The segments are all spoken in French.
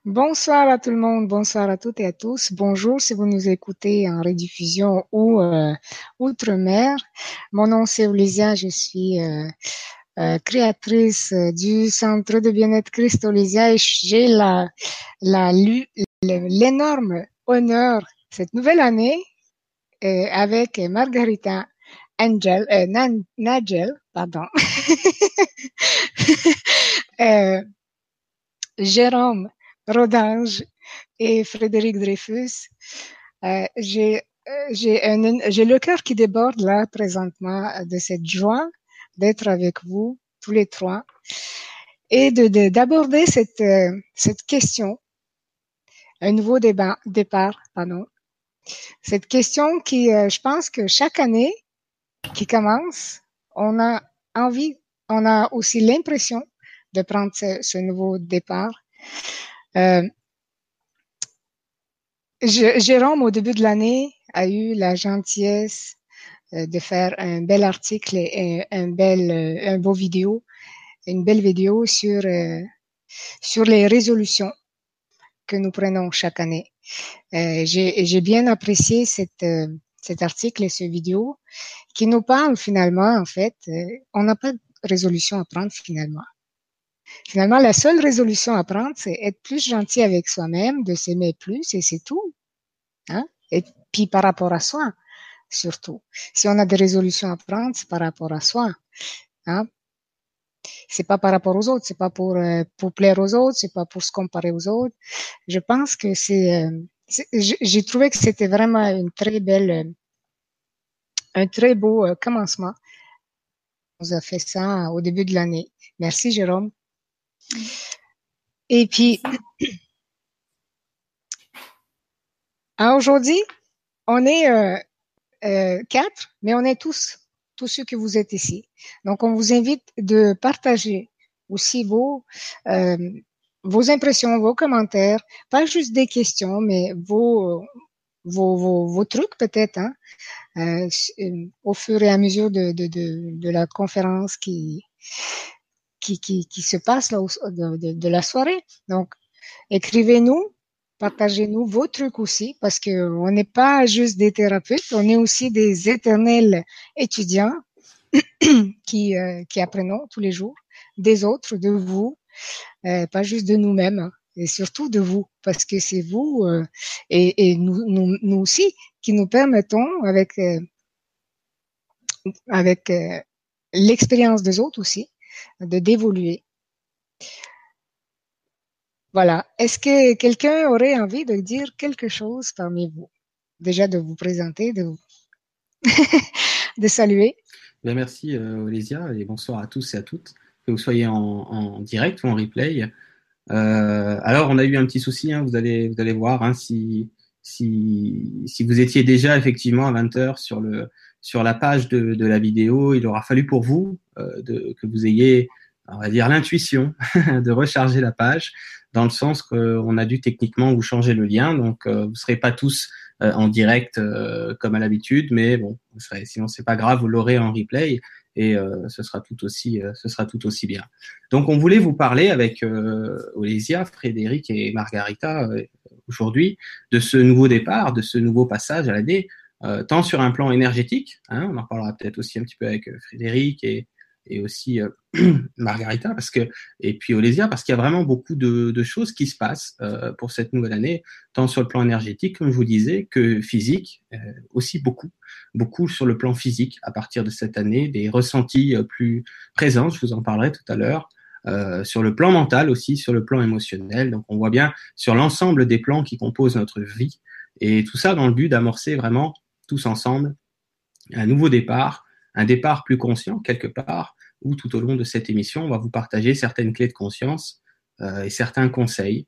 Bonsoir à tout le monde, bonsoir à toutes et à tous. Bonjour si vous nous écoutez en rediffusion ou outre-mer. Mon nom c'est Olivia, je suis créatrice du Centre de bien-être Christ Olivia et j'ai l'énorme honneur cette nouvelle année avec Margarita Nagel, pardon, euh, Jérôme Rodange et Frédéric Dreyfus. J'ai le cœur qui déborde là présentement de cette joie d'être avec vous tous les trois et d'aborder cette question, un nouveau départ, pardon. Cette question qui, je pense que chaque année qui commence, on a envie, on a aussi l'impression de prendre ce nouveau départ. Jérôme, au début de l'année, a eu la gentillesse de faire un bel article et un beau vidéo, une belle vidéo sur les résolutions que nous prenons chaque année. J'ai bien apprécié cet article et ce vidéo qui nous parle finalement, en fait, on n'a pas de résolution à prendre finalement. Finalement, la seule résolution à prendre, c'est être plus gentil avec soi-même, de s'aimer plus et c'est tout. Hein? Et puis par rapport à soi, surtout. Si on a des résolutions à prendre, c'est par rapport à soi. Hein? C'est pas par rapport aux autres, c'est pas pour plaire aux autres, c'est pas pour se comparer aux autres. Je pense que j'ai trouvé que c'était vraiment une très belle, un très beau commencement. On nous a fait ça au début de l'année. Merci Jérôme. Et puis, aujourd'hui, on est 4, mais on est tous ceux que vous êtes ici. Donc, on vous invite de partager aussi vos impressions, vos commentaires, pas juste des questions, mais vos trucs peut-être, hein, au fur et à mesure de la conférence qui se passe là, de la soirée. Donc, écrivez-nous, partagez-nous vos trucs aussi, parce que on n'est pas juste des thérapeutes, on est aussi des éternels étudiants qui apprenons tous les jours des autres, de vous, pas juste de nous-mêmes, hein, et surtout de vous, parce que c'est vous et nous aussi qui nous permettons avec l'expérience des autres aussi d'évoluer. Voilà. Est-ce que quelqu'un aurait envie de dire quelque chose parmi vous? Déjà de vous présenter, de saluer. Bien, merci Olésia et bonsoir à tous et à toutes, que vous soyez en direct ou en replay. Alors, on a eu un petit souci, hein, vous allez voir, hein, si vous étiez déjà effectivement à 20 heures sur la page de la vidéo, il aura fallu pour vous que vous ayez, on va dire, l'intuition de recharger la page, dans le sens qu'on a dû techniquement vous changer le lien, donc vous ne serez pas tous en direct comme à l'habitude, mais bon, sinon c'est pas grave, vous l'aurez en replay et ce sera tout aussi bien. Donc, on voulait vous parler avec Olésia, Frédéric et Margarita aujourd'hui de ce nouveau départ, de ce nouveau passage à l'année, tant sur un plan énergétique, hein, on en parlera peut-être aussi un petit peu avec Frédéric et aussi Margarita, et puis Olésia, parce qu'il y a vraiment beaucoup de choses qui se passent pour cette nouvelle année, tant sur le plan énergétique, comme je vous disais, que physique, aussi beaucoup sur le plan physique à partir de cette année, des ressentis plus présents, je vous en parlerai tout à l'heure, sur le plan mental aussi, sur le plan émotionnel. Donc on voit bien sur l'ensemble des plans qui composent notre vie, et tout ça dans le but d'amorcer vraiment tous ensemble un nouveau départ, un départ plus conscient quelque part, où tout au long de cette émission, on va vous partager certaines clés de conscience et certains conseils,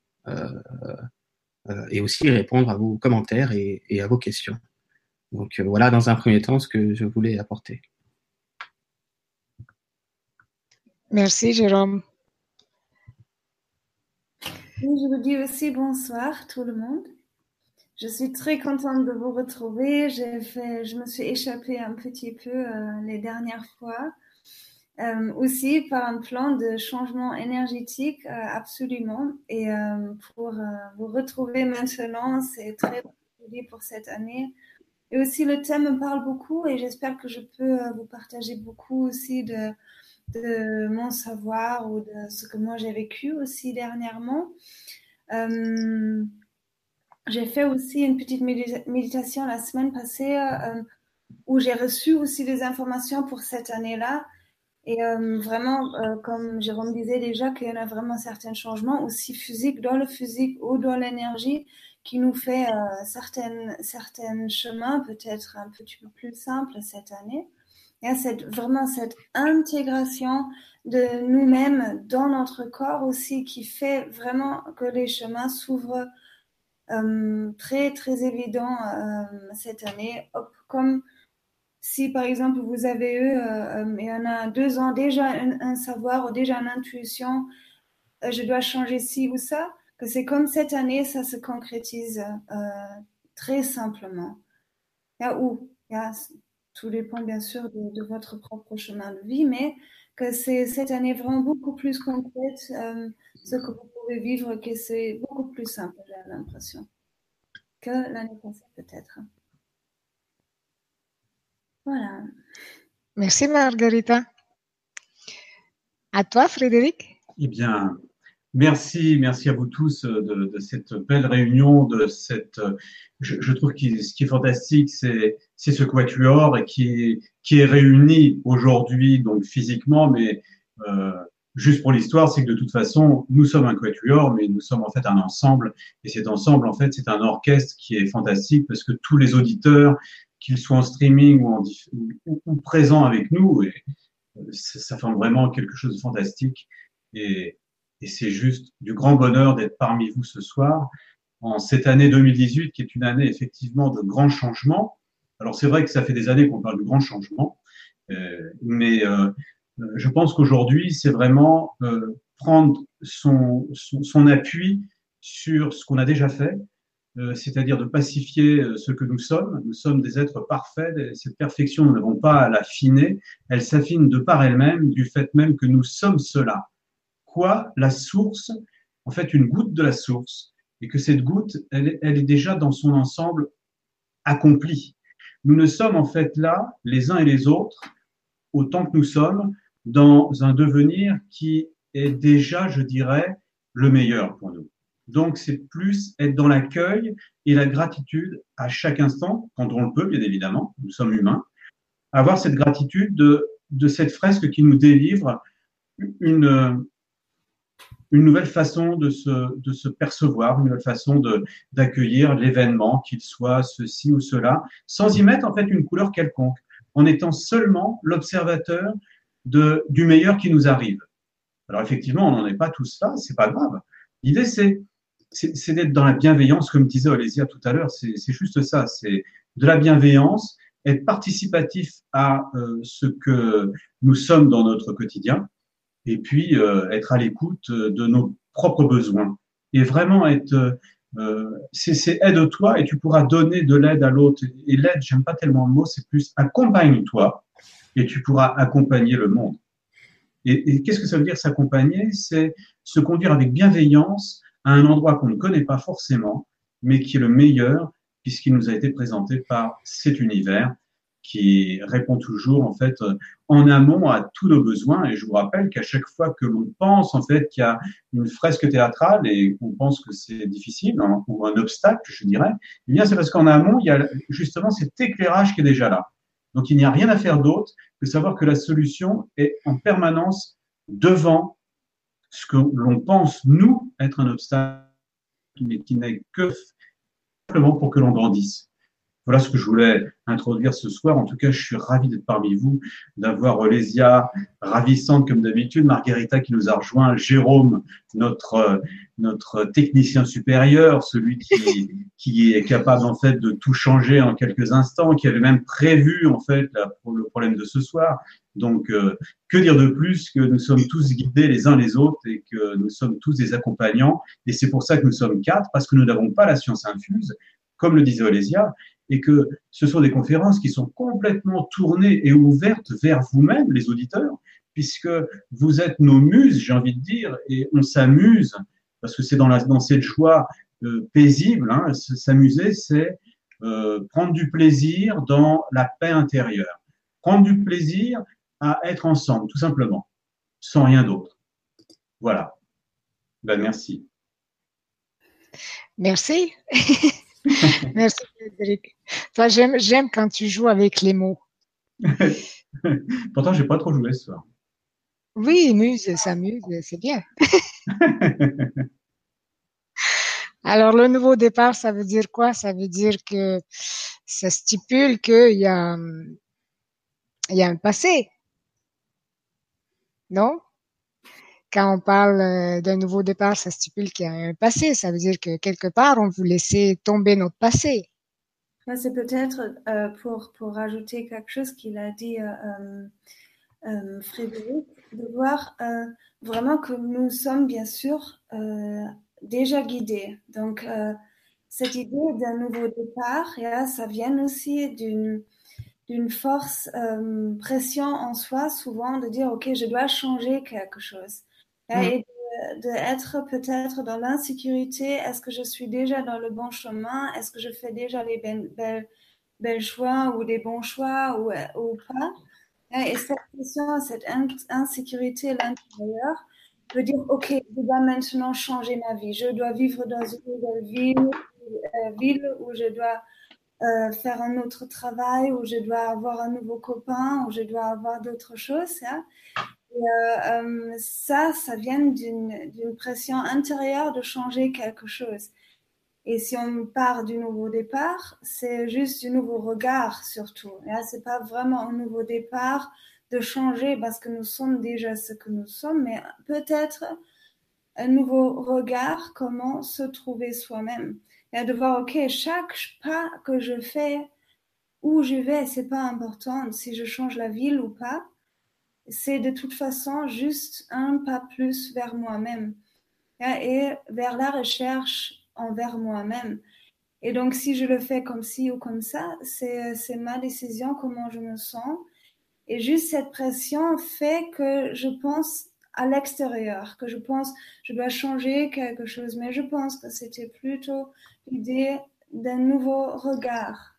et aussi répondre à vos commentaires et à vos questions. Donc voilà, dans un premier temps, ce que je voulais apporter. Merci Jérôme. Oui, je vous dis aussi bonsoir tout le monde. Je suis très contente de vous retrouver. Je me suis échappée un petit peu les dernières fois aussi par un plan de changement énergétique, absolument. Et pour vous retrouver maintenant, c'est très particulier pour cette année. Et aussi, le thème me parle beaucoup et j'espère que je peux vous partager beaucoup aussi de mon savoir ou de ce que moi j'ai vécu aussi dernièrement. J'ai fait aussi une petite méditation la semaine passée où j'ai reçu aussi des informations pour cette année-là. Et vraiment, comme Jérôme disait déjà, qu'il y en a vraiment certains changements aussi physiques dans le physique ou dans l'énergie qui nous fait certains chemins peut-être un petit peu plus simples cette année. Il y a vraiment cette intégration de nous-mêmes dans notre corps aussi qui fait vraiment que les chemins s'ouvrent très, très évident cette année. Comme si, par exemple, vous avez eu, il y en a 2 ans, déjà un savoir ou déjà une intuition, je dois changer ci ou ça, que c'est comme cette année, ça se concrétise très simplement. Tout dépend bien sûr de votre propre chemin de vie, mais que c'est cette année vraiment beaucoup plus concrète, ce que vous pouvez vivre, que c'est beaucoup plus simple, j'ai l'impression, que l'année passée peut-être. Voilà. Merci Margarita. À toi, Frédéric. Eh bien, merci à vous tous de cette belle réunion, je trouve que ce qui est fantastique, c'est ce quatuor et qui est réuni aujourd'hui, donc physiquement, mais juste pour l'histoire, c'est que de toute façon, nous sommes un quatuor, mais nous sommes en fait un ensemble, et cet ensemble, en fait, c'est un orchestre qui est fantastique parce que tous les auditeurs, qu'ils soient en streaming ou présents avec nous, et ça forme vraiment quelque chose de fantastique. Et c'est juste du grand bonheur d'être parmi vous ce soir en cette année 2018 qui est une année effectivement de grands changements. Alors c'est vrai que ça fait des années qu'on parle de grands changements, mais je pense qu'aujourd'hui c'est vraiment prendre son appui sur ce qu'on a déjà fait, c'est-à-dire de pacifier ce que nous sommes. Nous sommes des êtres parfaits, et cette perfection, nous n'avons pas à l'affiner, elle s'affine de par elle-même, du fait même que nous sommes cela. Quoi? La source, en fait une goutte de la source, et que cette goutte, elle est déjà dans son ensemble accomplie. Nous ne sommes en fait là, les uns et les autres, autant que nous sommes, dans un devenir qui est déjà, je dirais, le meilleur pour nous. Donc, c'est plus être dans l'accueil et la gratitude à chaque instant, quand on le peut, bien évidemment, nous sommes humains, avoir cette gratitude de cette fresque qui nous délivre une nouvelle façon de se percevoir, une nouvelle façon d'accueillir l'événement, qu'il soit ceci ou cela, sans y mettre en fait une couleur quelconque, en étant seulement l'observateur du meilleur qui nous arrive. Alors effectivement, on n'en est pas tous là, c'est pas grave. L'idée, c'est d'être dans la bienveillance, comme disait Olésia tout à l'heure, c'est juste ça, c'est de la bienveillance, être participatif à ce que nous sommes dans notre quotidien, et puis être à l'écoute de nos propres besoins. Et vraiment être, c'est aide-toi et tu pourras donner de l'aide à l'autre. Et l'aide, j'aime pas tellement le mot, c'est plus accompagne-toi et tu pourras accompagner le monde. Et qu'est-ce que ça veut dire s'accompagner? C'est se conduire avec bienveillance à un endroit qu'on ne connaît pas forcément, mais qui est le meilleur puisqu'il nous a été présenté par cet univers qui répond toujours en fait en amont à tous nos besoins. Et je vous rappelle qu'à chaque fois que l'on pense en fait qu'il y a une fresque théâtrale et qu'on pense que c'est difficile ou un obstacle, je dirais, eh bien c'est parce qu'en amont il y a justement cet éclairage qui est déjà là. Donc il n'y a rien à faire d'autre que savoir que la solution est en permanence devant ce que l'on pense nous être un obstacle, mais qui n'est que simplement pour que l'on grandisse. Voilà ce que je voulais introduire ce soir. En tout cas, je suis ravi d'être parmi vous, d'avoir Olésia ravissante comme d'habitude, Margarita qui nous a rejoint, Jérôme, notre technicien supérieur, celui qui est capable en fait de tout changer en quelques instants, qui avait même prévu en fait le problème de ce soir. Donc, que dire de plus que nous sommes tous guidés les uns les autres et que nous sommes tous des accompagnants. Et c'est pour ça que nous sommes 4, parce que nous n'avons pas la science infuse, comme le disait Olésia, et que ce sont des conférences qui sont complètement tournées et ouvertes vers vous-même, les auditeurs, puisque vous êtes nos muses, j'ai envie de dire, et on s'amuse, parce que c'est dans cette joie paisible, hein, s'amuser, c'est prendre du plaisir dans la paix intérieure, prendre du plaisir à être ensemble, tout simplement, sans rien d'autre. Voilà. Ben, merci. Merci. Merci, Frédéric. Toi, j'aime quand tu joues avec les mots. Pourtant, j'ai pas trop joué ce soir. Oui, s'amuse, c'est bien. Alors, le nouveau départ, ça veut dire quoi? Ça veut dire que ça stipule qu'il y a un passé, non? Quand on parle d'un nouveau départ, ça stipule qu'il y a un passé. Ça veut dire que quelque part, on veut laisser tomber notre passé. C'est peut-être pour rajouter quelque chose qu'il a dit Frédéric, de voir vraiment que nous sommes bien sûr déjà guidés. Donc, cette idée d'un nouveau départ, ça vient aussi d'une force pression en soi, souvent de dire, OK, je dois changer quelque chose. Et d'être peut-être dans l'insécurité, est-ce que je suis déjà dans le bon chemin? Est-ce que je fais déjà les belles choix ou des bons choix ou pas? Et cette pression, cette insécurité à l'intérieur veut dire, OK, je dois maintenant changer ma vie. Je dois vivre dans une nouvelle ville où je dois faire un autre travail, où je dois avoir un nouveau copain, où je dois avoir d'autres choses. Hein. Et, ça vient d'une pression intérieure de changer quelque chose. Et si on part du nouveau départ, c'est juste du nouveau regard surtout. C'est pas vraiment un nouveau départ de changer parce que nous sommes déjà ce que nous sommes, mais peut-être un nouveau regard, comment se trouver soi-même. Et de voir, OK, chaque pas que je fais, où je vais, c'est pas important si je change la ville ou pas. C'est de toute façon juste un pas plus vers moi-même et vers la recherche envers moi-même. Et donc, si je le fais comme ci ou comme ça, c'est ma décision, comment je me sens. Et juste cette pression fait que je pense à l'extérieur, que je pense je dois changer quelque chose. Mais je pense que c'était plutôt l'idée d'un nouveau regard,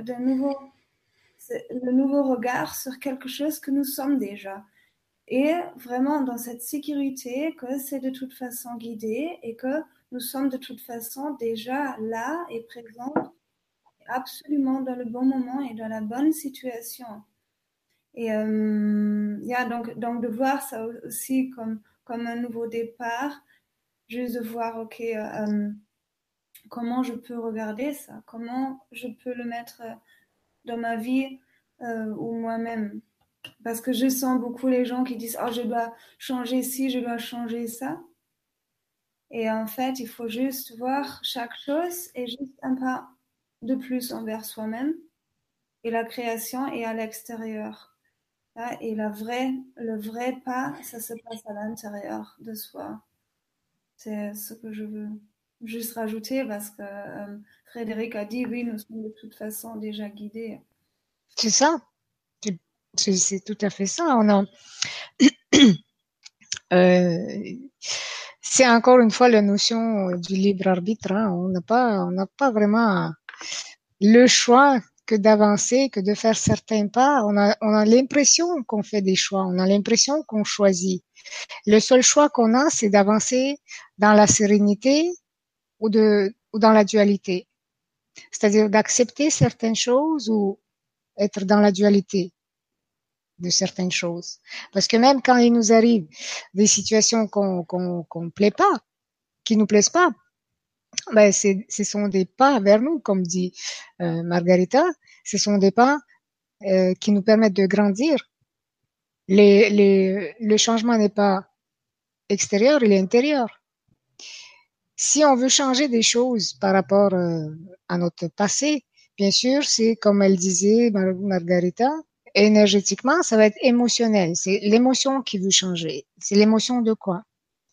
le nouveau regard sur quelque chose que nous sommes déjà. Et vraiment dans cette sécurité que c'est de toute façon guidé et que nous sommes de toute façon déjà là et présents, absolument dans le bon moment et dans la bonne situation. Et donc de voir ça aussi comme un nouveau départ, juste de voir, OK, comment je peux regarder ça, comment je peux le mettre dans ma vie ou moi-même. Parce que je sens beaucoup les gens qui disent, oh, je dois changer ci, je dois changer ça. Et en fait, il faut juste voir chaque chose et juste un pas de plus envers soi-même. Et la création est à l'extérieur. Et le vrai pas, ça se passe à l'intérieur de soi. C'est ce que je veux juste rajouter parce que Frédéric a dit, oui, nous sommes de toute façon déjà guidés. C'est ça. C'est tout à fait ça. C'est encore une fois la notion du libre arbitre. Hein. On n'a pas vraiment le choix que d'avancer, que de faire certains pas. On a l'impression qu'on fait des choix. On a l'impression qu'on choisit. Le seul choix qu'on a, c'est d'avancer dans la sérénité ou dans la dualité. C'est-à-dire d'accepter certaines choses ou être dans la dualité de certaines choses. Parce que même quand il nous arrive des situations qu'on plaît pas, qui nous plaisent pas, ben ce sont des pas vers nous, comme dit Margarita. Ce sont des pas qui nous permettent de grandir. Le changement n'est pas extérieur, il est intérieur. Si on veut changer des choses par rapport à notre passé, bien sûr, c'est comme elle disait, Margarita, énergétiquement, ça va être émotionnel. C'est l'émotion qui veut changer. C'est l'émotion de quoi?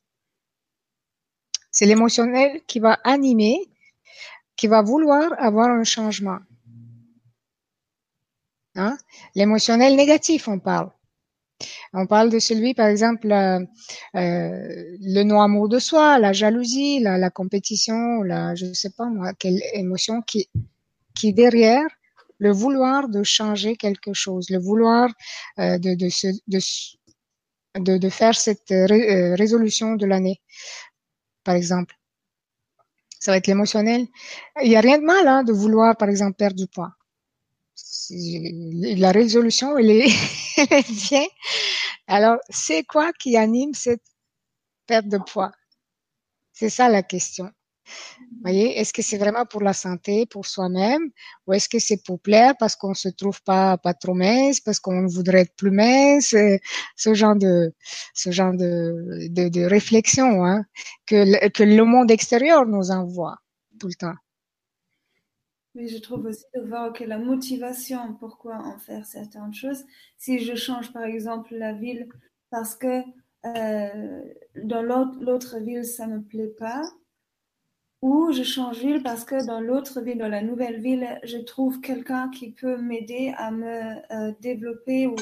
C'est l'émotionnel qui va animer, qui va vouloir avoir un changement. Hein? L'émotionnel négatif, on parle. On parle de celui, par exemple, le non-amour de soi, la jalousie, la compétition, je sais pas moi, quelle émotion qui est derrière le vouloir de changer quelque chose, le vouloir de faire cette résolution de l'année, par exemple. Ça va être l'émotionnel. Il n'y a rien de mal hein, de vouloir, par exemple, perdre du poids. La résolution, elle est, elle vient. Alors, c'est quoi qui anime cette perte de poids? C'est ça la question. Vous voyez, est-ce que c'est vraiment pour la santé, pour soi-même, ou est-ce que c'est pour plaire parce qu'on se trouve pas trop mince, parce qu'on voudrait être plus mince, ce genre de réflexion hein, que le monde extérieur nous envoie tout le temps. Oui, je trouve aussi de voir que la motivation, pourquoi en faire certaines choses. Si je change par exemple la ville parce que dans l'autre ville ça me plaît pas, ou je change ville parce que dans l'autre ville, dans la nouvelle ville, je trouve quelqu'un qui peut m'aider à me développer ou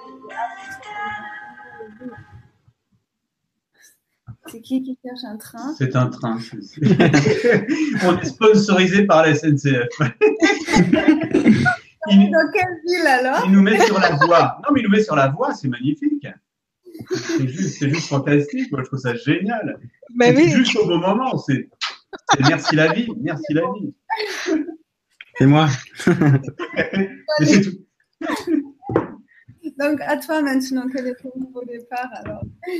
C'est qui cherche un train? C'est un train. On est sponsorisé par la SNCF. Dans quelle ville alors? Il nous met sur la voie. Non, mais il nous met sur la voie, c'est magnifique. C'est juste fantastique. Moi, je trouve ça génial. Mais oui. Juste au bon moment. C'est merci la vie. Merci la vie. C'est moi. Mais c'est tout. Donc, à toi maintenant, quel est ton nouveau départ alors?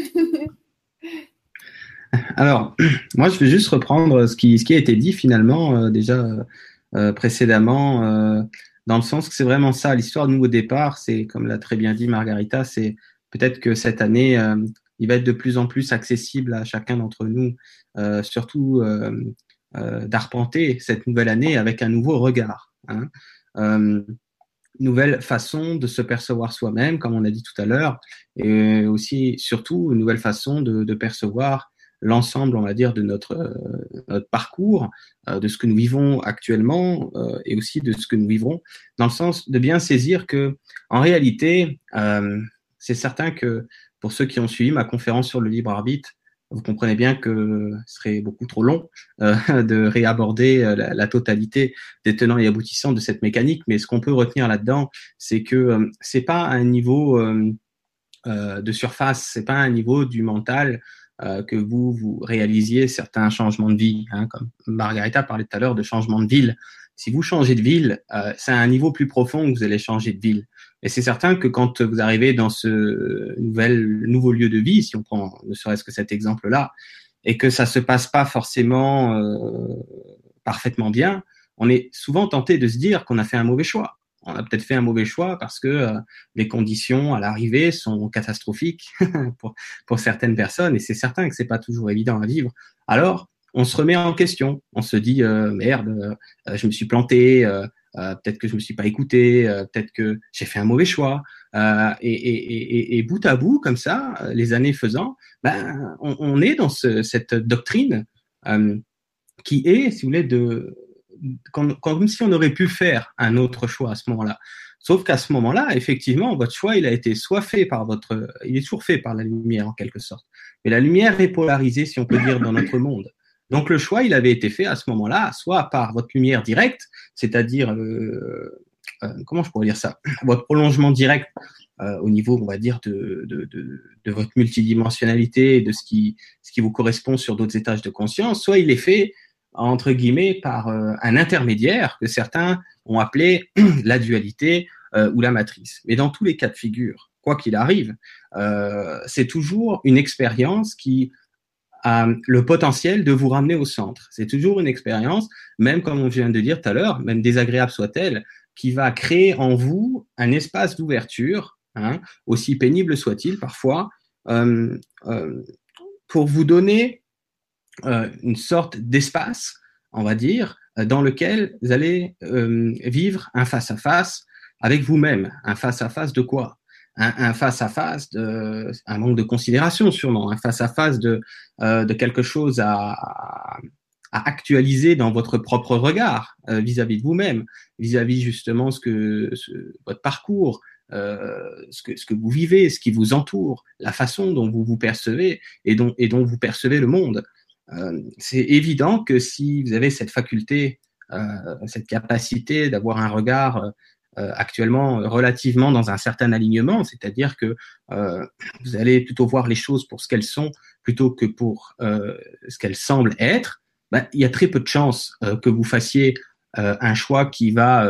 Alors, moi, je vais juste reprendre ce qui a été dit finalement déjà précédemment, dans le sens que c'est vraiment ça, l'histoire de nouveau départ, c'est, comme l'a très bien dit Margarita, c'est peut-être que cette année, il va être de plus en plus accessible à chacun d'entre nous, surtout d'arpenter cette nouvelle année avec un nouveau regard. Hein. Nouvelle façon de se percevoir soi-même, comme on a dit tout à l'heure, et aussi, surtout, une nouvelle façon de percevoir l'ensemble, on va dire, de notre parcours, de ce que nous vivons actuellement et aussi de ce que nous vivrons, dans le sens de bien saisir que, en réalité, c'est certain que pour ceux qui ont suivi ma conférence sur le libre arbitre, vous comprenez bien que ce serait beaucoup trop long de réaborder la totalité des tenants et aboutissants de cette mécanique, mais ce qu'on peut retenir là-dedans, c'est que c'est pas un niveau de surface, c'est pas un niveau du mental que vous réalisiez certains changements de vie, hein, comme Margarita parlait tout à l'heure de changement de ville. Si vous changez de ville, c'est à un niveau plus profond que vous allez changer de ville. Et c'est certain que quand vous arrivez dans ce nouveau lieu de vie, si on prend ne serait-ce que cet exemple-là, et que ça se passe pas forcément parfaitement bien, on est souvent tenté de se dire qu'on a fait un mauvais choix. On a peut-être fait un mauvais choix parce que les conditions à l'arrivée sont catastrophiques pour certaines personnes, et c'est certain que c'est pas toujours évident à vivre. Alors, on se remet en question. On se dit merde, je me suis planté, peut-être que je me suis pas écouté, peut-être que j'ai fait un mauvais choix. Et bout à bout, comme ça, les années faisant, ben, on est dans cette doctrine qui est, si vous voulez, comme si on aurait pu faire un autre choix à ce moment-là. Sauf qu'à ce moment-là, effectivement, votre choix, il a été soit fait il est toujours fait par la lumière en quelque sorte. Mais la lumière est polarisée, si on peut dire, dans notre monde. Donc le choix, il avait été fait à ce moment-là, soit par votre lumière directe, c'est-à-dire, comment je pourrais dire ça, votre prolongement direct au niveau, on va dire, de votre multidimensionnalité, de ce qui vous correspond sur d'autres étages de conscience, soit il est fait entre guillemets par un intermédiaire que certains ont appelé la dualité ou la matrice. Mais dans tous les cas de figure, quoi qu'il arrive, c'est toujours une expérience qui a le potentiel de vous ramener au centre. C'est toujours une expérience, même comme on vient de dire tout à l'heure, même désagréable soit-elle, qui va créer en vous un espace d'ouverture, hein, aussi pénible soit-il parfois, pour vous donner une sorte d'espace, on va dire, dans lequel vous allez vivre un face-à-face avec vous-même. Un face-à-face de quoi? Un face-à-face de un manque de considération sûrement, un face-à-face de quelque chose à actualiser dans votre propre regard vis-à-vis de vous-même, vis-à-vis justement votre parcours, ce que vous vivez, ce qui vous entoure, la façon dont vous vous percevez et dont vous percevez le monde. C'est évident que si vous avez cette faculté, cette capacité d'avoir un regard actuellement relativement dans un certain alignement, c'est-à-dire que vous allez plutôt voir les choses pour ce qu'elles sont plutôt que pour ce qu'elles semblent être, ben, il y a très peu de chances que vous fassiez un choix qui va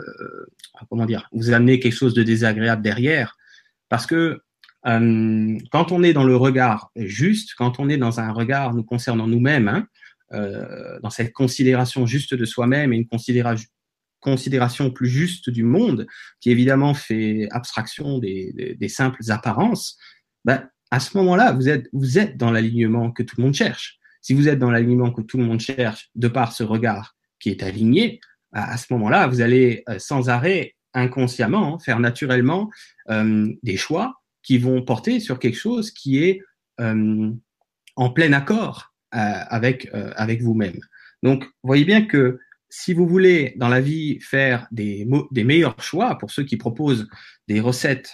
vous amener quelque chose de désagréable derrière, parce que quand on est dans le regard juste, quand on est dans un regard nous concernant nous-mêmes, dans cette considération juste de soi-même et une considération plus juste du monde, qui évidemment fait abstraction des simples apparences, ben, à ce moment-là, vous êtes dans l'alignement que tout le monde cherche. Si vous êtes dans l'alignement que tout le monde cherche, de par ce regard qui est aligné, à ce moment-là, vous allez sans arrêt, inconsciemment, faire naturellement des choix qui vont porter sur quelque chose qui est en plein accord avec vous-même. Donc, vous voyez bien que si vous voulez dans la vie faire des meilleurs choix, pour ceux qui proposent des recettes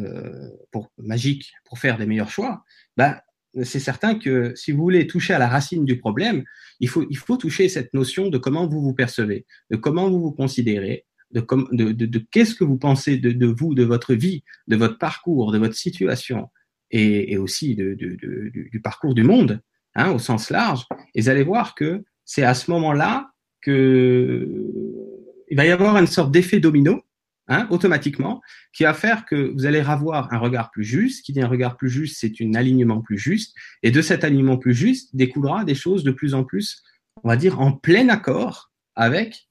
magiques pour faire des meilleurs choix, ben, c'est certain que si vous voulez toucher à la racine du problème, il faut toucher cette notion de comment vous vous percevez, de comment vous vous considérez, de qu'est-ce que vous pensez de vous, de votre vie, de votre parcours, de votre situation, et aussi du parcours du monde, au sens large. Et vous allez voir que c'est à ce moment-là que il va y avoir une sorte d'effet domino, automatiquement, qui va faire que vous allez avoir un regard plus juste. Qui dit un regard plus juste, c'est un alignement plus juste. Et de cet alignement plus juste découlera des choses de plus en plus, on va dire, en plein accord avec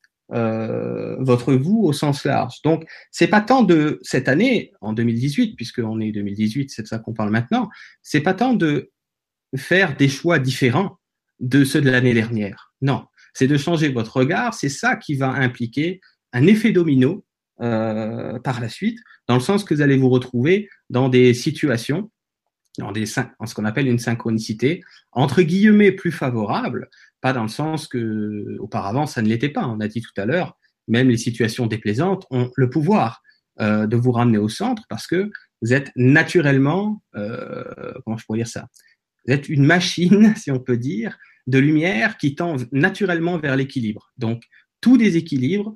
votre vous au sens large. Donc, c'est pas tant de cette année, en 2018, puisqu'on est 2018, c'est de ça qu'on parle maintenant, c'est pas tant de faire des choix différents de ceux de l'année dernière. Non, c'est de changer votre regard. C'est ça qui va impliquer un effet domino par la suite, dans le sens que vous allez vous retrouver dans des situations, en ce qu'on appelle une synchronicité, entre guillemets plus favorable, pas dans le sens que auparavant ça ne l'était pas. On a dit tout à l'heure, même les situations déplaisantes ont le pouvoir de vous ramener au centre, parce que vous êtes naturellement, comment je pourrais dire ça, vous êtes une machine, si on peut dire, de lumière qui tend naturellement vers l'équilibre. Donc, tout déséquilibre,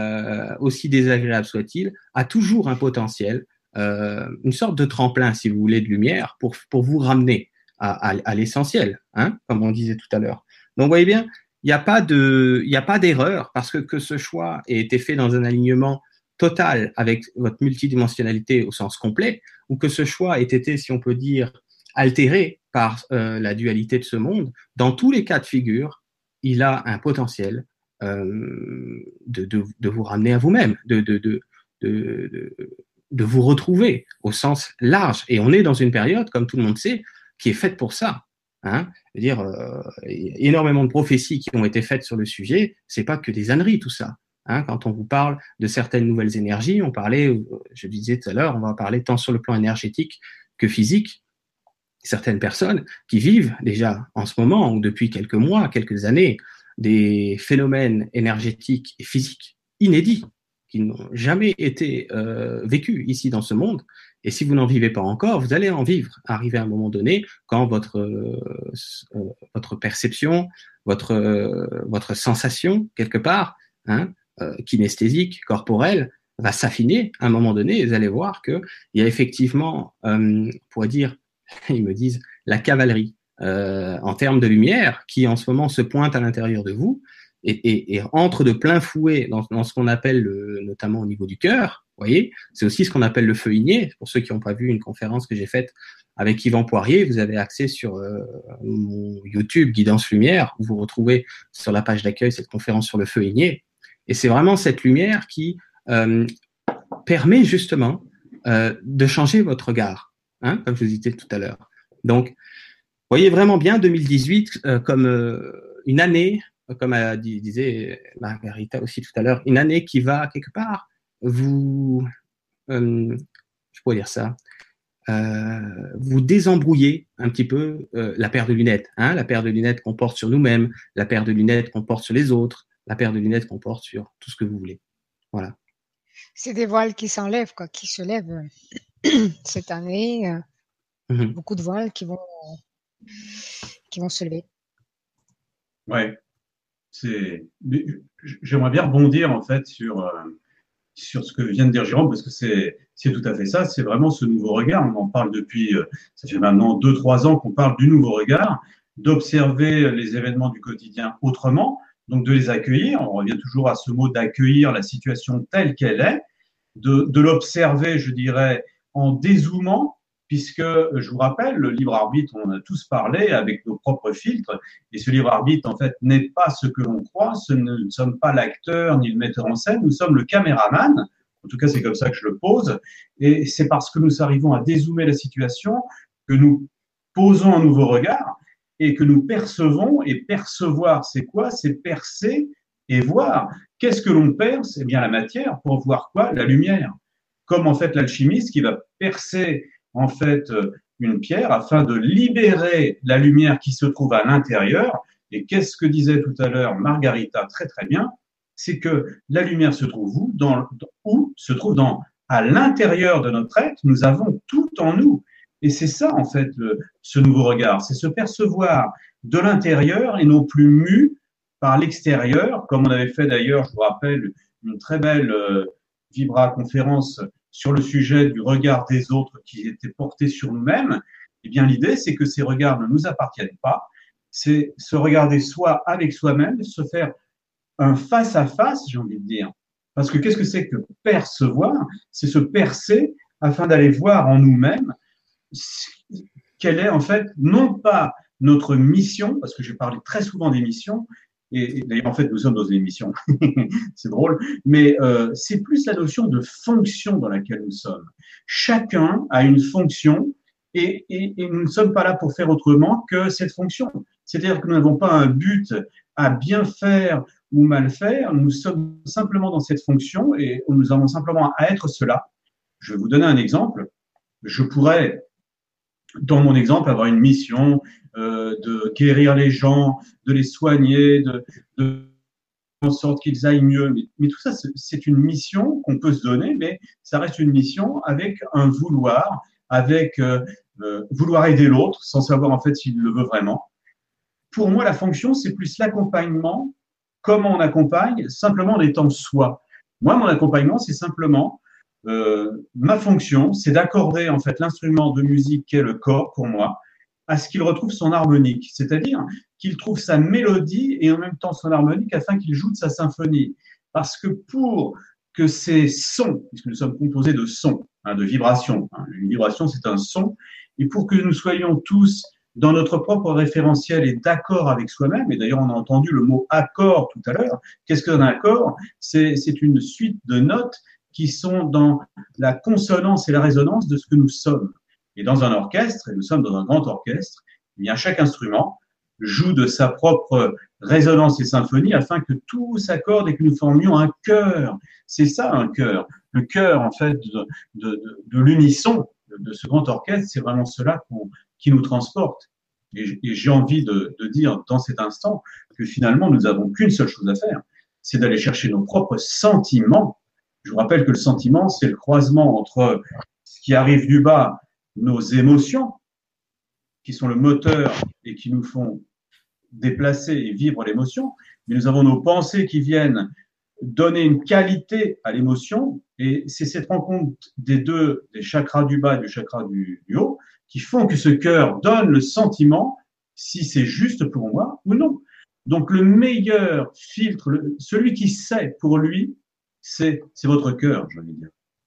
aussi désagréable soit-il, a toujours un potentiel, une sorte de tremplin, si vous voulez, de lumière pour vous ramener à l'essentiel, comme on disait tout à l'heure. Donc, vous voyez bien, il n'y a pas d'erreur, parce que ce choix ait été fait dans un alignement total avec votre multidimensionnalité au sens complet, ou que ce choix ait été, si on peut dire, altéré par la dualité de ce monde. Dans tous les cas de figure, il a un potentiel de vous ramener à vous-même, de vous retrouver au sens large. Et on est dans une période, comme tout le monde sait, qui est faite pour ça. C'est-à-dire, énormément de prophéties qui ont été faites sur le sujet, c'est pas que des âneries tout ça. Quand on vous parle de certaines nouvelles énergies, on parlait, je disais tout à l'heure, on va parler tant sur le plan énergétique que physique. Certaines personnes qui vivent déjà en ce moment ou depuis quelques mois, quelques années, des phénomènes énergétiques et physiques inédits qui n'ont jamais été vécus ici dans ce monde. Et si vous n'en vivez pas encore, vous allez en vivre, arriver à un moment donné, quand votre perception, votre sensation, quelque part, kinesthésique, corporelle, va s'affiner à un moment donné, et vous allez voir qu'il y a effectivement, on pourrait dire, ils me disent, la cavalerie en termes de lumière qui en ce moment se pointe à l'intérieur de vous et entre de plein fouet dans ce qu'on appelle notamment au niveau du cœur. Vous voyez, c'est aussi ce qu'on appelle le feu igné. Pour ceux qui n'ont pas vu une conférence que j'ai faite avec Yvan Poirier, vous avez accès sur mon YouTube Guidance Lumière, où vous retrouvez sur la page d'accueil cette conférence sur le feu igné. Et c'est vraiment cette lumière qui permet justement de changer votre regard, comme je vous disais tout à l'heure. Donc, voyez vraiment bien 2018 comme une année, comme disait Margarita aussi tout à l'heure, une année qui va quelque part vous, je pourrais dire ça, vous désembrouiller un petit peu la paire de lunettes, la paire de lunettes qu'on porte sur nous-mêmes, la paire de lunettes qu'on porte sur les autres, la paire de lunettes qu'on porte sur tout ce que vous voulez. Voilà. c'est des voiles qui s'enlèvent, quoi, qui se lèvent cette année. Beaucoup de voiles qui vont se lever. Ouais, j'aimerais bien rebondir en fait sur ce que vient de dire Jérôme, parce que c'est tout à fait ça, c'est vraiment ce nouveau regard. On en parle depuis, ça fait maintenant 2-3 ans qu'on parle du nouveau regard, d'observer les événements du quotidien autrement, donc de les accueillir. On revient toujours à ce mot d'accueillir la situation telle qu'elle est, de l'observer, je dirais, en dézoomant, puisque, je vous rappelle, le libre arbitre, on en a tous parlé avec nos propres filtres, et ce libre arbitre, en fait, n'est pas ce que l'on croit, nous ne sommes pas l'acteur ni le metteur en scène, nous sommes le caméraman, en tout cas c'est comme ça que je le pose, et c'est parce que nous arrivons à dézoomer la situation que nous posons un nouveau regard, et que nous percevons, et percevoir c'est quoi? C'est percer et voir. Qu'est-ce que l'on perce? Eh bien la matière, pour voir quoi? La lumière. Comme en fait l'alchimiste qui va percer en fait une pierre afin de libérer la lumière qui se trouve à l'intérieur. Et qu'est-ce que disait tout à l'heure Margarita très très bien, c'est que la lumière se trouve où se trouve à l'intérieur de notre être. Nous avons tout en nous. Et c'est ça en fait ce nouveau regard, c'est se percevoir de l'intérieur et non plus mu par l'extérieur, comme on avait fait d'ailleurs, je vous rappelle, une très belle Vibra conférence sur le sujet du regard des autres qui était porté sur nous-mêmes. Eh bien, l'idée, c'est que ces regards ne nous appartiennent pas. C'est se regarder soi avec soi-même, se faire un face-à-face, j'ai envie de dire. Parce que qu'est-ce que c'est que percevoir? C'est se percer afin d'aller voir en nous-mêmes quelle est en fait, non pas notre mission, parce que j'ai parlé très souvent des missions, et d'ailleurs, en fait, nous sommes dans une émission, c'est drôle, mais c'est plus la notion de fonction dans laquelle nous sommes. Chacun a une fonction et nous ne sommes pas là pour faire autrement que cette fonction. C'est-à-dire que nous n'avons pas un but à bien faire ou mal faire, nous sommes simplement dans cette fonction et nous avons simplement à être cela. Je vais vous donner un exemple. Je pourrais, dans mon exemple, avoir une mission de guérir les gens, de les soigner, de en sorte qu'ils aillent mieux. Mais tout ça, c'est une mission qu'on peut se donner, mais ça reste une mission avec un vouloir, avec vouloir aider l'autre sans savoir en fait s'il le veut vraiment. Pour moi, la fonction, c'est plus l'accompagnement. Comment on accompagne? Simplement en étant soi. Moi, mon accompagnement, c'est simplement ma fonction, c'est d'accorder en fait l'instrument de musique qu'est le corps pour moi, à ce qu'il retrouve son harmonique, c'est-à-dire qu'il trouve sa mélodie et en même temps son harmonique afin qu'il joue de sa symphonie. Parce que pour que ces sons, puisque nous sommes composés de sons, de vibrations, une vibration c'est un son, et pour que nous soyons tous dans notre propre référentiel et d'accord avec soi-même, et d'ailleurs on a entendu le mot accord tout à l'heure, qu'est-ce qu'un accord? C'est une suite de notes qui sont dans la consonance et la résonance de ce que nous sommes. Et dans un orchestre, et nous sommes dans un grand orchestre, eh bien chaque instrument joue de sa propre résonance et symphonie afin que tout s'accorde et que nous formions un chœur. C'est ça un chœur. Le chœur, en fait, de l'unisson de ce grand orchestre, c'est vraiment cela qui nous transporte. Et j'ai envie de dire dans cet instant que finalement, nous n'avons qu'une seule chose à faire, c'est d'aller chercher nos propres sentiments. Je vous rappelle que le sentiment, c'est le croisement entre ce qui arrive du bas, nos émotions, qui sont le moteur et qui nous font déplacer et vivre l'émotion, mais nous avons nos pensées qui viennent donner une qualité à l'émotion, et c'est cette rencontre des chakras du bas et du chakra du haut, qui font que ce cœur donne le sentiment si c'est juste pour moi ou non. Donc le meilleur filtre, celui qui sait pour lui, c'est votre cœur, j'ai envie de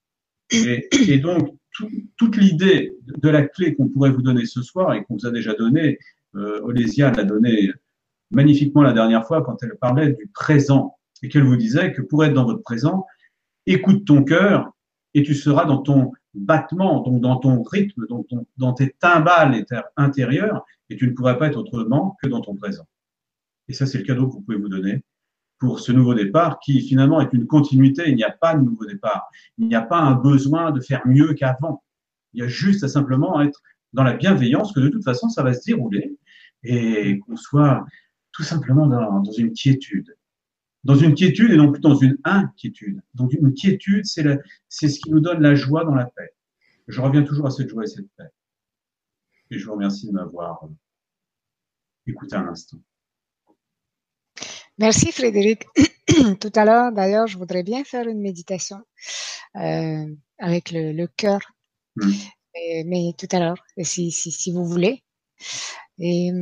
dire. Et donc, toute l'idée de la clé qu'on pourrait vous donner ce soir et qu'on vous a déjà donnée, Olésia l'a donnée magnifiquement la dernière fois quand elle parlait du présent et qu'elle vous disait que pour être dans votre présent, écoute ton cœur et tu seras dans ton battement, donc dans ton rythme, dans tes timbales intérieures et tu ne pourras pas être autrement que dans ton présent. Et ça, c'est le cadeau que vous pouvez vous donner pour ce nouveau départ qui finalement est une continuité. Il n'y a pas de nouveau départ. Il n'y a pas un besoin de faire mieux qu'avant. Il y a juste à simplement être dans la bienveillance que de toute façon, ça va se dérouler et qu'on soit tout simplement dans une quiétude. dans une quiétude et non plus dans une inquiétude. Donc une quiétude, c'est ce qui nous donne la joie dans la paix. Je reviens toujours à cette joie et cette paix. Et je vous remercie de m'avoir écouté un instant. Merci Frédéric. Tout à l'heure, d'ailleurs, je voudrais bien faire une méditation avec le cœur, mais tout à l'heure, si vous voulez. Et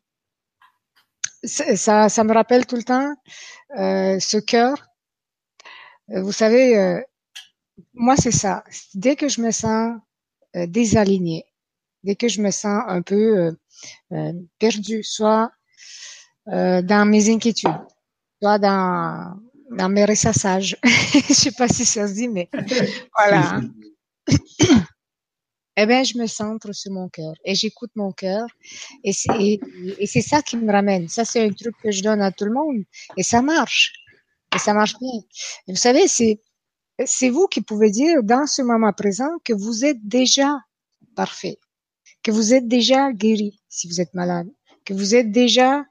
ça me rappelle tout le temps ce cœur. Vous savez, moi c'est ça. Dès que je me sens désalignée, dès que je me sens un peu perdue, soit dans mes inquiétudes, soit dans mes ressassages. Je sais pas si ça se dit, mais voilà. Eh bien, je me centre sur mon cœur et j'écoute mon cœur et c'est ça qui me ramène. Ça, c'est un truc que je donne à tout le monde et ça marche. Et ça marche bien. Et vous savez, c'est vous qui pouvez dire dans ce moment présent que vous êtes déjà parfait, que vous êtes déjà guéri si vous êtes malade, que vous êtes déjà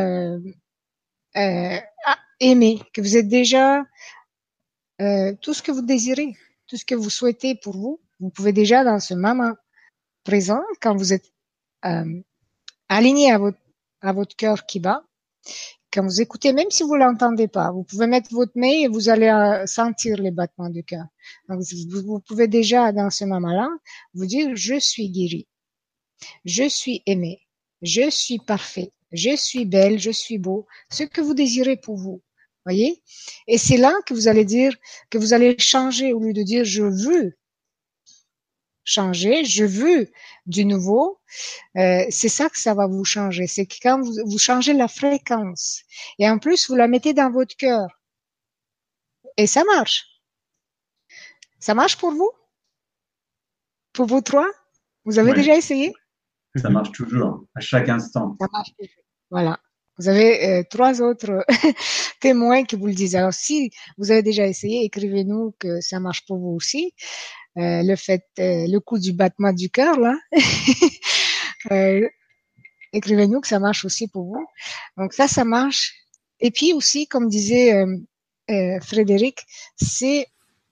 aimé, que vous êtes déjà tout ce que vous désirez, tout ce que vous souhaitez pour vous. Vous pouvez déjà dans ce moment présent, quand vous êtes aligné à votre cœur qui bat, quand vous écoutez, même si vous l'entendez pas, vous pouvez mettre votre main et vous allez sentir les battements du cœur. Donc, vous pouvez déjà, dans ce moment-là, vous dire, je suis guéri, je suis aimé, je suis parfait, je suis belle, je suis beau, ce que vous désirez pour vous. Voyez? Et c'est là que vous allez dire, que vous allez changer au lieu de dire, je veux changer, je veux du nouveau. C'est ça que ça va vous changer. C'est que quand vous changez la fréquence et en plus vous la mettez dans votre cœur et ça marche. Ça marche pour vous? Pour vous trois? Vous avez déjà essayé? Ça marche toujours, à chaque instant. Ça marche toujours. Voilà. Vous avez trois autres témoins qui vous le disent. Alors si vous avez déjà essayé, écrivez-nous que ça marche pour vous aussi. Le coup du battement du cœur là. Écrivez-nous que ça marche aussi pour vous. Donc ça marche. Et puis aussi, comme disait Frédéric, c'est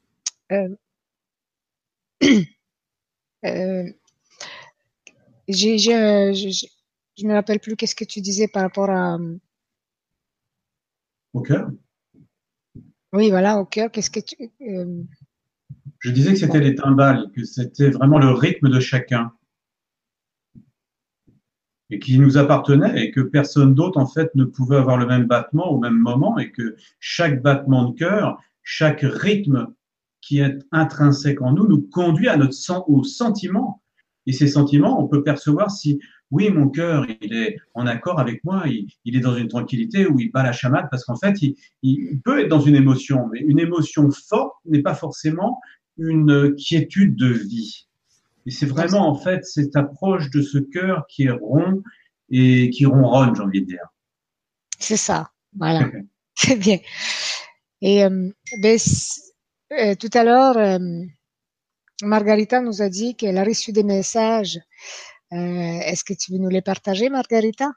je me rappelle plus qu'est-ce que tu disais par rapport à au cœur. Oui, voilà, au cœur. Qu'est-ce que tu Je disais que c'était les timbales, que c'était vraiment le rythme de chacun et qui nous appartenait et que personne d'autre en fait ne pouvait avoir le même battement au même moment et que chaque battement de cœur, chaque rythme qui est intrinsèque en nous nous conduit à aux sentiments. Et ces sentiments, on peut percevoir si oui, mon cœur, il est en accord avec moi, il est dans une tranquillité où il bat la chamade parce qu'en fait, il peut être dans une émotion, mais une émotion forte n'est pas forcément une quiétude de vie. Et c'est vraiment, en fait, cette approche de ce cœur qui est rond et qui ronronne, j'ai envie de dire. C'est ça, voilà. C'est bien. Et tout à l'heure, Margarita nous a dit qu'elle a reçu des messages. Est-ce que tu veux nous les partager, Margarita?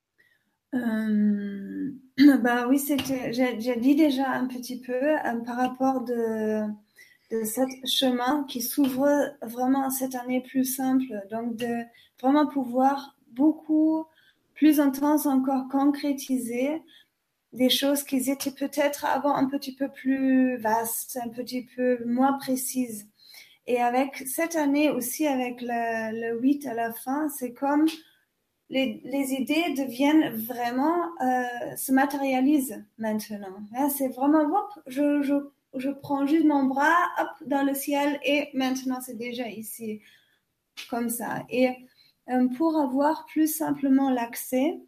Bah oui, j'ai dit déjà un petit peu par rapport de ce chemin qui s'ouvre vraiment cette année plus simple, donc de vraiment pouvoir beaucoup plus intense encore concrétiser des choses qui étaient peut-être avant un petit peu plus vastes, un petit peu moins précises. Et avec cette année aussi, avec le 8 à la fin, c'est comme les idées deviennent vraiment, se matérialisent maintenant. C'est vraiment, hop, je prends juste mon bras, hop, dans le ciel et maintenant c'est déjà ici, comme ça. Et pour avoir plus simplement l'accès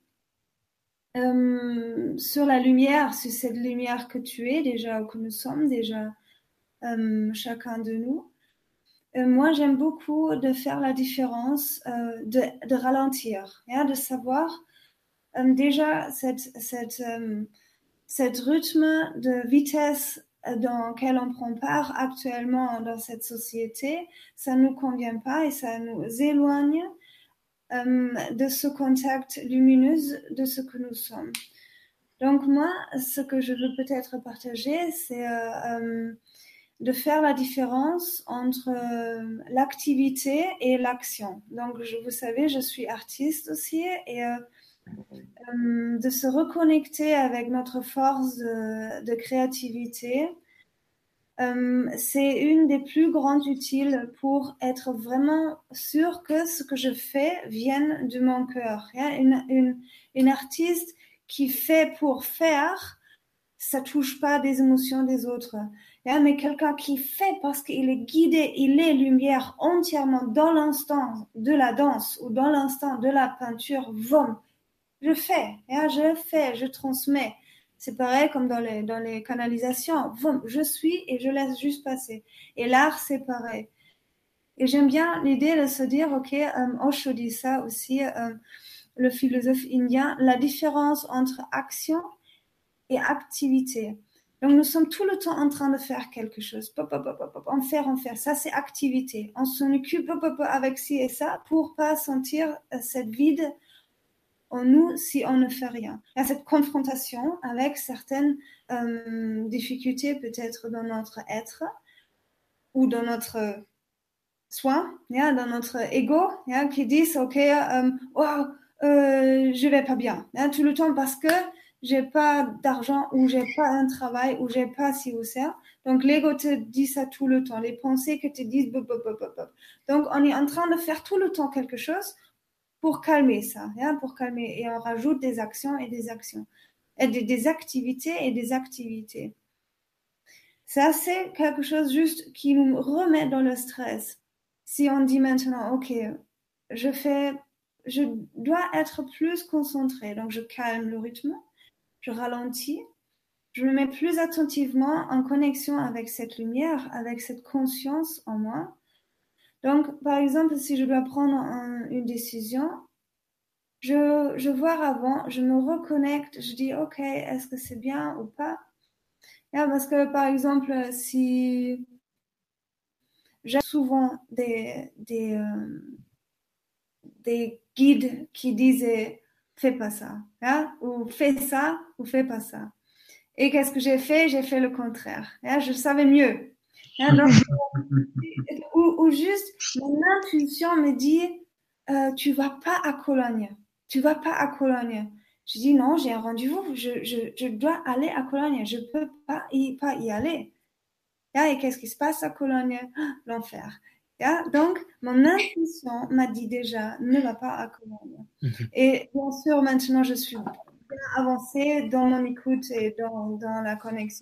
sur la lumière, sur cette lumière que tu es déjà, ou que nous sommes déjà, chacun de nous, moi j'aime beaucoup de faire la différence, de ralentir, de savoir déjà cette rythme de vitesse dans lequel on prend part actuellement dans cette société, ça ne nous convient pas et ça nous éloigne de ce contact lumineux de ce que nous sommes. Donc moi, ce que je veux peut-être partager, c'est de faire la différence entre l'activité et l'action. Donc, vous savez, je suis artiste aussi et de se reconnecter avec notre force de créativité, c'est une des plus grandes utiles pour être vraiment sûr que ce que je fais vienne de mon cœur. Une artiste qui fait pour faire, ça touche pas des émotions des autres. Mais quelqu'un qui fait parce qu'il est guidé, il est lumière entièrement dans l'instant de la danse ou dans l'instant de la peinture, je fais, je transmets. C'est pareil comme dans les canalisations. Je suis et je laisse juste passer. Et l'art, c'est pareil. Et j'aime bien l'idée de se dire, ok, Osho dit ça aussi, le philosophe indien, la différence entre action et activité. Donc, nous sommes tout le temps en train de faire quelque chose. En faire. Ça, c'est activité. On s'en occupe avec ci et ça pour pas sentir cette vide en nous si on ne fait rien. Il y a cette confrontation avec certaines difficultés peut-être dans notre être ou dans notre soi, dans notre ego, qui disent ok, je vais pas bien, tout le temps parce que j'ai pas d'argent ou j'ai pas un travail ou j'ai pas ci ou ça. Donc l'ego te dit ça tout le temps, les pensées que te disent Donc on est en train de faire tout le temps quelque chose pour calmer ça, pour calmer, et on rajoute des actions et des actions, et des activités et des activités. Ça, c'est quelque chose juste qui nous remet dans le stress. Si on dit maintenant, ok, je dois être plus concentrée, donc je calme le rythme, je ralentis, je me mets plus attentivement en connexion avec cette lumière, avec cette conscience en moi. Donc, par exemple, si je dois prendre une décision, je vois avant, je me reconnecte, je dis, ok, est-ce que c'est bien ou pas? Parce que, par exemple, si j'ai souvent des guides qui disaient, fais pas ça, ou fais ça, ou fais pas ça. Et qu'est-ce que j'ai fait? J'ai fait le contraire. Je savais mieux. Donc, ou juste, mon intuition me dit, tu vas pas à Cologne. Tu vas pas à Cologne. Je dis non, j'ai un rendez-vous. Je dois aller à Cologne. Je peux pas y aller. Et qu'est-ce qui se passe à Cologne? L'enfer. Donc, mon intuition m'a dit déjà, ne va pas à Cologne. Et bien sûr, maintenant, je suis bien avancée dans mon écoute et dans la connexion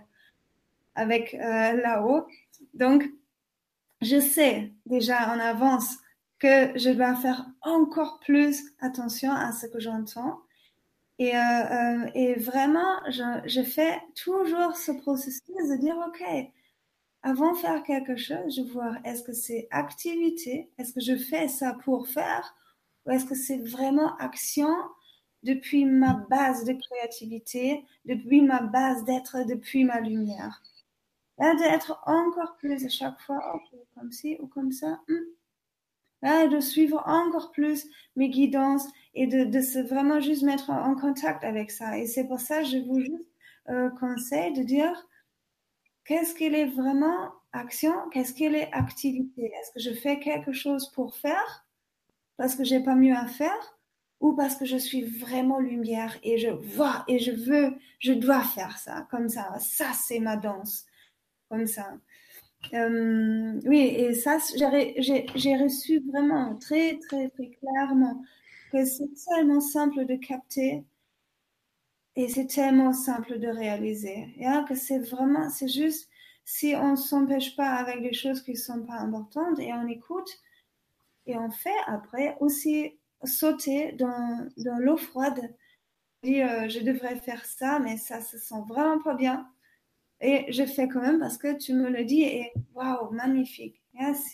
avec là-haut. Donc, je sais déjà en avance que je dois faire encore plus attention à ce que j'entends. Et vraiment, je fais toujours ce processus de dire, OK, avant de faire quelque chose, je vois, est-ce que c'est activité? Est-ce que je fais ça pour faire? Ou est-ce que c'est vraiment action depuis ma base de créativité, depuis ma base d'être, depuis ma lumière? D'être encore plus à chaque fois, ok, comme ci ou comme ça. De suivre encore plus mes guidances et de se vraiment juste mettre en contact avec ça. Et c'est pour ça que je vous juste conseille de dire qu'est-ce qu'il est vraiment action, qu'est-ce qu'il est activité. Est-ce que je fais quelque chose pour faire parce que j'ai pas mieux à faire ou parce que je suis vraiment lumière et je vois et je dois faire ça comme ça. Ça, c'est ma danse. Comme ça. Oui, et ça, j'ai reçu vraiment très, très, très clairement que c'est tellement simple de capter et c'est tellement simple de réaliser. Que c'est juste si on ne s'empêche pas avec des choses qui ne sont pas importantes et on écoute et on fait après aussi sauter dans l'eau froide. Je devrais faire ça, mais ça se sent vraiment pas bien. Et je fais quand même parce que tu me le dis et waouh, magnifique.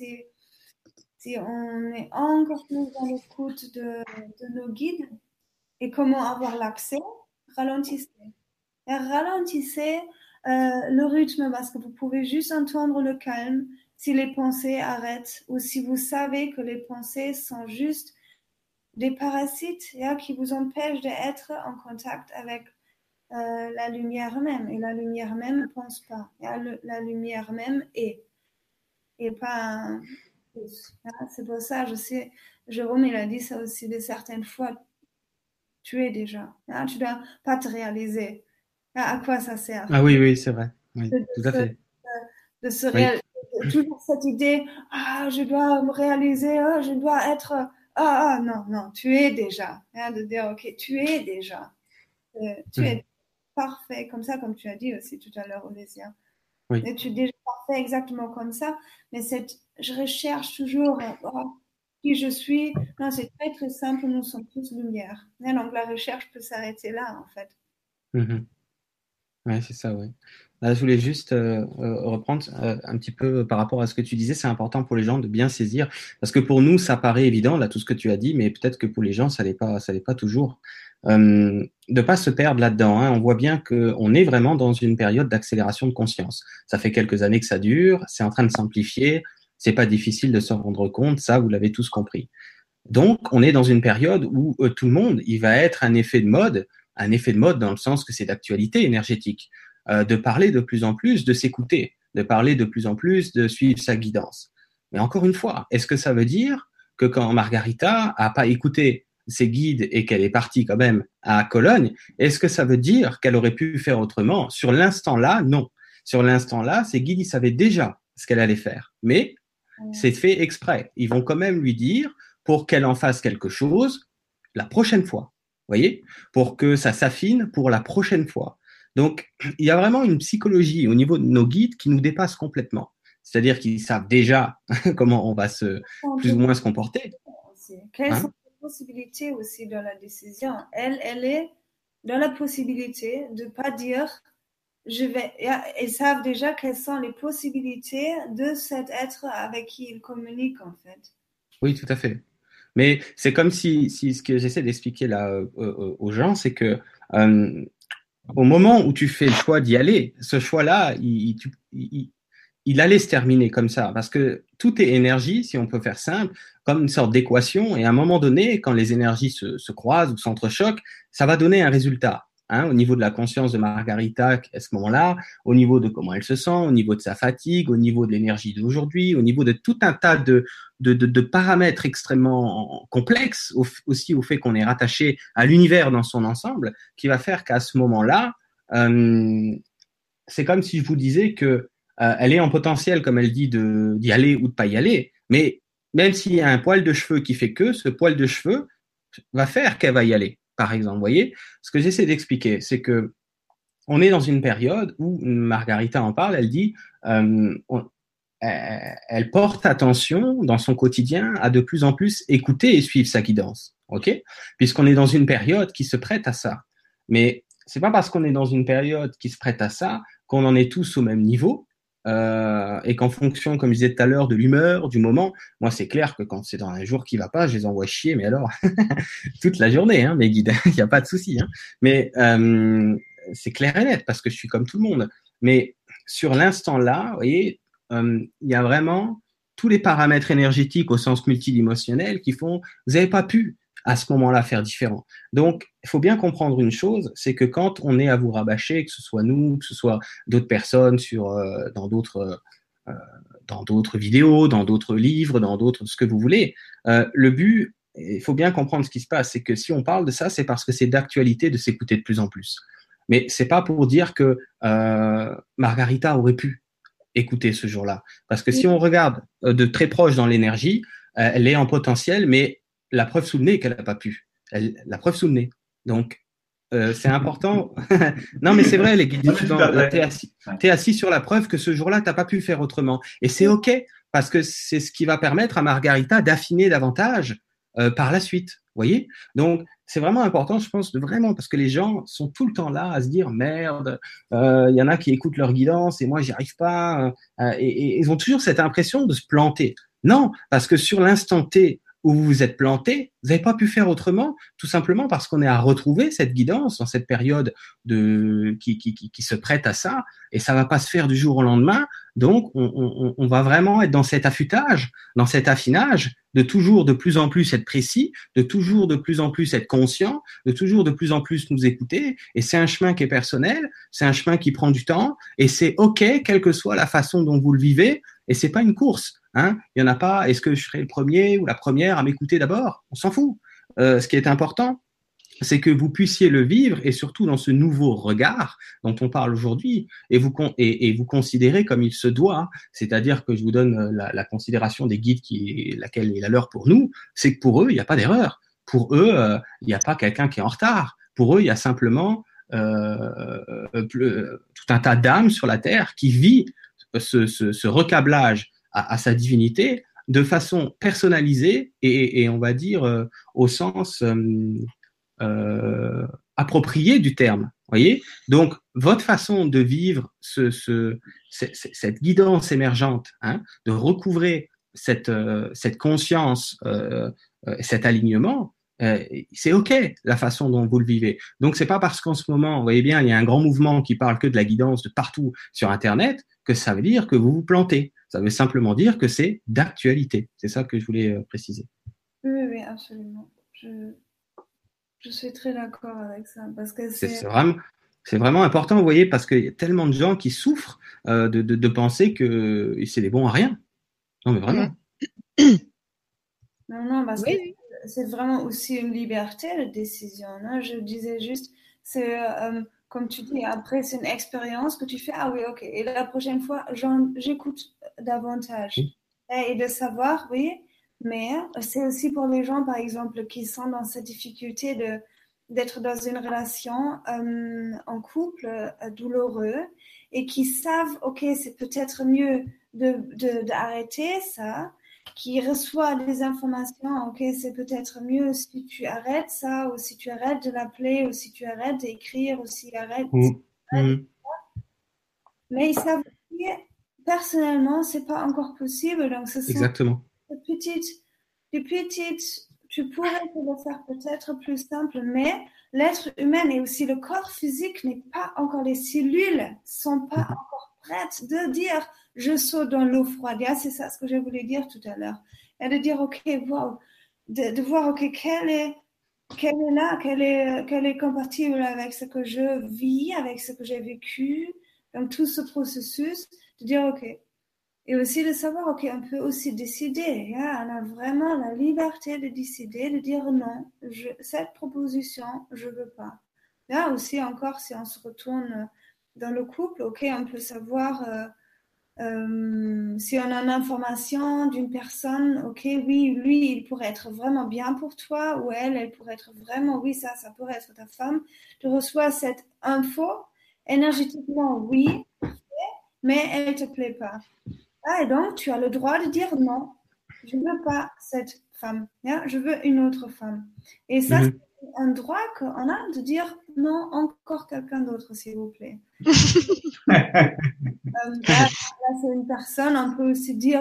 Si on est encore plus dans l'écoute de nos guides et comment avoir l'accès, ralentissez. Et ralentissez le rythme parce que vous pouvez juste entendre le calme si les pensées arrêtent ou si vous savez que les pensées sont juste des parasites qui vous empêchent d'être en contact avec la lumière même. Et la lumière même ne pense pas. La lumière même est. Et pas un plus. C'est pour ça, je sais, Jérôme, il a dit ça aussi de certaines fois. Tu es déjà. Tu ne dois pas te réaliser. À quoi ça sert? Ah oui, oui, c'est vrai. Oui, tout à fait. De se Oui. réaliser. Toujours cette idée, je dois me réaliser, je dois être. Non, tu es déjà. De dire, ok, tu es déjà. Tu es parfait, comme ça, comme tu as dit aussi tout à l'heure, Olésia. Oui. Et tu es déjà parfait exactement comme ça. Mais je recherche toujours qui je suis. Non, c'est très, très simple. Nous sommes tous lumière. Et donc, la recherche peut s'arrêter là, en fait. Ouais, c'est ça, oui. Là, je voulais juste reprendre un petit peu par rapport à ce que tu disais. C'est important pour les gens de bien saisir, parce que pour nous, ça paraît évident, là, tout ce que tu as dit, mais peut-être que pour les gens, ça l'est pas toujours. De pas se perdre là-dedans. On voit bien qu'on est vraiment dans une période d'accélération de conscience. Ça fait quelques années que ça dure, c'est en train de s'amplifier. C'est pas difficile de s'en rendre compte, ça, vous l'avez tous compris. Donc, on est dans une période où tout le monde, il va être un effet de mode dans le sens que c'est d'actualité énergétique, de parler de plus en plus, de s'écouter, de parler de plus en plus, de suivre sa guidance. Mais encore une fois, est-ce que ça veut dire que quand Margarita a pas écouté ses guides et qu'elle est partie quand même à Cologne, est-ce que ça veut dire qu'elle aurait pu faire autrement? Sur l'instant là, non. Sur l'instant là, ses guides, ils savaient déjà ce qu'elle allait faire. Mais c'est fait exprès. Ils vont quand même lui dire pour qu'elle en fasse quelque chose la prochaine fois. Voyez, pour que ça s'affine pour la prochaine fois. Donc, il y a vraiment une psychologie au niveau de nos guides qui nous dépasse complètement. C'est-à-dire qu'ils savent déjà comment on va plus ou moins se comporter. Quelles sont les possibilités aussi dans la décision? Elle est dans la possibilité de ne pas dire ils savent déjà quelles sont les possibilités de cet être avec qui ils communiquent, en fait. Oui, tout à fait. Mais c'est comme si ce que j'essaie d'expliquer là aux gens, c'est que au moment où tu fais le choix d'y aller, ce choix-là, il allait se terminer comme ça, parce que tout est énergie, si on peut faire simple, comme une sorte d'équation, et à un moment donné, quand les énergies se croisent ou s'entrechoquent, ça va donner un résultat. Au niveau de la conscience de Margarita à ce moment-là, au niveau de comment elle se sent, au niveau de sa fatigue, au niveau de l'énergie d'aujourd'hui, au niveau de tout un tas de paramètres extrêmement complexes, aussi au fait qu'on est rattaché à l'univers dans son ensemble, qui va faire qu'à ce moment-là, c'est comme si je vous disais que elle est en potentiel, comme elle dit, d'y aller ou de pas y aller, mais même s'il y a un poil de cheveux qui fait que ce poil de cheveux va faire qu'elle va y aller. Par exemple, vous voyez, ce que j'essaie d'expliquer, c'est que on est dans une période où Margarita en parle, elle dit, elle porte attention dans son quotidien à de plus en plus écouter et suivre sa guidance, ok? Puisqu'on est dans une période qui se prête à ça. Mais c'est pas parce qu'on est dans une période qui se prête à ça qu'on en est tous au même niveau. Et qu'en fonction, comme je disais tout à l'heure, de l'humeur, du moment, moi c'est clair que quand c'est dans un jour qui va pas, je les envoie chier, mais alors toute la journée, mes guides, il n'y a pas de souci. Mais c'est clair et net parce que je suis comme tout le monde. Mais sur l'instant là, vous voyez, il y a vraiment tous les paramètres énergétiques au sens multidimensionnel qui font, vous n'avez pas pu à ce moment-là faire différent. Donc, il faut bien comprendre une chose, c'est que quand on est à vous rabâcher, que ce soit nous, que ce soit d'autres personnes dans d'autres vidéos, dans d'autres livres, dans d'autres ce que vous voulez, le but, il faut bien comprendre ce qui se passe, c'est que si on parle de ça, c'est parce que c'est d'actualité de s'écouter de plus en plus. Mais c'est pas pour dire que Margarita aurait pu écouter ce jour-là, parce que si on regarde de très proche dans l'énergie, elle est en potentiel, mais la preuve sous le nez qu'elle n'a pas pu. La preuve sous le nez. Donc, c'est important. Non, mais c'est vrai, les guides t'es assis sur la preuve que ce jour-là, t'as pas pu faire autrement. Et c'est OK, parce que c'est ce qui va permettre à Margarita d'affiner davantage par la suite. Vous voyez? Donc, c'est vraiment important, je pense, parce que les gens sont tout le temps là à se dire merde, il y en a qui écoutent leur guidance et moi, j'y arrive pas. Et ils ont toujours cette impression de se planter. Non, parce que sur l'instant T, où vous vous êtes planté, vous n'avez pas pu faire autrement, tout simplement parce qu'on est à retrouver cette guidance dans cette période qui se prête à ça, et ça va pas se faire du jour au lendemain Donc, on va vraiment être dans cet affûtage, dans cet affinage, de toujours de plus en plus être précis, de toujours de plus en plus être conscient, de toujours de plus en plus nous écouter. Et c'est un chemin qui est personnel, c'est un chemin qui prend du temps, et c'est OK, quelle que soit la façon dont vous le vivez. Et c'est pas une course. Hein. Il y en a pas. Est-ce que je serai le premier ou la première à m'écouter d'abord? On s'en fout. Ce qui est important, c'est que vous puissiez le vivre et surtout dans ce nouveau regard dont on parle aujourd'hui et vous considérez comme il se doit, c'est-à-dire que je vous donne la considération des guides laquelle est la leur pour nous, c'est que pour eux, il n'y a pas d'erreur. Pour eux, il n'y a pas quelqu'un qui est en retard. Pour eux, il y a simplement tout un tas d'âmes sur la terre qui vit ce recablage à sa divinité de façon personnalisée et on va dire au sens approprié du terme. Voyez. Donc, votre façon de vivre cette guidance émergente, hein, de recouvrer cette conscience, cet alignement, c'est OK la façon dont vous le vivez. Donc, c'est pas parce qu'en ce moment, vous voyez bien, il y a un grand mouvement qui parle que de la guidance de partout sur Internet que ça veut dire que vous vous plantez. Ça veut simplement dire que c'est d'actualité. C'est ça que je voulais préciser. Oui, absolument. Je suis très d'accord avec ça parce que c'est vraiment important, vous voyez, parce qu'il y a tellement de gens qui souffrent de penser que c'est des bons à rien. Non, mais vraiment. Non, parce que c'est vraiment aussi une liberté de décision. Non, je disais juste, c'est comme tu dis, après c'est une expérience que tu fais. Ah oui, ok. Et la prochaine fois, j'écoute davantage et de savoir, oui. Mais c'est aussi pour les gens, par exemple, qui sont dans cette difficulté d'être dans une relation en couple douloureux et qui savent, ok, c'est peut-être mieux d'arrêter ça, qui reçoit des informations, ok, c'est peut-être mieux si tu arrêtes ça, ou si tu arrêtes de l'appeler, ou si tu arrêtes d'écrire, ou si tu arrêtes. Mais ils savent que personnellement, c'est pas encore possible. Donc, ce sont exactement. des petites, tu pourrais te le faire peut-être plus simple, mais l'être humain et aussi le corps physique n'est pas encore, les cellules sont pas encore prêtes de dire je saute dans l'eau froide. C'est ça ce que je voulais dire tout à l'heure. Et de dire ok, wow, de voir ok, quelle est compatible avec ce que je vis, avec ce que j'ai vécu, donc tout ce processus, de dire ok. Et aussi de savoir, ok, on peut aussi décider. On a vraiment la liberté de décider, de dire non, cette proposition, je veux pas. Là aussi, encore, si on se retourne dans le couple, ok, on peut savoir si on a une information d'une personne, ok, oui, lui, il pourrait être vraiment bien pour toi, ou elle pourrait être vraiment, oui, ça pourrait être ta femme. Tu reçois cette info, énergétiquement, oui, mais elle te plaît pas. Et donc, tu as le droit de dire non, je ne veux pas cette femme, je veux une autre femme. Et ça, c'est un droit qu'on a de dire non, encore quelqu'un d'autre, s'il vous plaît. Là, c'est une personne, on peut aussi dire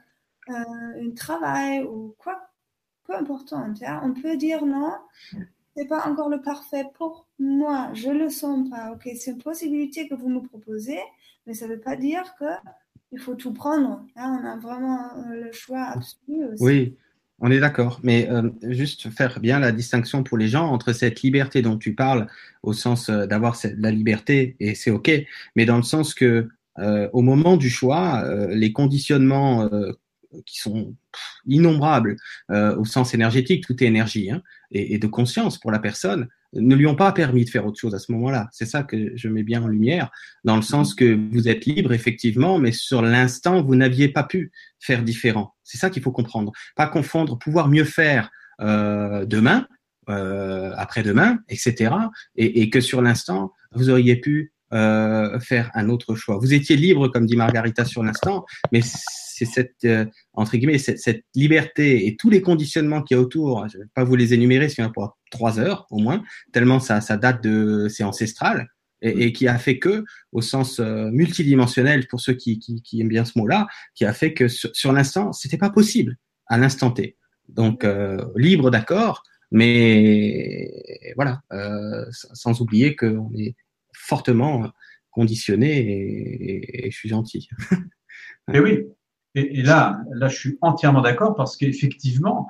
un travail ou quoi, peu important. On peut dire non, c'est pas encore le parfait pour moi, je le sens pas. Ok, c'est une possibilité que vous me proposez, mais ça veut pas dire que il faut tout prendre. On a vraiment le choix absolu aussi. Oui, on est d'accord. Mais juste faire bien la distinction pour les gens entre cette liberté dont tu parles, au sens d'avoir la liberté, et c'est OK, mais dans le sens que au moment du choix, les conditionnements qui sont innombrables au sens énergétique, tout est énergie, hein, et de conscience pour la personne, ne lui ont pas permis de faire autre chose à ce moment-là. C'est ça que je mets bien en lumière, dans le sens que vous êtes libre, effectivement, mais sur l'instant, vous n'aviez pas pu faire différent. C'est ça qu'il faut comprendre. Pas confondre pouvoir mieux faire demain, après-demain, etc. Et que sur l'instant, vous auriez pu faire un autre choix. Vous étiez libre, comme dit Margarita, sur l'instant, mais c'est cette, entre guillemets, cette liberté et tous les conditionnements qu'il y a autour, je ne vais pas vous les énumérer, sinon pour 3 heures au moins, tellement ça date c'est ancestral, et qui a fait que, au sens multidimensionnel, pour ceux qui aiment bien ce mot-là, qui a fait que sur l'instant, c'était pas possible, à l'instant T. Donc, libre, d'accord, mais voilà, sans oublier qu'on est fortement conditionné et je suis gentil. Et oui. Et là, je suis entièrement d'accord parce qu'effectivement,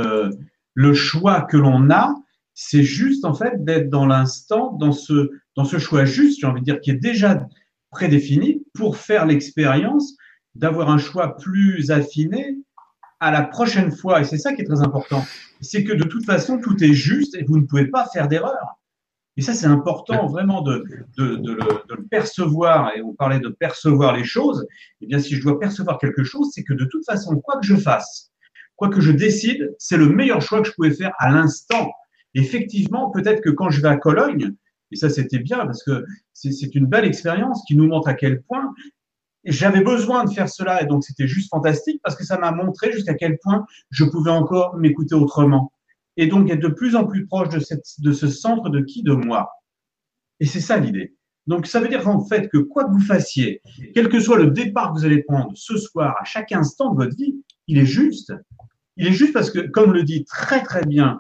le choix que l'on a, c'est juste en fait d'être dans l'instant, dans ce choix juste, j'ai envie de dire, qui est déjà prédéfini pour faire l'expérience d'avoir un choix plus affiné à la prochaine fois. Et c'est ça qui est très important. C'est que de toute façon, tout est juste et vous ne pouvez pas faire d'erreur. Et ça, c'est important vraiment de le percevoir. Et on parlait de percevoir les choses. Eh bien, si je dois percevoir quelque chose, c'est que de toute façon, quoi que je fasse, quoi que je décide, c'est le meilleur choix que je pouvais faire à l'instant. Effectivement, peut-être que quand je vais à Cologne, et ça c'était bien parce que c'est une belle expérience qui nous montre à quel point j'avais besoin de faire cela et donc c'était juste fantastique parce que ça m'a montré jusqu'à quel point je pouvais encore m'écouter autrement et donc être de plus en plus proche de ce centre de qui, de moi. Et c'est ça l'idée. Donc ça veut dire en fait que quoi que vous fassiez, quel que soit le départ que vous allez prendre ce soir, à chaque instant de votre vie, il est juste. Il est juste parce que, comme le dit très très bien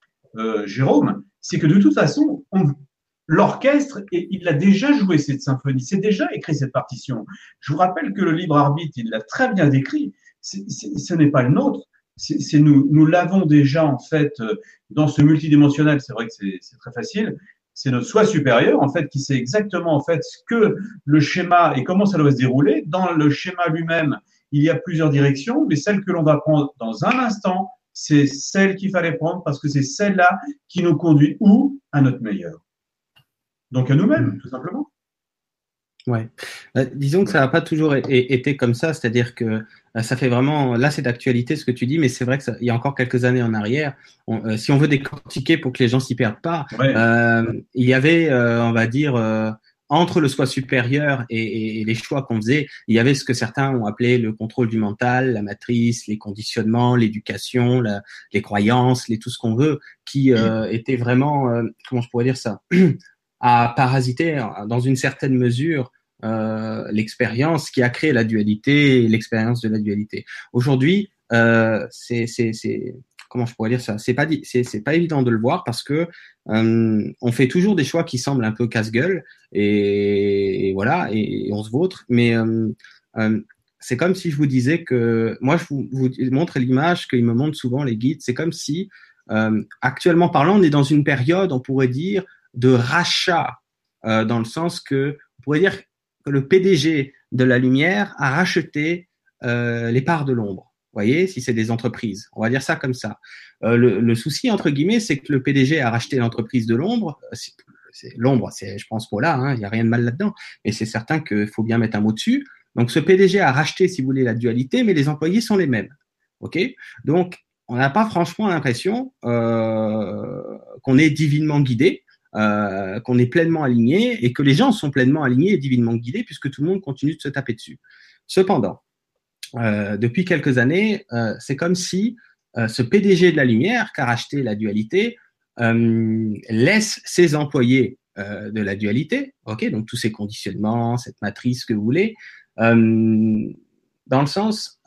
Jérôme, c'est que de toute façon, l'orchestre, il a déjà joué cette symphonie, c'est déjà écrit cette partition. Je vous rappelle que le libre arbitre, il l'a très bien décrit. Ce n'est pas le nôtre. Nous l'avons déjà en fait dans ce multidimensionnel. C'est vrai que c'est très facile. C'est notre soi supérieur en fait qui sait exactement en fait ce que le schéma et comment ça doit se dérouler. Dans le schéma lui-même, il y a plusieurs directions, mais celle que l'on va prendre dans un instant, c'est celle qu'il fallait prendre parce que c'est celle-là qui nous conduit où? À notre meilleur. Donc à nous-mêmes, tout simplement. Ouais. Disons que ça n'a pas toujours été comme ça, c'est-à-dire que ça fait vraiment, là c'est d'actualité ce que tu dis, mais c'est vrai que il y a encore quelques années en arrière, si on veut décortiquer pour que les gens s'y perdent pas, ouais. Il y avait, on va dire, entre le soi supérieur et les choix qu'on faisait, il y avait ce que certains ont appelé le contrôle du mental, la matrice, les conditionnements, l'éducation, les croyances, tout ce qu'on veut, qui était vraiment, comment je pourrais dire ça, à parasiter dans une certaine mesure l'expérience qui a créé la dualité, l'expérience de la dualité. Aujourd'hui, c'est comment je pourrais dire ça, c'est pas évident de le voir parce que on fait toujours des choix qui semblent un peu casse-gueule et voilà et on se vautre, mais c'est comme si je vous disais que moi je vous montre l'image qu'ils me montrent souvent les guides. C'est comme si actuellement parlant, on est dans une période, on pourrait dire, de rachat, dans le sens que on pourrait dire que le PDG de la lumière a racheté les parts de l'ombre. Vous voyez, si c'est des entreprises, on va dire ça comme ça. Le souci entre guillemets, c'est que le PDG a racheté l'entreprise de l'ombre. L'ombre, je pense pour là, hein, il y a rien de mal là-dedans, mais c'est certain qu'il faut bien mettre un mot dessus. Donc ce PDG a racheté, si vous voulez, la dualité, mais les employés sont les mêmes. Ok, donc on n'a pas franchement l'impression qu'on est divinement guidé. Qu'on est pleinement aligné et que les gens sont pleinement alignés et divinement guidés puisque tout le monde continue de se taper dessus. Cependant, depuis quelques années, c'est comme si ce PDG de la lumière qui a racheté la dualité laisse ses employés de la dualité, ok, donc tous ces conditionnements, cette matrice que vous voulez, dans le sens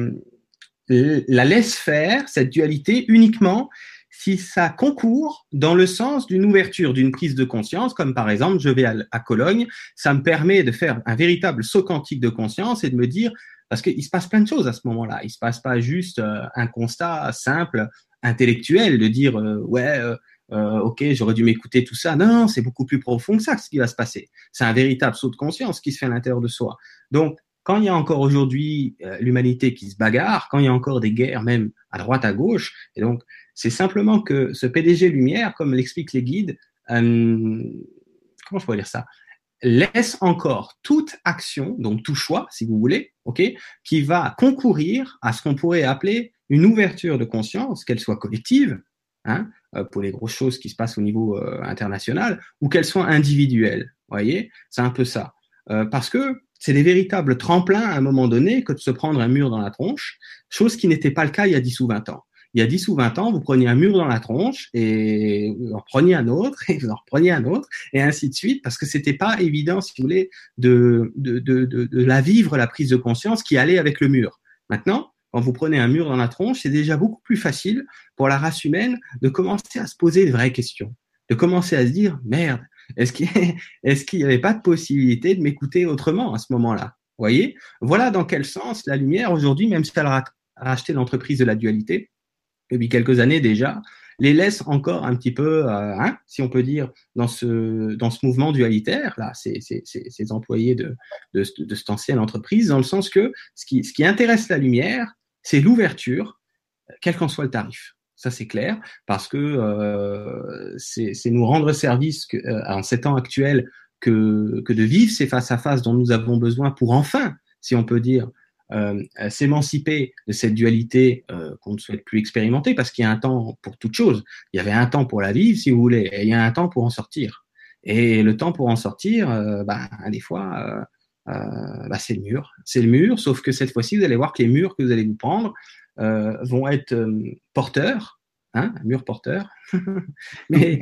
la laisse faire cette dualité uniquement si ça concourt dans le sens d'une ouverture, d'une prise de conscience, comme par exemple, je vais à Cologne, ça me permet de faire un véritable saut quantique de conscience et de me dire, parce qu'il se passe plein de choses à ce moment-là, il se passe pas juste un constat simple, intellectuel, de dire, ok, j'aurais dû m'écouter, tout ça. Non, c'est beaucoup plus profond que ça, ce qui va se passer. C'est un véritable saut de conscience qui se fait à l'intérieur de soi. Donc, quand il y a encore aujourd'hui l'humanité qui se bagarre, quand il y a encore des guerres même à droite, à gauche, et donc c'est simplement que ce PDG Lumière, comme l'expliquent les guides, comment je pourrais dire ça, laisse encore toute action, donc tout choix, si vous voulez, ok, qui va concourir à ce qu'on pourrait appeler une ouverture de conscience, qu'elle soit collective, hein, pour les grosses choses qui se passent au niveau international, ou qu'elle soit individuelle. Vous voyez, c'est un peu ça, parce que c'est des véritables tremplins à un moment donné que de se prendre un mur dans la tronche, chose qui n'était pas le cas il y a 10 ou 20 ans. Il y a 10 ou 20 ans, vous preniez un mur dans la tronche et vous en preniez un autre et vous en repreniez un autre et ainsi de suite parce que c'était pas évident, si vous voulez, de la vivre, la prise de conscience qui allait avec le mur. Maintenant, quand vous prenez un mur dans la tronche, c'est déjà beaucoup plus facile pour la race humaine de commencer à se poser de vraies questions, de commencer à se dire, merde, est-ce qu'il n'y avait pas de possibilité de m'écouter autrement à ce moment-là? voyez, voilà dans quel sens la lumière, aujourd'hui, même si elle a racheté l'entreprise de la dualité, depuis quelques années déjà, les laisse encore un petit peu, si on peut dire, dans ce mouvement dualitaire, là, ces employés de cette ancienne entreprise, dans le sens que ce qui intéresse la lumière, c'est l'ouverture, quel qu'en soit le tarif. Ça, c'est clair, parce que c'est nous rendre service en ces temps actuels que de vivre ces face-à-face dont nous avons besoin pour enfin, si on peut dire, s'émanciper de cette dualité qu'on ne souhaite plus expérimenter, parce qu'il y a un temps pour toute chose. Il y avait un temps pour la vivre, si vous voulez, et il y a un temps pour en sortir. Et le temps pour en sortir, des fois, c'est le mur. C'est le mur, sauf que cette fois-ci, vous allez voir que les murs que vous allez vous prendre vont être porteurs, un mur porteur. Mais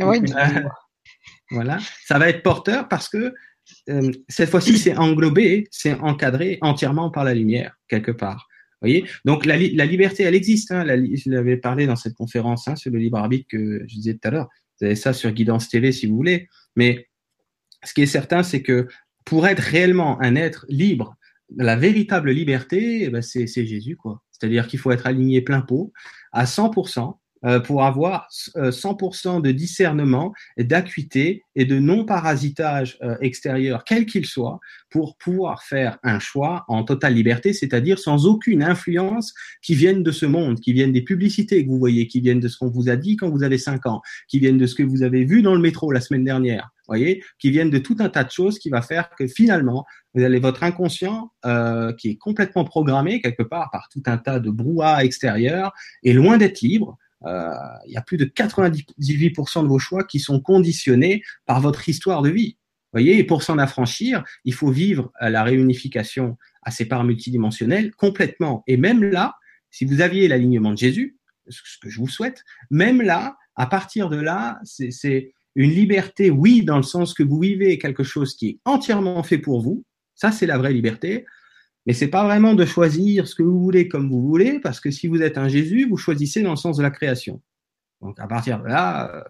voilà, ça va être porteur parce que cette fois-ci, c'est englobé, c'est encadré entièrement par la lumière, quelque part. Vous voyez. Donc la liberté, elle existe. Je l'avais parlé dans cette conférence sur le libre arbitre que je disais tout à l'heure. Vous avez ça sur Guidance TV si vous voulez. Mais ce qui est certain, c'est que pour être réellement un être libre, la véritable liberté, c'est Jésus, quoi. C'est-à-dire qu'il faut être aligné plein pot à 100%. Pour avoir 100% de discernement, d'acuité et de non-parasitage extérieur, quel qu'il soit, pour pouvoir faire un choix en totale liberté, c'est-à-dire sans aucune influence qui vienne de ce monde, qui vienne des publicités que vous voyez, qui viennent de ce qu'on vous a dit quand vous avez 5 ans, qui viennent de ce que vous avez vu dans le métro la semaine dernière, voyez, qui viennent de tout un tas de choses qui va faire que finalement, vous avez votre inconscient qui est complètement programmé quelque part par tout un tas de brouhaha extérieur et loin d'être libre. Il y a plus de 98% de vos choix qui sont conditionnés par votre histoire de vie. Voyez, et pour s'en affranchir, il faut vivre la réunification à ces parts multidimensionnelles complètement. Et même là, si vous aviez l'alignement de Jésus, ce que je vous souhaite, même là, à partir de là, c'est une liberté, oui, dans le sens que vous vivez quelque chose qui est entièrement fait pour vous. Ça, c'est la vraie liberté. Mais c'est pas vraiment de choisir ce que vous voulez comme vous voulez, parce que si vous êtes un Jésus, vous choisissez dans le sens de la création. Donc à partir de là,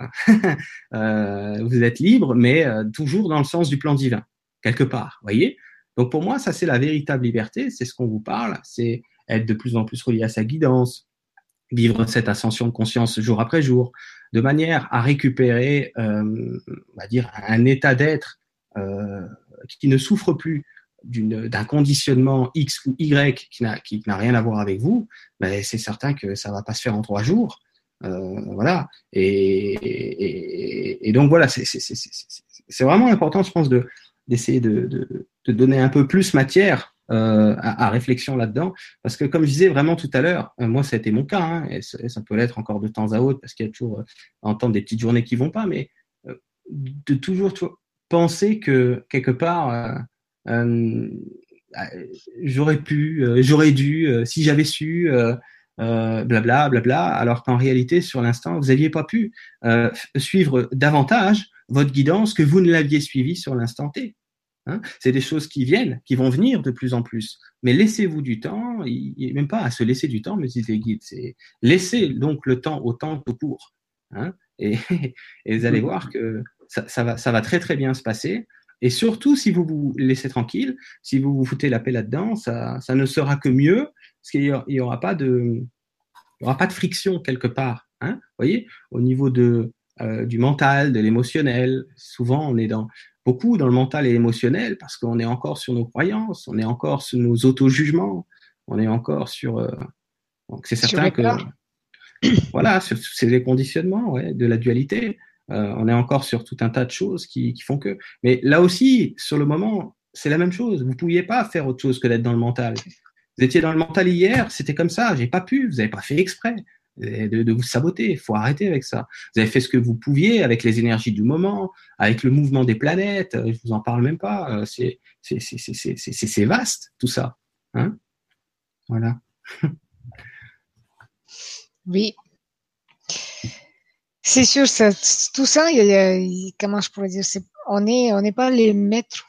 vous êtes libre, mais toujours dans le sens du plan divin, quelque part. Voyez. Donc pour moi, ça c'est la véritable liberté, c'est ce qu'on vous parle, c'est être de plus en plus relié à sa guidance, vivre cette ascension de conscience jour après jour, de manière à récupérer, on va dire, un état d'être qui ne souffre plus d'un conditionnement X ou Y qui n'a rien à voir avec vous, c'est certain que ça va pas se faire en 3 jours. Voilà. Et donc voilà, c'est vraiment important, je pense, d'essayer de donner un peu plus matière à réflexion là-dedans, parce que comme je disais vraiment tout à l'heure, moi ça a été mon cas, et ça peut l'être encore de temps à autre, parce qu'il y a toujours entendre des petites journées qui vont pas, mais de toujours penser que quelque part j'aurais pu, j'aurais dû, si j'avais su, blabla, blabla, alors qu'en réalité, sur l'instant, vous n'aviez pas pu suivre davantage votre guidance que vous ne l'aviez suivi sur l'instant T. C'est des choses qui viennent, qui vont venir de plus en plus. Mais laissez-vous du temps, même pas à se laisser du temps, me disent les guides, c'est laissez donc le temps au temps tout court. Et vous allez voir que ça va très très bien se passer. Et surtout, si vous vous laissez tranquille, si vous vous foutez la paix là-dedans, ça ne sera que mieux, parce qu'il n'y aura pas de friction quelque part. Vous voyez, au niveau du mental, de l'émotionnel, souvent on est beaucoup dans le mental et l'émotionnel parce qu'on est encore sur nos croyances, on est encore sur nos auto-jugements, on est encore sur. Donc c'est certain que voilà, sur ces conditionnements de la dualité. On est encore sur tout un tas de choses qui font que. Mais là aussi, sur le moment, c'est la même chose. Vous ne pouviez pas faire autre chose que d'être dans le mental. Vous étiez dans le mental hier, c'était comme ça. J'ai pas pu. Vous n'avez pas fait exprès de vous saboter. Il faut arrêter avec ça. Vous avez fait ce que vous pouviez avec les énergies du moment, avec le mouvement des planètes. Je vous en parle même pas. C'est vaste tout ça. Voilà. Oui. C'est sûr, tout ça, comment je pourrais dire, on n'est pas les maîtres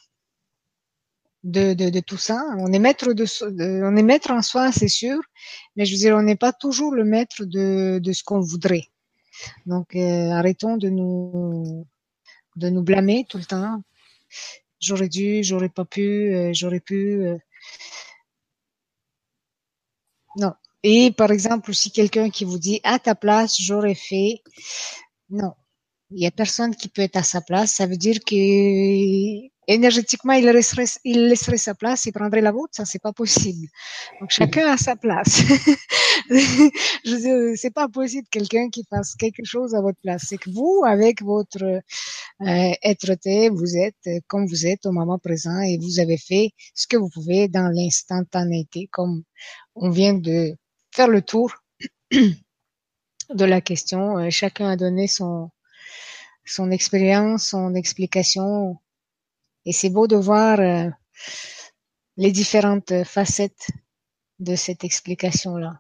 de tout ça. On est maître on est maître en soi, c'est sûr, mais je veux dire, on n'est pas toujours le maître de ce qu'on voudrait. Donc, arrêtons de nous blâmer tout le temps. J'aurais dû, j'aurais pas pu, j'aurais pu. Non. Et par exemple, si quelqu'un qui vous dit à ta place, j'aurais fait, non. Il y a personne qui peut être à sa place. Ça veut dire que énergétiquement, il laisserait sa place et prendrait la vôtre. Ça, c'est pas possible. Donc, chacun a sa place. Je veux dire, c'est pas possible quelqu'un qui fasse quelque chose à votre place. C'est que vous, avec votre être-té, vous êtes comme vous êtes au moment présent et vous avez fait ce que vous pouvez dans l'instantanéité, comme on vient de faire le tour de la question. Chacun a donné son expérience, son explication. Et c'est beau de voir les différentes facettes de cette explication-là.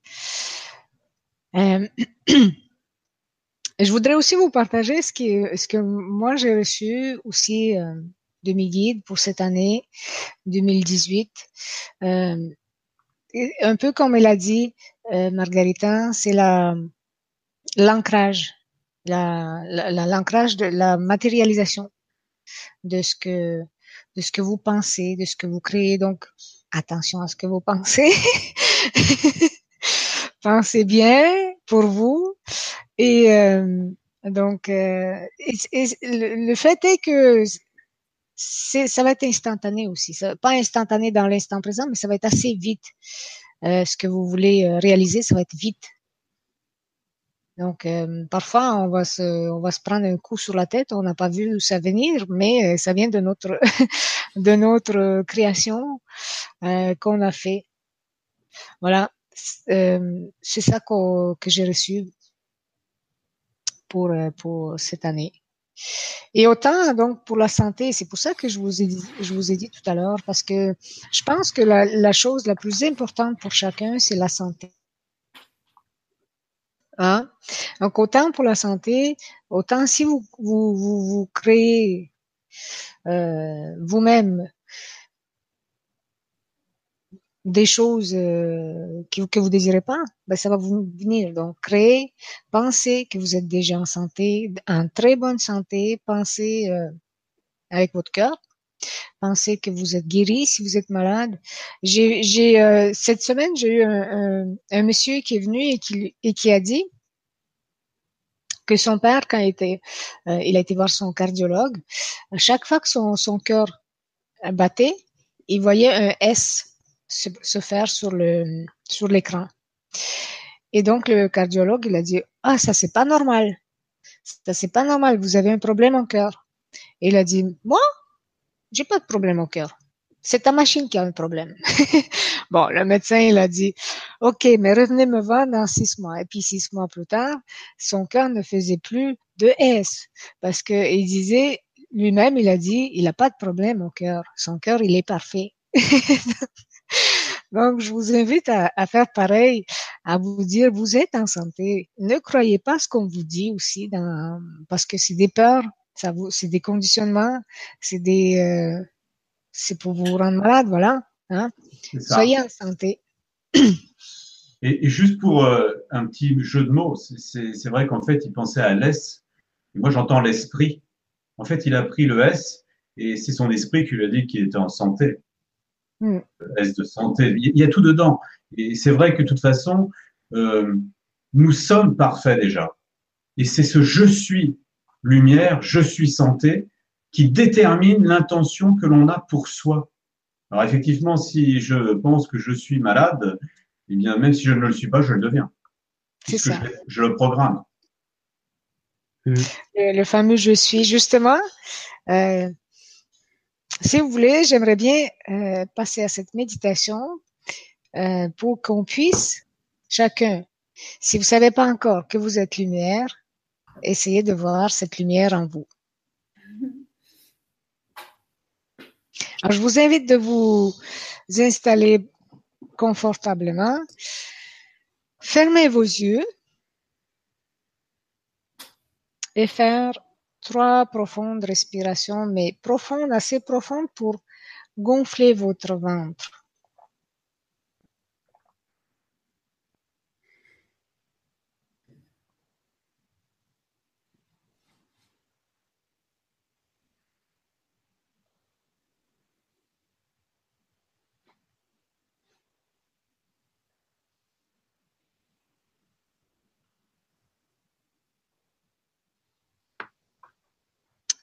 Je voudrais aussi vous partager ce que moi j'ai reçu aussi de mes guides pour cette année 2018. Un peu comme elle a dit, Margarita, c'est l'ancrage, l'ancrage de la matérialisation de ce que vous pensez, de ce que vous créez. Donc, attention à ce que vous pensez. Pensez bien pour vous. Et donc, le fait est que ça va être instantané aussi. Pas instantané dans l'instant présent, mais ça va être assez vite. Ce que vous voulez réaliser, ça va être vite. Donc, parfois, on va se prendre un coup sur la tête. On n'a pas vu ça venir, mais ça vient de notre, de notre création qu'on a fait. Voilà, c'est ça que j'ai reçu pour cette année. Et autant donc pour la santé, c'est pour ça que je vous ai dit tout à l'heure, parce que je pense que la chose la plus importante pour chacun, c'est la santé. Hein? Donc autant pour la santé, autant si vous créez vous-même des choses que vous désirez pas, ben ça va vous venir. Donc créez, pensez que vous êtes déjà en santé, en très bonne santé, pensez avec votre cœur. Pensez que vous êtes guéri si vous êtes malade. Cette semaine, j'ai eu un monsieur qui est venu et qui a dit que son père, quand il a été voir son cardiologue, à chaque fois que son cœur battait, il voyait un S se faire sur l'écran. Et donc, le cardiologue, il a dit, ah, ça, c'est pas normal. Ça, c'est pas normal. Vous avez un problème au cœur. Et il a dit, moi, j'ai pas de problème au cœur. C'est ta machine qui a un problème. Bon, le médecin, il a dit, OK, mais revenez me voir dans 6 mois. Et puis 6 mois plus tard, son cœur ne faisait plus de S. Parce que il disait, lui-même, il a dit, il n'a pas de problème au cœur. Son cœur, il est parfait. Donc, je vous invite à faire pareil, à vous dire, vous êtes en santé. Ne croyez pas ce qu'on vous dit aussi parce que c'est des peurs, c'est des conditionnements, c'est pour vous rendre malade, voilà. Hein? Soyez en santé. Et juste pour un petit jeu de mots, c'est vrai qu'en fait, il pensait à l'S. Et moi, j'entends l'esprit. En fait, il a pris le S et c'est son esprit qui lui a dit qu'il était en santé. Mm. S de santé. Il y a tout dedans. Et c'est vrai que de toute façon, nous sommes parfaits déjà. Et c'est ce je suis lumière, je suis santé qui détermine l'intention que l'on a pour soi. Alors effectivement, si je pense que je suis malade, eh bien même si je ne le suis pas, je le deviens. C'est ça. Je le programme. Le fameux je suis, justement. Si vous voulez, j'aimerais bien passer à cette méditation pour qu'on puisse, chacun, si vous ne savez pas encore que vous êtes lumière, essayez de voir cette lumière en vous. Alors, je vous invite de vous installer confortablement. Fermez vos yeux et faire 3 profondes respirations, mais profondes, assez profondes pour gonfler votre ventre.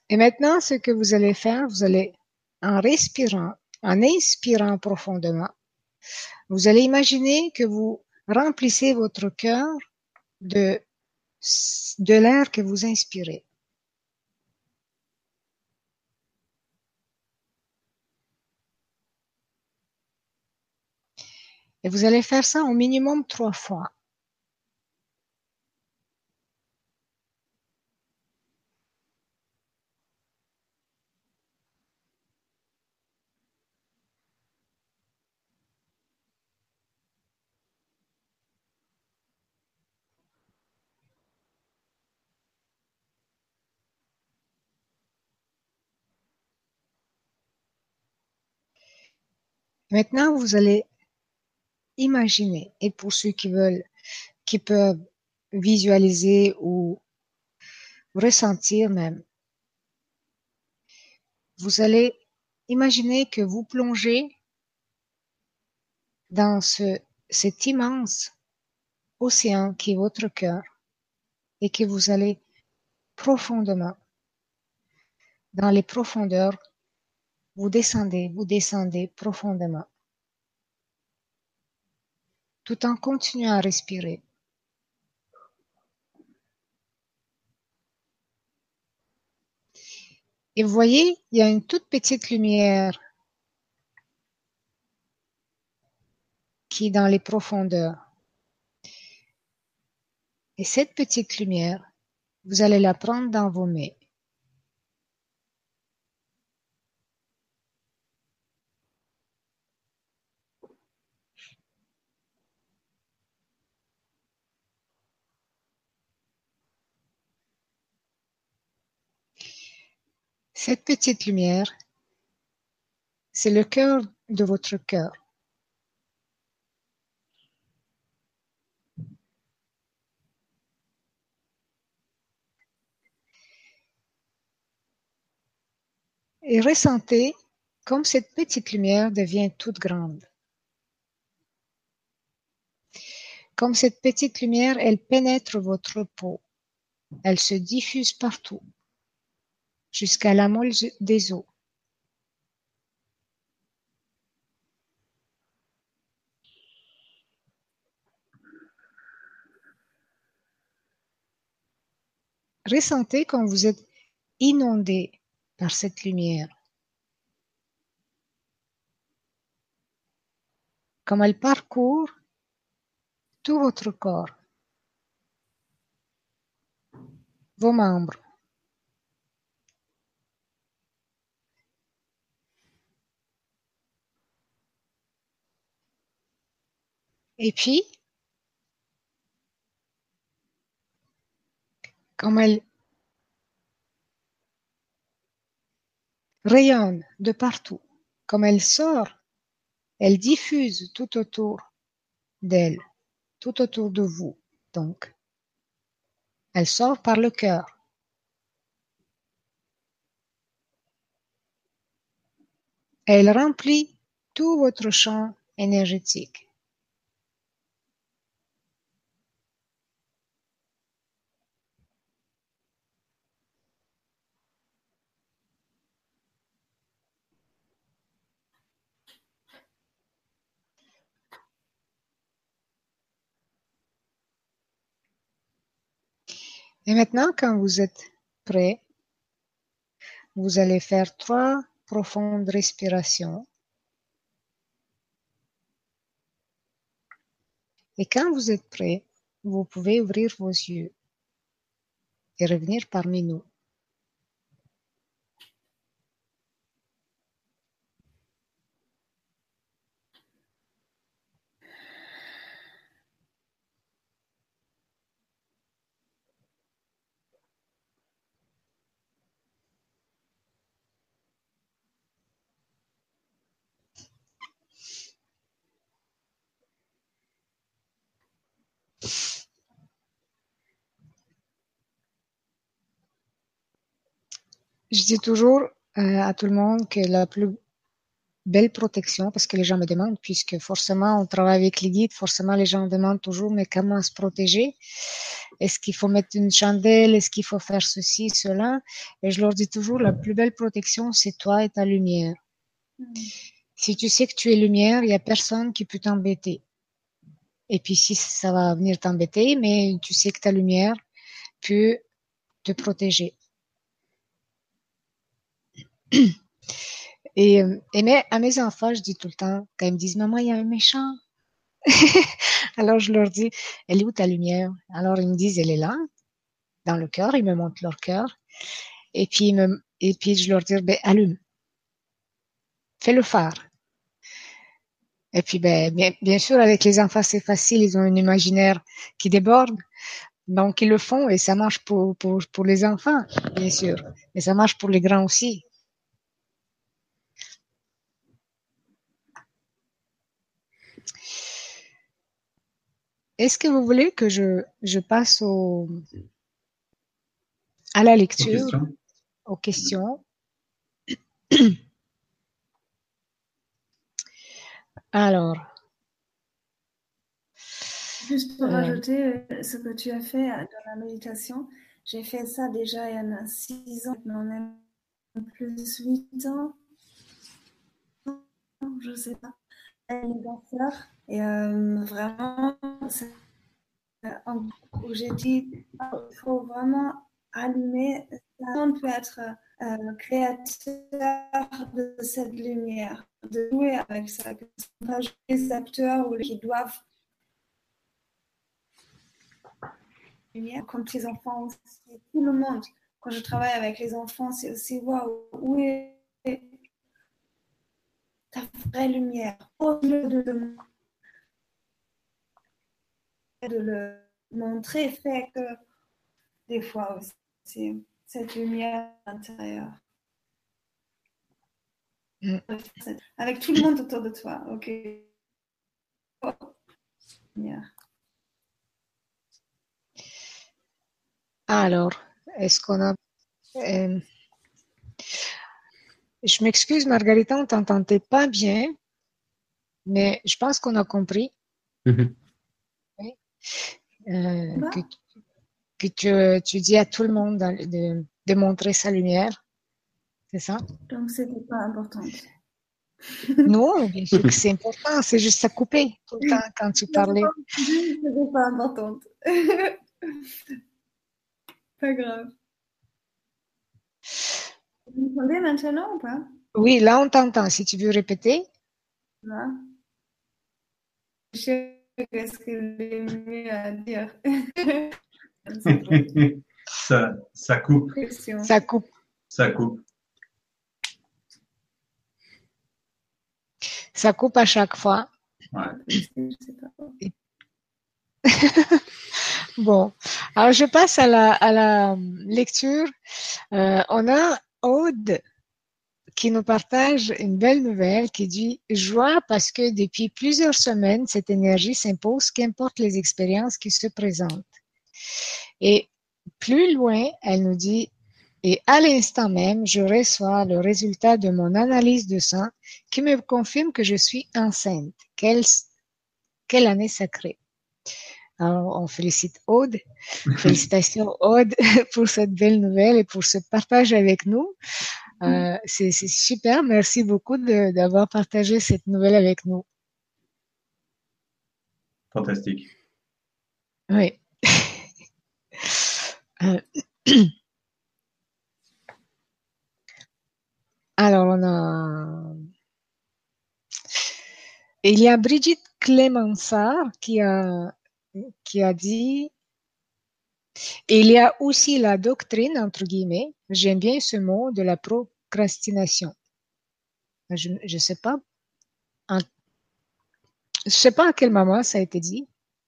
Et maintenant, ce que vous allez faire, vous allez, en inspirant profondément, vous allez imaginer que vous remplissez votre cœur de l'air que vous inspirez. Et vous allez faire ça au minimum 3 fois. Maintenant, vous allez imaginer, et pour ceux qui peuvent visualiser ou ressentir même, vous allez imaginer que vous plongez dans cet immense océan qui est votre cœur et que vous allez profondément, dans les profondeurs, vous descendez profondément, tout en continuant à respirer. Et vous voyez, il y a une toute petite lumière qui est dans les profondeurs. Et cette petite lumière, vous allez la prendre dans vos mains. Cette petite lumière, c'est le cœur de votre cœur. Et ressentez comme cette petite lumière devient toute grande. Comme cette petite lumière, elle pénètre votre peau. Elle se diffuse partout, jusqu'à la moelle des os. Ressentez quand vous êtes inondé par cette lumière. Comme elle parcourt tout votre corps, vos membres. Et puis, comme elle rayonne de partout, comme elle sort, elle diffuse tout autour d'elle, tout autour de vous. Donc, elle sort par le cœur. Elle remplit tout votre champ énergétique. Et maintenant, quand vous êtes prêt, vous allez faire 3 profondes respirations. Et quand vous êtes prêt, vous pouvez ouvrir vos yeux et revenir parmi nous. Je dis toujours à tout le monde que la plus belle protection, parce que les gens me demandent, puisque forcément on travaille avec les guides, forcément les gens demandent toujours, mais comment se protéger? est-ce qu'il faut mettre une chandelle, est-ce qu'il faut faire ceci, cela. Et je leur dis toujours, la plus belle protection, c'est toi et ta lumière. Si tu sais que tu es lumière, il n'y a personne qui peut t'embêter. Et puis si ça va venir t'embêter, mais tu sais que ta lumière peut te protéger. Et à mes enfants, je dis tout le temps, quand ils me disent, maman, il y a un méchant. Alors je leur dis, elle est où ta lumière? Alors ils me disent, elle est là, dans le cœur, ils me montrent leur cœur. Et puis je leur dis, ben, allume. Fais le phare. Et puis, ben, bien sûr, avec les enfants, c'est facile, ils ont un imaginaire qui déborde. Donc, ils le font et ça marche pour les enfants, bien sûr. Mais ça marche pour les grands aussi. Est-ce que vous voulez que je passe à la lecture, aux questions? Alors. Juste pour rajouter ce que tu as fait dans la méditation, j'ai fait ça déjà il y en a 6 ans, maintenant même plus 8 ans, je sais pas, anniversaire. Et vraiment, où j'ai dit, il faut vraiment allumer, on peut être créateur de cette lumière, de jouer avec ça, que ce ne sont pas les acteurs ou qui doivent lumière, comme les enfants aussi, tout le monde. Quand je travaille avec les enfants, c'est aussi waouh, où est ta vraie lumière, au lieu de le montrer, fait que des fois aussi, cette lumière intérieure. Avec tout le monde autour de toi, ok. Oh. Lumière. Alors, est-ce qu'on a... je m'excuse, Margarita, on ne t'entendait pas bien, mais je pense qu'on a compris. Oui. Que tu dis à tout le monde de montrer sa lumière, c'est ça? Donc, c'était pas important. Non, bien sûr que c'est important, c'est juste à couper tout le temps quand tu parlais. C'était pas importante. Pas grave. Vous m'entendez maintenant ou pas? Oui, là on t'entend. Si tu veux répéter. Là. Je sais qu'est-ce qu'il est mieux à dire. Ça coupe. Ça coupe. Ça coupe. Ça coupe à chaque fois. Ouais. Je sais pas. Bon, alors je passe à la lecture. On a Aude qui nous partage une belle nouvelle qui dit « Joie parce que depuis plusieurs semaines, cette énergie s'impose, qu'importe les expériences qui se présentent. » Et plus loin, elle nous dit « Et à l'instant même, je reçois le résultat de mon analyse de sang qui me confirme que je suis enceinte. Quelle année sacrée !» Alors, on félicite Aude. Félicitations Aude pour cette belle nouvelle et pour ce partage avec nous. C'est super. Merci beaucoup d'avoir partagé cette nouvelle avec nous. Fantastique. Oui. Alors, on a... Il y a Brigitte Clémensard qui a dit « Il y a aussi la doctrine, entre guillemets, j'aime bien ce mot, de la procrastination. » Je sais pas. Je sais pas à quel moment ça a été dit.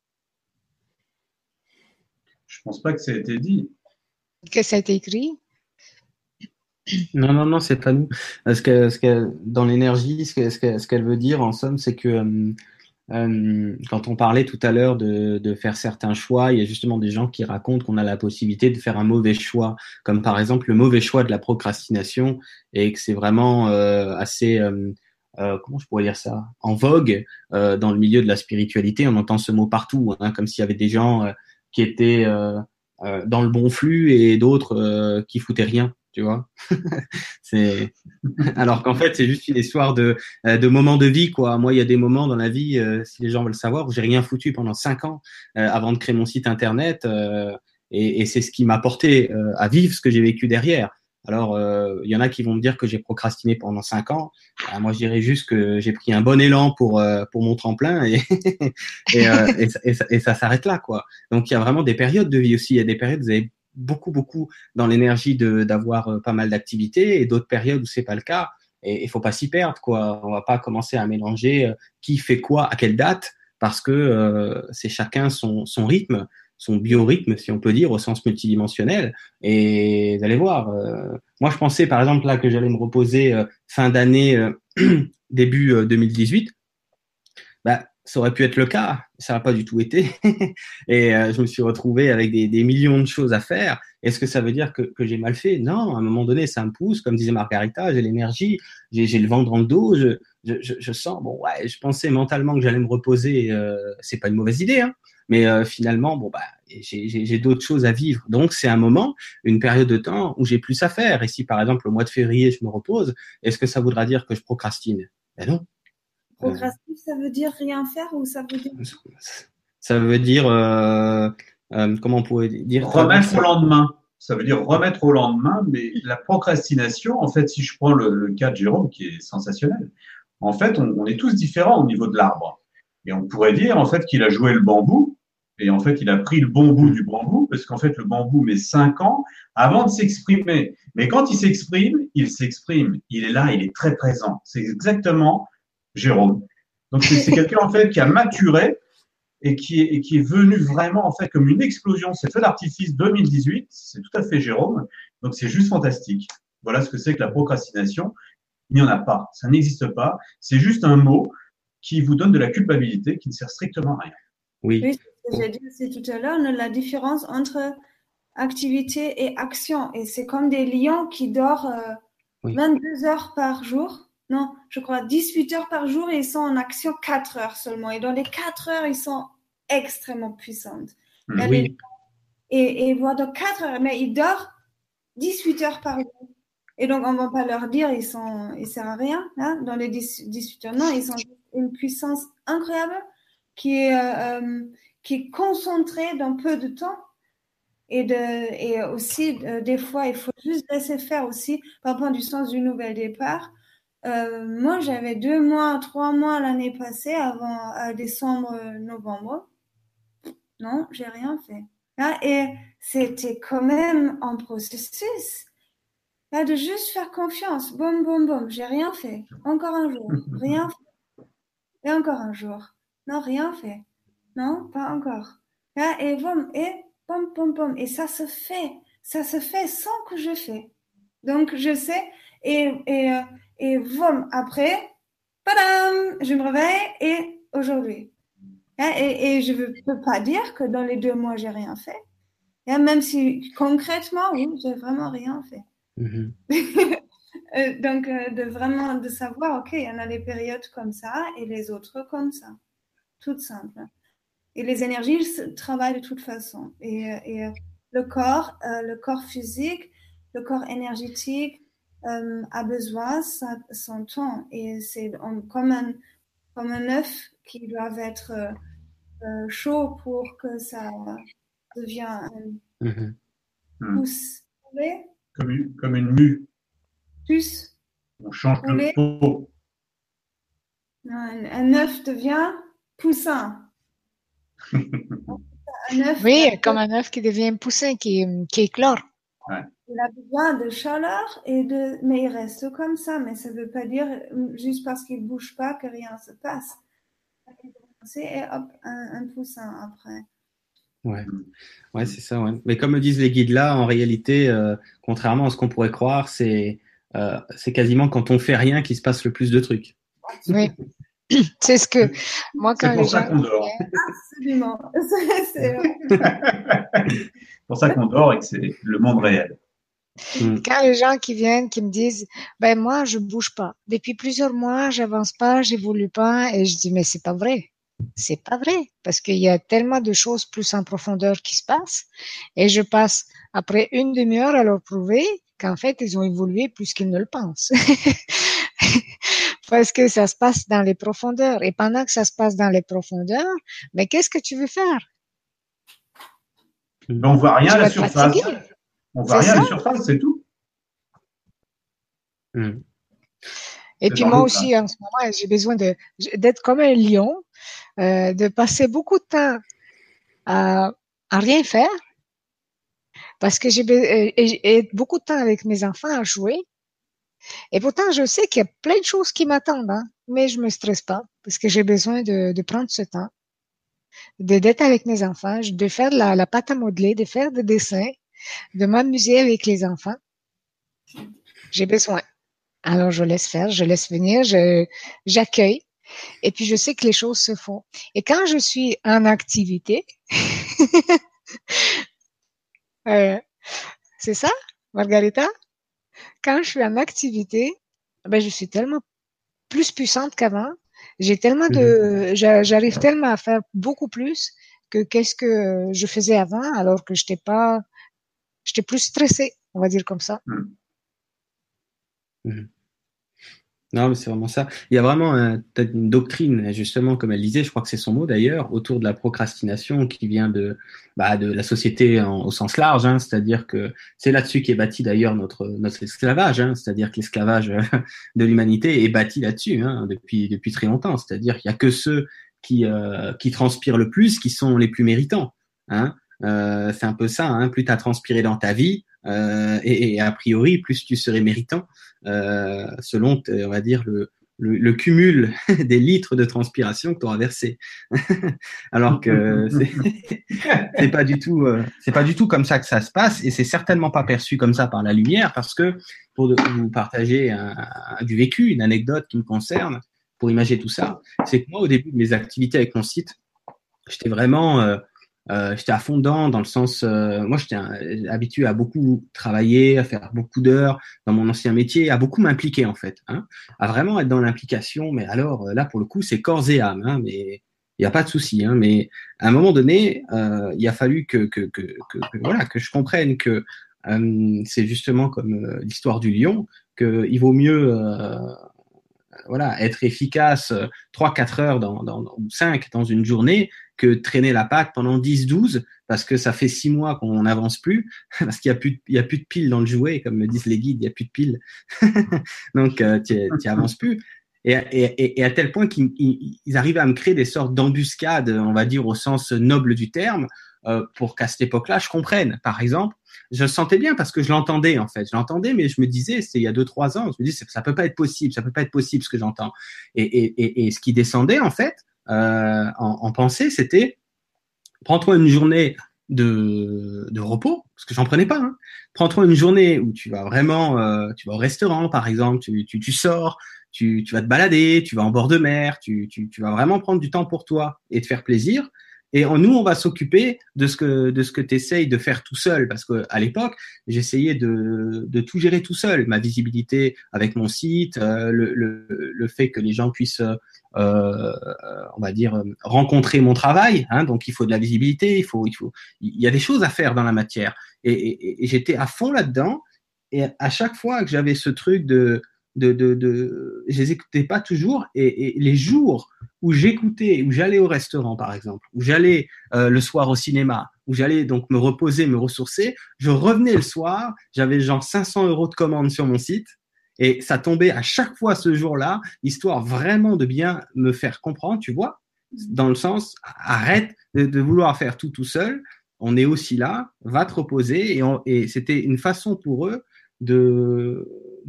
Je pense pas que ça a été dit. Que ça a été écrit. Non, c'est pas nous. Dans l'énergie, ce qu'elle veut dire, en somme, c'est que quand on parlait tout à l'heure de faire certains choix, il y a justement des gens qui racontent qu'on a la possibilité de faire un mauvais choix, comme par exemple le mauvais choix de la procrastination, et que c'est vraiment assez, comment je pourrais dire ça, en vogue dans le milieu de la spiritualité. On entend ce mot partout, hein, comme s'il y avait des gens qui étaient dans le bon flux et d'autres qui foutaient rien, tu vois. C'est alors qu'en fait c'est juste une histoire de moments de vie, quoi. Moi, il y a des moments dans la vie, si les gens veulent savoir, où j'ai rien foutu pendant 5 ans avant de créer mon site internet, et c'est ce qui m'a porté à vivre ce que j'ai vécu derrière. Alors, il y en a qui vont me dire que j'ai procrastiné pendant 5 ans. Moi, je dirais juste que j'ai pris un bon élan pour mon tremplin et ça s'arrête là, quoi. Donc, il y a vraiment des périodes de vie aussi. Il y a des périodes où vous avez beaucoup dans l'énergie d'avoir pas mal d'activités et d'autres périodes où c'est pas le cas. Et il faut pas s'y perdre, quoi. On va pas commencer à mélanger qui fait quoi à quelle date parce que c'est chacun son rythme, son biorhythme, si on peut dire, au sens multidimensionnel. Et vous allez voir. Moi, je pensais, par exemple, là, que j'allais me reposer fin d'année, début 2018. Bah, ça aurait pu être le cas, ça n'a pas du tout été. Et je me suis retrouvé avec des millions de choses à faire. Est-ce que ça veut dire que j'ai mal fait? Non, à un moment donné, ça me pousse. Comme disait Margarita, j'ai l'énergie, j'ai le vent dans le dos, je sens, bon, ouais, je pensais mentalement que j'allais me reposer. C'est pas une mauvaise idée, hein. Mais finalement, bon, bah, j'ai d'autres choses à vivre. Donc, c'est un moment, une période de temps où j'ai plus à faire. Et si, par exemple, au mois de février, je me repose, est-ce que ça voudra dire que je procrastine? Ben non. Procrastiner, ça veut dire rien faire ou ça veut dire… Ça veut dire, comment on pourrait dire? Remettre au lendemain. Ça veut dire remettre au lendemain, mais la procrastination, en fait, si je prends le cas de Jérôme, qui est sensationnel, en fait, on est tous différents au niveau de l'arbre. Et on pourrait dire, en fait, qu'il a joué le bambou, et en fait, il a pris le bon bout du bambou, parce qu'en fait, le bambou met 5 ans avant de s'exprimer. Mais quand il s'exprime, il s'exprime. Il est là, il est très présent. C'est exactement Jérôme. Donc, c'est quelqu'un, en fait, qui a maturé et qui est venu vraiment, en fait, comme une explosion. C'est feu d'artifice 2018. C'est tout à fait Jérôme. Donc, c'est juste fantastique. Voilà ce que c'est que la procrastination. Il n'y en a pas. Ça n'existe pas. C'est juste un mot qui vous donne de la culpabilité qui ne sert strictement à rien. Oui, ce que j'ai dit aussi tout à l'heure, la différence entre activité et action. Et c'est comme des lions qui dorment 22 heures par jour. Non, je crois 18 heures par jour et ils sont en action 4 heures seulement. Et dans les 4 heures, ils sont extrêmement puissants. Oui. Et voilà, 4 heures, mais ils dorment 18 heures par jour. Et donc, on ne va pas leur dire ils servent à rien hein, dans les 18 heures. Non, ils ont une puissance incroyable qui est concentrée dans peu de temps. Et aussi, des fois, il faut juste laisser faire aussi par rapport du sens du nouvel départ. Moi, j'avais 2 mois, 3 mois l'année passée, avant décembre, novembre. Non, j'ai rien fait. Hein, et c'était quand même un processus. Là, de juste faire confiance. Boum, boum, boum. J'ai rien fait. Encore un jour. Rien fait. Et encore un jour. Non, rien fait. Non, pas encore. Là, et boum, et boum, boum, boum. Et ça se fait. Ça se fait sans que je fais. Donc, je sais. Et boum, après, padam, je me réveille et aujourd'hui. Et je ne peux pas dire que dans les 2 mois, j'ai rien fait. Même si concrètement, oui, j'ai vraiment rien fait. Mm-hmm. Donc, de savoir, OK, il y en a des périodes comme ça et les autres comme ça. Tout simple. Et les énergies travaillent de toute façon. Et le corps physique, le corps énergétique a besoin de son temps. Et c'est comme un œuf qui doit être chaud pour que ça devienne un pouce. Comme une mue. Plus. On change de peau. Un œuf devient poussin. Oui, comme un œuf qui devient poussin, qui éclore. Ouais. Il a besoin de chaleur mais il reste comme ça. Mais ça ne veut pas dire juste parce qu'il ne bouge pas que rien se passe. Et hop, un poussin après. Ouais, c'est ça. Ouais. Mais comme me disent les guides là, en réalité, contrairement à ce qu'on pourrait croire, c'est quasiment quand on fait rien qu'il se passe le plus de trucs. Oui. C'est ce que moi quand c'est pour ça qu'on dort. Absolument. C'est pour ça qu'on dort et que c'est le monde réel. Quand les gens qui viennent, qui me disent, ben moi je bouge pas. Depuis plusieurs mois, j'avance pas, j'évolue pas, et je dis mais c'est pas vrai. C'est pas vrai, parce qu'il y a tellement de choses plus en profondeur qui se passent, et je passe après une demi-heure à leur prouver qu'en fait, ils ont évolué plus qu'ils ne le pensent. Parce que ça se passe dans les profondeurs. Et pendant que ça se passe dans les profondeurs, mais qu'est-ce que tu veux faire? Mais on voit rien Je à la vais te surface. fatiguer. On voit C'est rien à la ça. surface, c'est tout. Et C'est puis dans moi l'eau, aussi, en ce moment, j'ai besoin d'être comme un lion, de passer beaucoup de temps à rien faire, parce que et beaucoup de temps avec mes enfants à jouer. Et pourtant, je sais qu'il y a plein de choses qui m'attendent, hein, mais je me stresse pas, parce que j'ai besoin de prendre ce temps, d'être avec mes enfants, de faire la pâte à modeler, de faire des dessins, de m'amuser avec les enfants. J'ai besoin. Alors, je laisse faire, je laisse venir, j'accueille. Et puis, je sais que les choses se font. Et quand je suis en activité, euh, c'est ça, Margarita? Quand je suis en activité, ben, je suis tellement plus puissante qu'avant. J'ai tellement j'arrive tellement à faire beaucoup plus que qu'est-ce que je faisais avant, alors que j'étais plus stressée, on va dire comme ça. Non, mais c'est vraiment ça. Il y a vraiment peut-être une doctrine, justement, comme elle disait, je crois que c'est son mot d'ailleurs, autour de la procrastination qui vient de la société au sens large, hein, c'est-à-dire que c'est là-dessus qu'est bâti d'ailleurs notre esclavage, hein, c'est-à-dire que l'esclavage de l'humanité est bâti là-dessus, hein, depuis très longtemps, c'est-à-dire qu'il y a que ceux qui transpirent le plus qui sont les plus méritants, hein. C'est un peu ça, hein, plus tu as transpiré dans ta vie, et a priori, plus tu serais méritant, selon, on va dire, le cumul des litres de transpiration que tu auras versé. Alors que c'est pas du tout comme ça que ça se passe, et c'est certainement pas perçu comme ça par la lumière, parce que pour vous partager du vécu, une anecdote qui me concerne, pour imaginer tout ça, c'est que moi, au début de mes activités avec mon site, j'étais vraiment j'étais à fond dedans, dans le sens, moi j'étais habitué à beaucoup travailler, à faire beaucoup d'heures dans mon ancien métier, à beaucoup m'impliquer en fait, hein, à vraiment être dans l'implication. Mais alors là pour le coup c'est corps et âme, hein, mais il n'y a pas de souci, hein, mais à un moment donné, il a fallu que voilà, que je comprenne que c'est justement comme l'histoire du lion, qu'il vaut mieux voilà, être efficace 3-4 heures ou 5 dans une journée que traîner la patte pendant 10-12 parce que ça fait 6 mois qu'on n'avance plus, parce qu'il y a plus de piles dans le jouet, comme me disent les guides, il y a plus de piles. Donc, tu avances plus. Et à tel point qu'ils arrivaient à me créer des sortes d'embuscades, on va dire au sens noble du terme, pour qu'à cette époque-là, je comprenne. Par exemple, je le sentais bien parce que je l'entendais en fait. Je l'entendais, mais je me disais, c'était il y a 2-3 ans, je me disais, ça peut pas être possible, ça peut pas être possible ce que j'entends. Et ce qui descendait en fait, en pensée, c'était, prends-toi une journée de repos, parce que j'en prenais pas. Hein. Prends-toi une journée où tu vas vraiment, tu vas au restaurant par exemple, tu sors, tu vas te balader, tu vas en bord de mer, tu vas vraiment prendre du temps pour toi et te faire plaisir. Et nous, on va s'occuper de ce que tu essayes de faire tout seul. Parce que à l'époque, j'essayais de tout gérer tout seul. Ma visibilité avec mon site, le fait que les gens puissent, on va dire, rencontrer mon travail. Hein, donc, il faut de la visibilité, il y a des choses à faire dans la matière. Et j'étais à fond là-dedans. Et à chaque fois que j'avais ce truc je les écoutais pas toujours, et les jours où j'écoutais, où j'allais au restaurant par exemple, où j'allais le soir au cinéma, où j'allais donc me reposer, me ressourcer, je revenais le soir, j'avais genre 500 € de commandes sur mon site, et ça tombait à chaque fois ce jour-là, histoire vraiment de bien me faire comprendre, tu vois, dans le sens, arrête de vouloir faire tout seul, on est aussi là, va te reposer, et c'était une façon pour eux de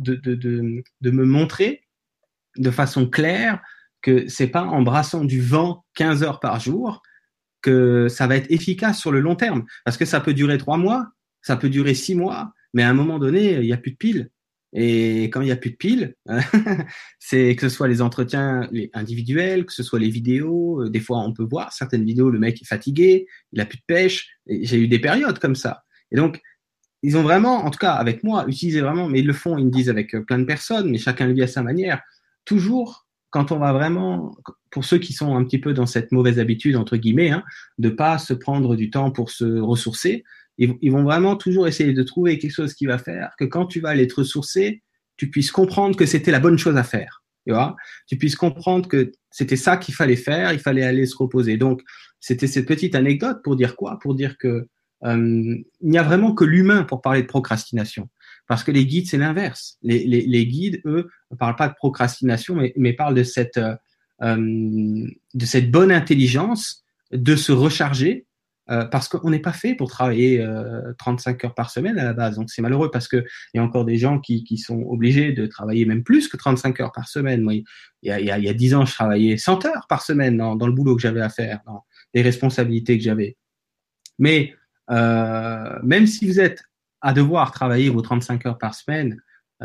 me montrer de façon claire que c'est pas en brassant du vent 15 heures par jour que ça va être efficace sur le long terme. Parce que ça peut durer 3 mois, ça peut durer 6 mois, mais à un moment donné, il n'y a plus de piles. Et quand il n'y a plus de piles, c'est que ce soit les entretiens individuels, que ce soit les vidéos, des fois on peut voir certaines vidéos, le mec est fatigué, il a plus de pêche, et j'ai eu des périodes comme ça. Et donc, ils ont vraiment, en tout cas avec moi, utilisé vraiment, mais ils le font, ils me disent avec plein de personnes, mais chacun le vit à sa manière, toujours quand on va vraiment, pour ceux qui sont un petit peu dans cette mauvaise habitude, entre guillemets, hein, de pas se prendre du temps pour se ressourcer, ils vont vraiment toujours essayer de trouver quelque chose qui va faire que quand tu vas aller te ressourcer, tu puisses comprendre que c'était la bonne chose à faire. Tu vois, tu puisses comprendre que c'était ça qu'il fallait faire, il fallait aller se reposer. Donc, c'était cette petite anecdote pour dire quoi? Pour dire que il n'y a vraiment que l'humain pour parler de procrastination. Parce que les guides, c'est l'inverse. Les guides, eux, ne parlent pas de procrastination, mais parlent de cette bonne intelligence de se recharger parce qu'on n'est pas fait pour travailler 35 heures par semaine à la base. Donc, c'est malheureux parce qu'il y a encore des gens qui sont obligés de travailler même plus que 35 heures par semaine. Moi, il y a 10 ans, je travaillais 100 heures par semaine dans le boulot que j'avais à faire, dans les responsabilités que j'avais. Mais même si vous êtes à devoir travailler vos 35 heures par semaine,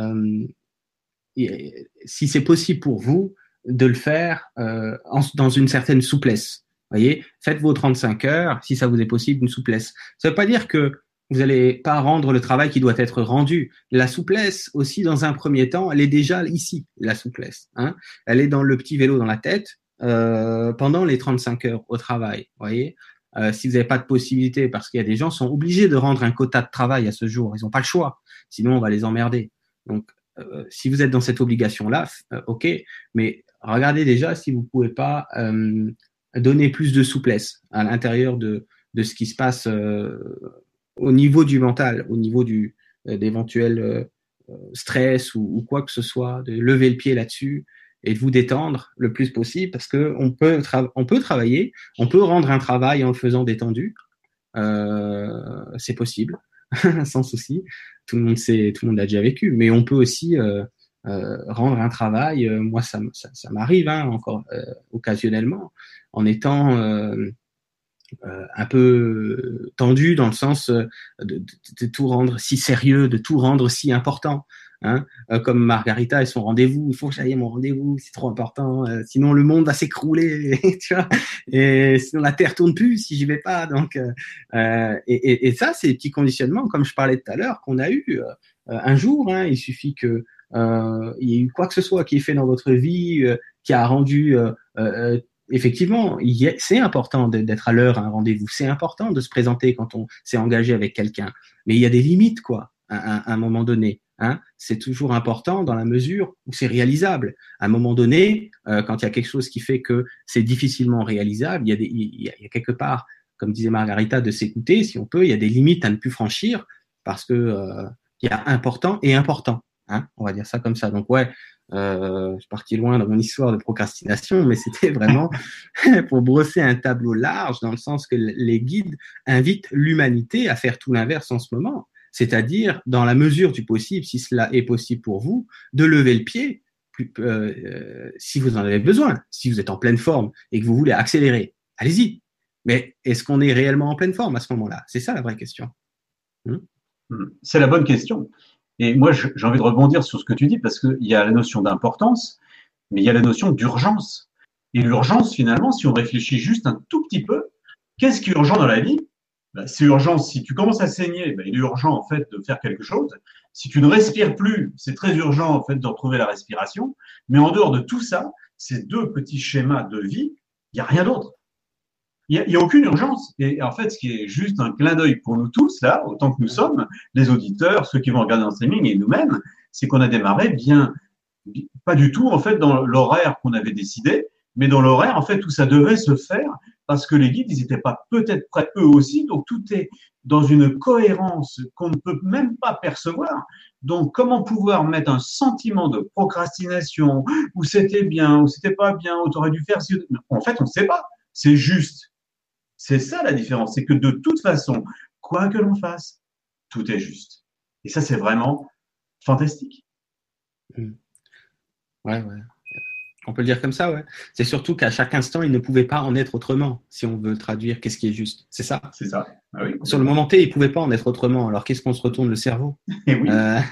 si c'est possible pour vous de le faire dans une certaine souplesse. Voyez, faites vos 35 heures, si ça vous est possible, une souplesse. Ça ne veut pas dire que vous n'allez pas rendre le travail qui doit être rendu. La souplesse aussi, dans un premier temps, elle est déjà ici, la souplesse. Hein. Elle est dans le petit vélo dans la tête pendant les 35 heures au travail. Voyez. Si vous n'avez pas de possibilité, parce qu'il y a des gens qui sont obligés de rendre un quota de travail à ce jour, ils n'ont pas le choix, sinon on va les emmerder. Donc, si vous êtes dans cette obligation-là, ok, mais regardez déjà si vous pouvez pas donner plus de souplesse à l'intérieur de ce qui se passe au niveau du mental, au niveau d'éventuels stress ou quoi que ce soit, de lever le pied là-dessus et de vous détendre le plus possible parce que on peut travailler, on peut rendre un travail en le faisant détendu, c'est possible, sans souci. Tout le monde l'a déjà vécu, mais on peut aussi rendre un travail. Moi, ça m'arrive encore occasionnellement, en étant un peu tendu dans le sens de tout rendre si sérieux, de tout rendre si important. Hein, comme Margarita et son rendez-vous, il faut que j'aille à mon rendez-vous, c'est trop important, sinon le monde va s'écrouler, tu vois, et sinon la terre tourne plus si j'y vais pas. Donc, et ça, c'est des petits conditionnements, comme je parlais tout à l'heure, qu'on a eu un jour. Hein, il suffit que il y ait eu quoi que ce soit qui est fait dans votre vie, qui a rendu effectivement, c'est important d'être à l'heure à un rendez-vous. C'est important de se présenter quand on s'est engagé avec quelqu'un. Mais il y a des limites, quoi, à un moment donné. Hein. C'est toujours important dans la mesure où c'est réalisable. À un moment donné, quand il y a quelque chose qui fait que c'est difficilement réalisable, il y a quelque part, comme disait Margarita, de s'écouter, si on peut, il y a des limites à ne plus franchir parce que il y a important et important. Hein, on va dire ça comme ça. Donc ouais, je suis parti loin dans mon histoire de procrastination, mais c'était vraiment pour brosser un tableau large dans le sens que les guides invitent l'humanité à faire tout l'inverse en ce moment. C'est-à-dire, dans la mesure du possible, si cela est possible pour vous, de lever le pied si vous en avez besoin, si vous êtes en pleine forme et que vous voulez accélérer. Allez-y. Mais est-ce qu'on est réellement en pleine forme à ce moment-là? C'est ça la vraie question. C'est la bonne question. Et moi, j'ai envie de rebondir sur ce que tu dis parce qu'il y a la notion d'importance, mais il y a la notion d'urgence. Et l'urgence, finalement, si on réfléchit juste un tout petit peu, qu'est-ce qui est urgent dans la vie? C'est urgent. Si tu commences à saigner, il est urgent en fait de faire quelque chose. Si tu ne respires plus, c'est très urgent en fait de retrouver la respiration. Mais en dehors de tout ça, ces deux petits schémas de vie, il n'y a rien d'autre. Il y a aucune urgence. Et en fait, ce qui est juste un clin d'œil pour nous tous, là, autant que nous sommes, les auditeurs, ceux qui vont regarder en streaming et nous-mêmes, c'est qu'on a démarré pas du tout, en fait, dans l'horaire qu'on avait décidé, mais dans l'horaire, en fait, où ça devait se faire, parce que les guides, ils n'étaient pas peut-être prêts eux aussi, donc tout est dans une cohérence qu'on ne peut même pas percevoir. Donc, comment pouvoir mettre un sentiment de procrastination, où c'était bien, où c'était pas bien, où tu aurais dû faire ci, en fait, on ne sait pas. C'est juste. C'est ça la différence, c'est que de toute façon, quoi que l'on fasse, tout est juste. Et ça, c'est vraiment fantastique. Ouais. On peut le dire comme ça, ouais. C'est surtout qu'à chaque instant, il ne pouvait pas en être autrement, si on veut traduire qu'est-ce qui est juste. C'est ça. C'est ça. Ah oui, sur le moment T, il ne pouvait pas en être autrement. Alors, qu'est-ce qu'on se retourne le cerveau? Et oui.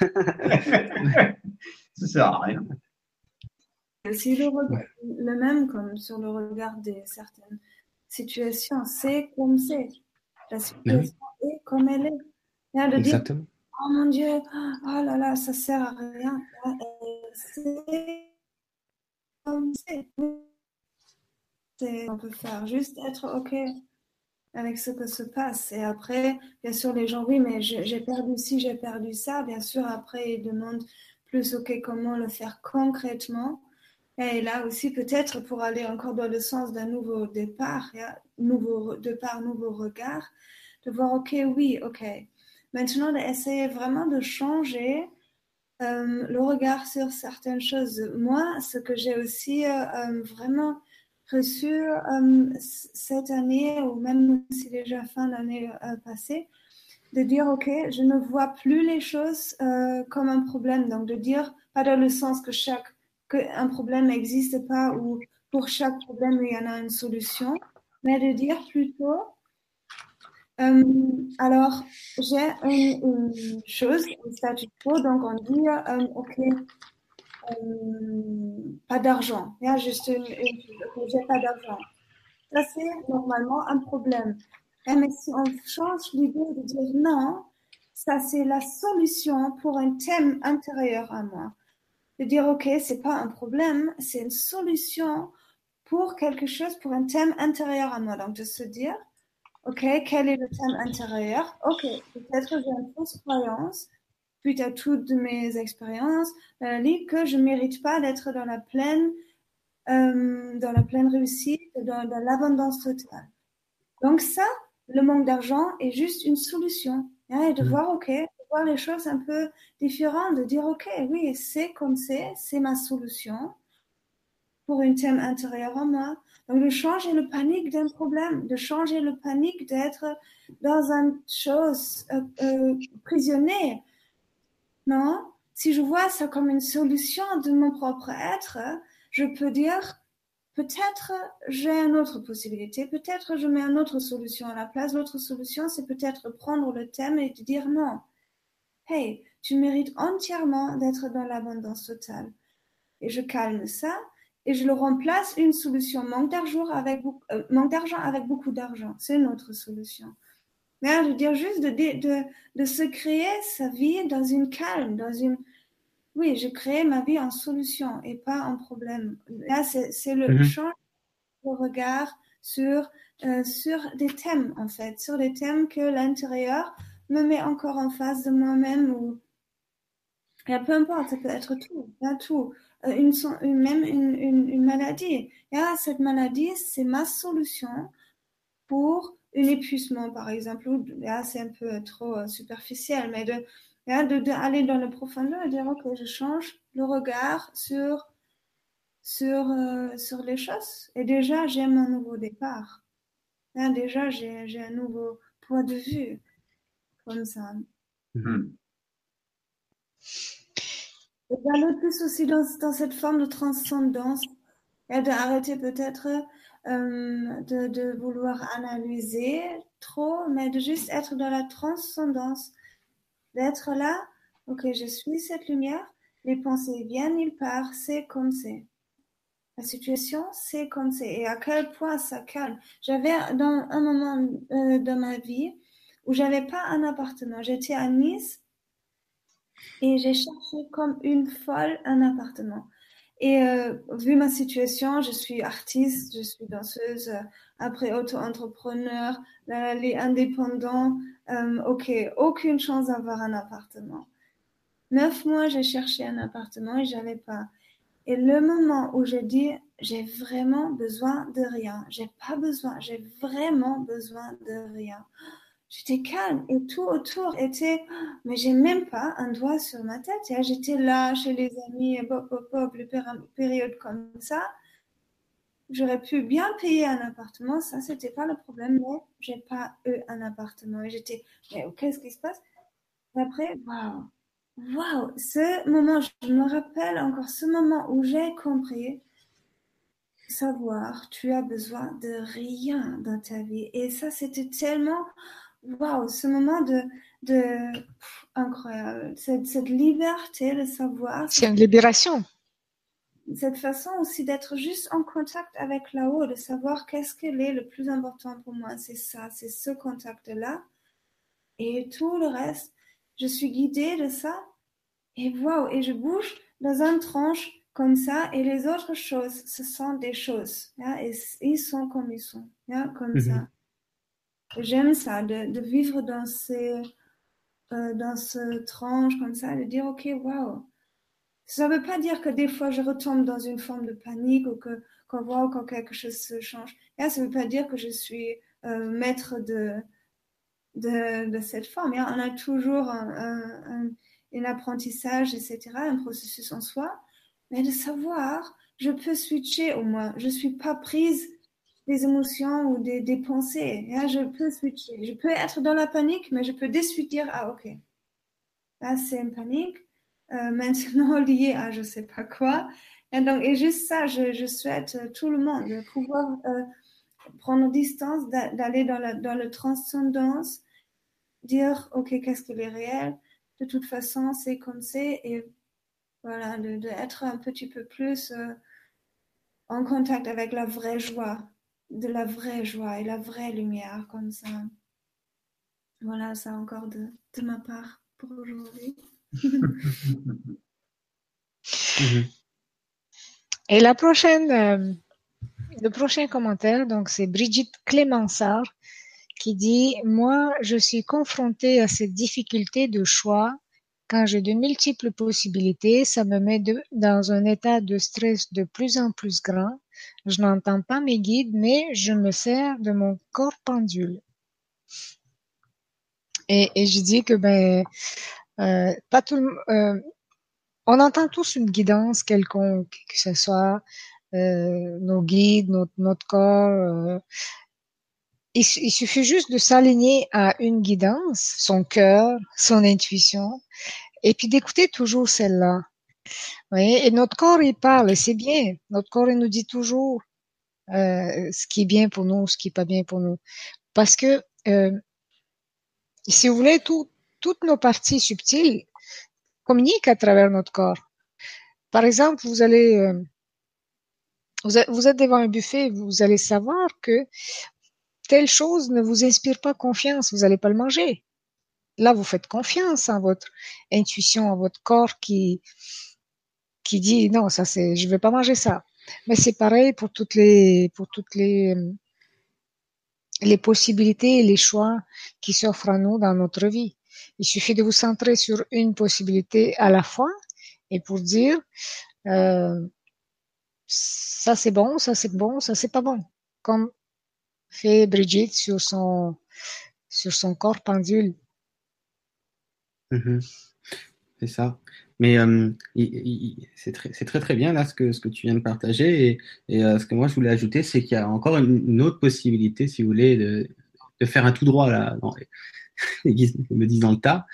Ça sert à rien. C'est le même comme sur le regard de certaines situations. C'est comme c'est. La situation est comme elle est. Rien de dire, oh mon Dieu, oh là là, ça sert à rien. C'est comme c'est. On peut faire juste être OK avec ce que se passe. Et après, bien sûr, les gens, oui, mais j'ai perdu ci, j'ai perdu ça. Bien sûr, après, ils demandent plus, OK, comment le faire concrètement. Et là aussi, peut-être pour aller encore dans le sens d'un nouveau départ, nouveau départ, nouveau regard, de voir, OK, oui, OK. Maintenant, d'essayer vraiment de changer le regard sur certaines choses. Moi, ce que j'ai aussi vraiment reçu cette année, ou même si déjà fin d'année passée, de dire, OK, je ne vois plus les choses comme un problème. Donc, de dire, pas dans le sens qu'un problème n'existe pas ou pour chaque problème, il y en a une solution, mais de dire plutôt, alors, j'ai une chose, un statu quo, donc on dit, OK, pas d'argent. Il y a juste OK, j'ai pas d'argent. Ça, c'est normalement un problème. Mais si on change l'idée de dire non, ça, c'est la solution pour un thème intérieur à moi. De dire, OK, c'est pas un problème, c'est une solution pour quelque chose, pour un thème intérieur à moi. Donc, de se dire, OK, quel est le thème intérieur? OK, peut-être que j'ai une fausse croyance, suite à toutes mes expériences, que je ne mérite pas d'être dans la pleine réussite, dans l'abondance totale. Donc ça, le manque d'argent est juste une solution. Et de voir, OK, de voir les choses un peu différentes, de dire, OK, oui, c'est comme c'est ma solution pour un thème intérieur en moi. Donc, de changer le panique d'un problème, de changer le panique d'être dans une chose prisonnier. Non? Si je vois ça comme une solution de mon propre être, je peux dire, peut-être j'ai une autre possibilité, peut-être je mets une autre solution à la place. L'autre solution, c'est peut-être prendre le thème et de dire non. Hey, tu mérites entièrement d'être dans l'abondance totale. Et je calme ça et je le remplace une solution manque d'argent avec beaucoup d'argent. C'est une autre solution. Mais de dire juste de se créer sa vie dans une calme, oui, je crée ma vie en solution et pas en problème. Là, c'est le change de regard sur des thèmes, en fait, sur des thèmes que l'intérieur me met encore en face de moi-même ou peu importe, ça peut être tout, tout. Même une maladie. Cette maladie, c'est ma solution pour un épuisement, par exemple. Là, c'est un peu trop superficiel, mais d'aller dans le profondeur et dire, OK, je change le regard sur les choses. Et déjà, j'ai mon nouveau départ. Déjà, j'ai un nouveau point de vue, comme ça. Et d'aller plus aussi dans cette forme de transcendance, et d'arrêter peut-être de vouloir analyser trop, mais de juste être dans la transcendance, d'être là, OK, je suis cette lumière, les pensées viennent, ils partent, c'est comme c'est. La situation, c'est comme c'est. Et à quel point ça calme. J'avais dans un moment dans ma vie où j'avais pas un appartement. J'étais à Nice et j'ai cherché comme une folle un appartement. Et vu ma situation, je suis artiste, je suis danseuse, après auto-entrepreneur, les indépendants, OK, aucune chance d'avoir un appartement. 9 mois, j'ai cherché un appartement et j'avais pas. Et le moment où j'ai dit, j'ai vraiment besoin de rien, j'ai pas besoin, j'ai vraiment besoin de rien. J'étais calme et tout autour était, mais j'ai même pas un doigt sur ma tête. J'étais là chez les amis, les périodes comme ça. J'aurais pu bien payer un appartement, ça c'était pas le problème, mais j'ai pas eu un appartement. Et j'étais, mais qu'est-ce qui se passe? Et après, waouh, ce moment, je me rappelle encore ce moment où j'ai compris, savoir, tu as besoin de rien dans ta vie. Et ça, c'était tellement, waouh, ce moment incroyable. Cette liberté de savoir. C'est une libération. Cette façon aussi d'être juste en contact avec là-haut, de savoir qu'est-ce qu'il est le plus important pour moi. C'est ça, c'est ce contact-là. Et tout le reste, je suis guidée de ça. Et waouh, et je bouge dans une tranche comme ça, et les autres choses, ce sont des choses, et ils sont comme ils sont, comme ça. J'aime ça, de vivre dans ce tranche comme ça, de dire, ok, waouh. Ça ne veut pas dire que des fois je retombe dans une forme de panique ou quand quelque chose se change. Ça ne veut pas dire que je suis maître de cette forme. On a toujours un apprentissage, etc., un processus en soi, mais de savoir, je peux switcher au moins. Je ne suis pas prise des émotions ou des pensées. Je peux switcher. Je peux être dans la panique, mais je peux de suite dire, ah ok, là c'est une panique. Maintenant lié à je sais pas quoi. Et juste ça, je souhaite tout le monde de pouvoir prendre distance, d'aller dans la transcendance, dire ok, qu'est-ce qu'il est réel, de toute façon c'est comme c'est, et voilà, d'être un petit peu plus en contact avec la vraie joie, de la vraie joie et la vraie lumière comme ça. Voilà, ça encore de ma part pour aujourd'hui. Et le prochain commentaire, donc c'est Brigitte Clémensart qui dit « Moi, je suis confrontée à cette difficulté de choix. Quand j'ai de multiples possibilités, ça me met dans un état de stress de plus en plus grand. Je n'entends pas mes guides, mais je me sers de mon corps pendule. » Et je dis que pas tout on entend tous une guidance quelconque, que ce soit nos guides, notre corps. Il suffit juste de s'aligner à une guidance, son cœur, son intuition, et puis d'écouter toujours celle-là. Vous voyez? Et notre corps, il parle, et c'est bien. Notre corps, il nous dit toujours ce qui est bien pour nous, ce qui est pas bien pour nous. Parce que, si vous voulez, toutes nos parties subtiles communiquent à travers notre corps. Par exemple, vous êtes devant un buffet, vous allez savoir que telle chose ne vous inspire pas confiance, vous n'allez pas le manger. Là, vous faites confiance en votre intuition, en votre corps qui dit non, je vais pas manger ça. Mais c'est pareil pour toutes les possibilités et les choix qui s'offrent à nous dans notre vie. Il suffit de vous centrer sur une possibilité à la fois et pour dire ça c'est bon, ça c'est bon, ça c'est pas bon. Comme fait Brigitte sur son corps pendule. C'est ça. Mais c'est très très bien là ce que tu viens de partager, et ce que moi je voulais ajouter, c'est qu'il y a encore une autre possibilité, si vous voulez, de faire un tout droit là, les guides me disent dans le tas,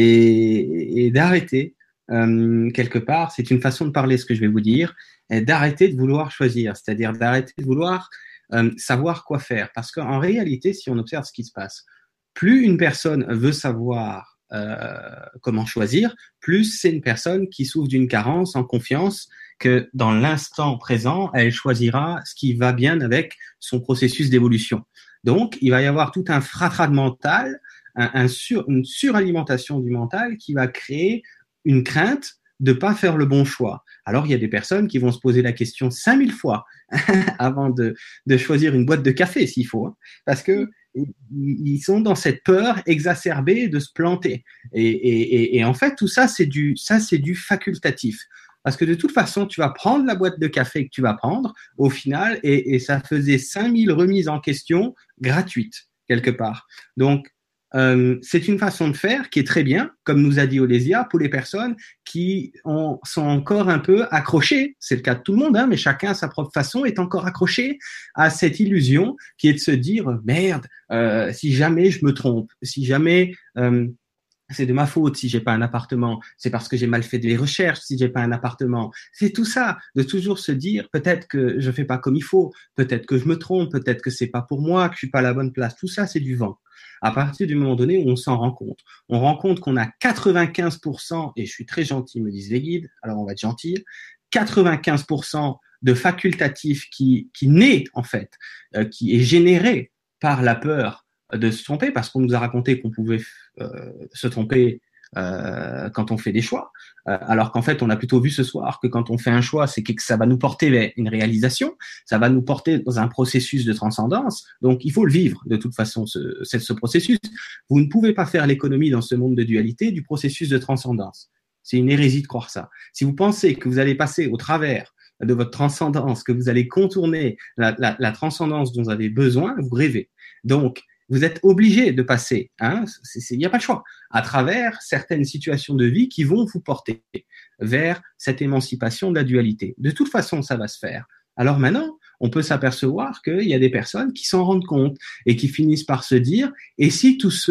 et d'arrêter quelque part. C'est une façon de parler, ce que je vais vous dire, et d'arrêter de vouloir choisir, c'est-à-dire d'arrêter de vouloir savoir quoi faire, parce qu'en réalité, si on observe ce qui se passe, plus une personne veut savoir comment choisir, plus c'est une personne qui souffre d'une carence en confiance, que dans l'instant présent, elle choisira ce qui va bien avec son processus d'évolution. Donc, il va y avoir tout un fratras mental, une suralimentation du mental qui va créer une crainte de pas faire le bon choix. Alors, il y a des personnes qui vont se poser la question 5000 fois avant de choisir une boîte de café, s'il faut, hein, parce que ils sont dans cette peur exacerbée de se planter. Et en fait, tout ça, c'est du facultatif. Parce que de toute façon, tu vas prendre la boîte de café que tu vas prendre, au final, et ça faisait 5000 remises en question gratuites, quelque part. Donc, c'est une façon de faire qui est très bien, comme nous a dit Olésia, pour les personnes qui sont encore un peu accrochées, c'est le cas de tout le monde, hein, mais chacun à sa propre façon est encore accroché à cette illusion qui est de se dire merde, si jamais je me trompe, si jamais c'est de ma faute si j'ai pas un appartement, c'est parce que j'ai mal fait des recherches si j'ai pas un appartement. C'est tout ça, de toujours se dire peut-être que je fais pas comme il faut, peut-être que je me trompe, peut-être que c'est pas pour moi, que je suis pas à la bonne place. Tout ça, c'est du vent. À partir du moment donné où on s'en rend compte, on rend compte qu'on a 95%, et je suis très gentil, me disent les guides, alors on va être gentil, 95% de facultatif qui naît en fait, qui est généré par la peur de se tromper, parce qu'on nous a raconté qu'on pouvait se tromper quand on fait des choix. Alors qu'en fait, on a plutôt vu ce soir que quand on fait un choix, c'est que ça va nous porter vers une réalisation, ça va nous porter dans un processus de transcendance. Donc, il faut le vivre de toute façon, ce processus. Vous ne pouvez pas faire l'économie dans ce monde de dualité du processus de transcendance. C'est une hérésie de croire ça. Si vous pensez que vous allez passer au travers de votre transcendance, que vous allez contourner la transcendance dont vous avez besoin, vous rêvez. Donc, vous êtes obligé de passer, il n'y a pas le choix, à travers certaines situations de vie qui vont vous porter vers cette émancipation de la dualité. De toute façon, ça va se faire. Alors maintenant, on peut s'apercevoir qu'il y a des personnes qui s'en rendent compte et qui finissent par se dire, et si tous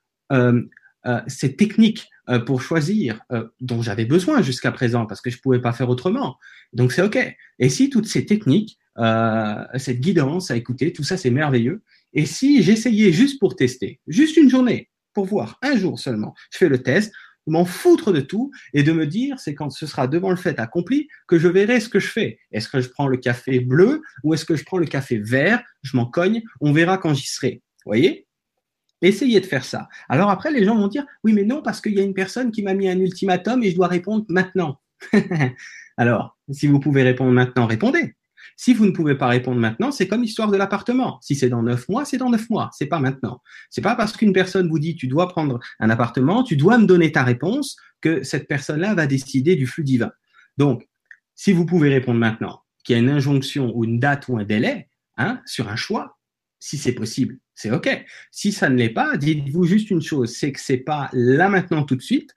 ces techniques pour choisir dont j'avais besoin jusqu'à présent parce que je pouvais pas faire autrement, donc c'est ok. Et si toutes ces techniques, cette guidance à écouter, tout ça c'est merveilleux. Et si j'essayais juste pour tester, juste une journée, pour voir, un jour seulement, je fais le test, m'en foutre de tout et de me dire, c'est quand ce sera devant le fait accompli que je verrai ce que je fais. Est-ce que je prends le café bleu ou est-ce que je prends le café vert? Je m'en cogne, on verra quand j'y serai. Vous voyez? Essayez de faire ça. Alors après, les gens vont dire, oui, mais non, parce qu'il y a une personne qui m'a mis un ultimatum et je dois répondre maintenant. Alors, si vous pouvez répondre maintenant, répondez. Si vous ne pouvez pas répondre maintenant, c'est comme l'histoire de l'appartement. Si c'est dans 9 mois, c'est dans 9 mois. C'est pas maintenant. C'est pas parce qu'une personne vous dit tu dois prendre un appartement, tu dois me donner ta réponse, que cette personne-là va décider du flux divin. Donc, si vous pouvez répondre maintenant, qu'il y a une injonction ou une date ou un délai, sur un choix, si c'est possible, c'est ok. Si ça ne l'est pas, dites-vous juste une chose, c'est que c'est pas là maintenant tout de suite.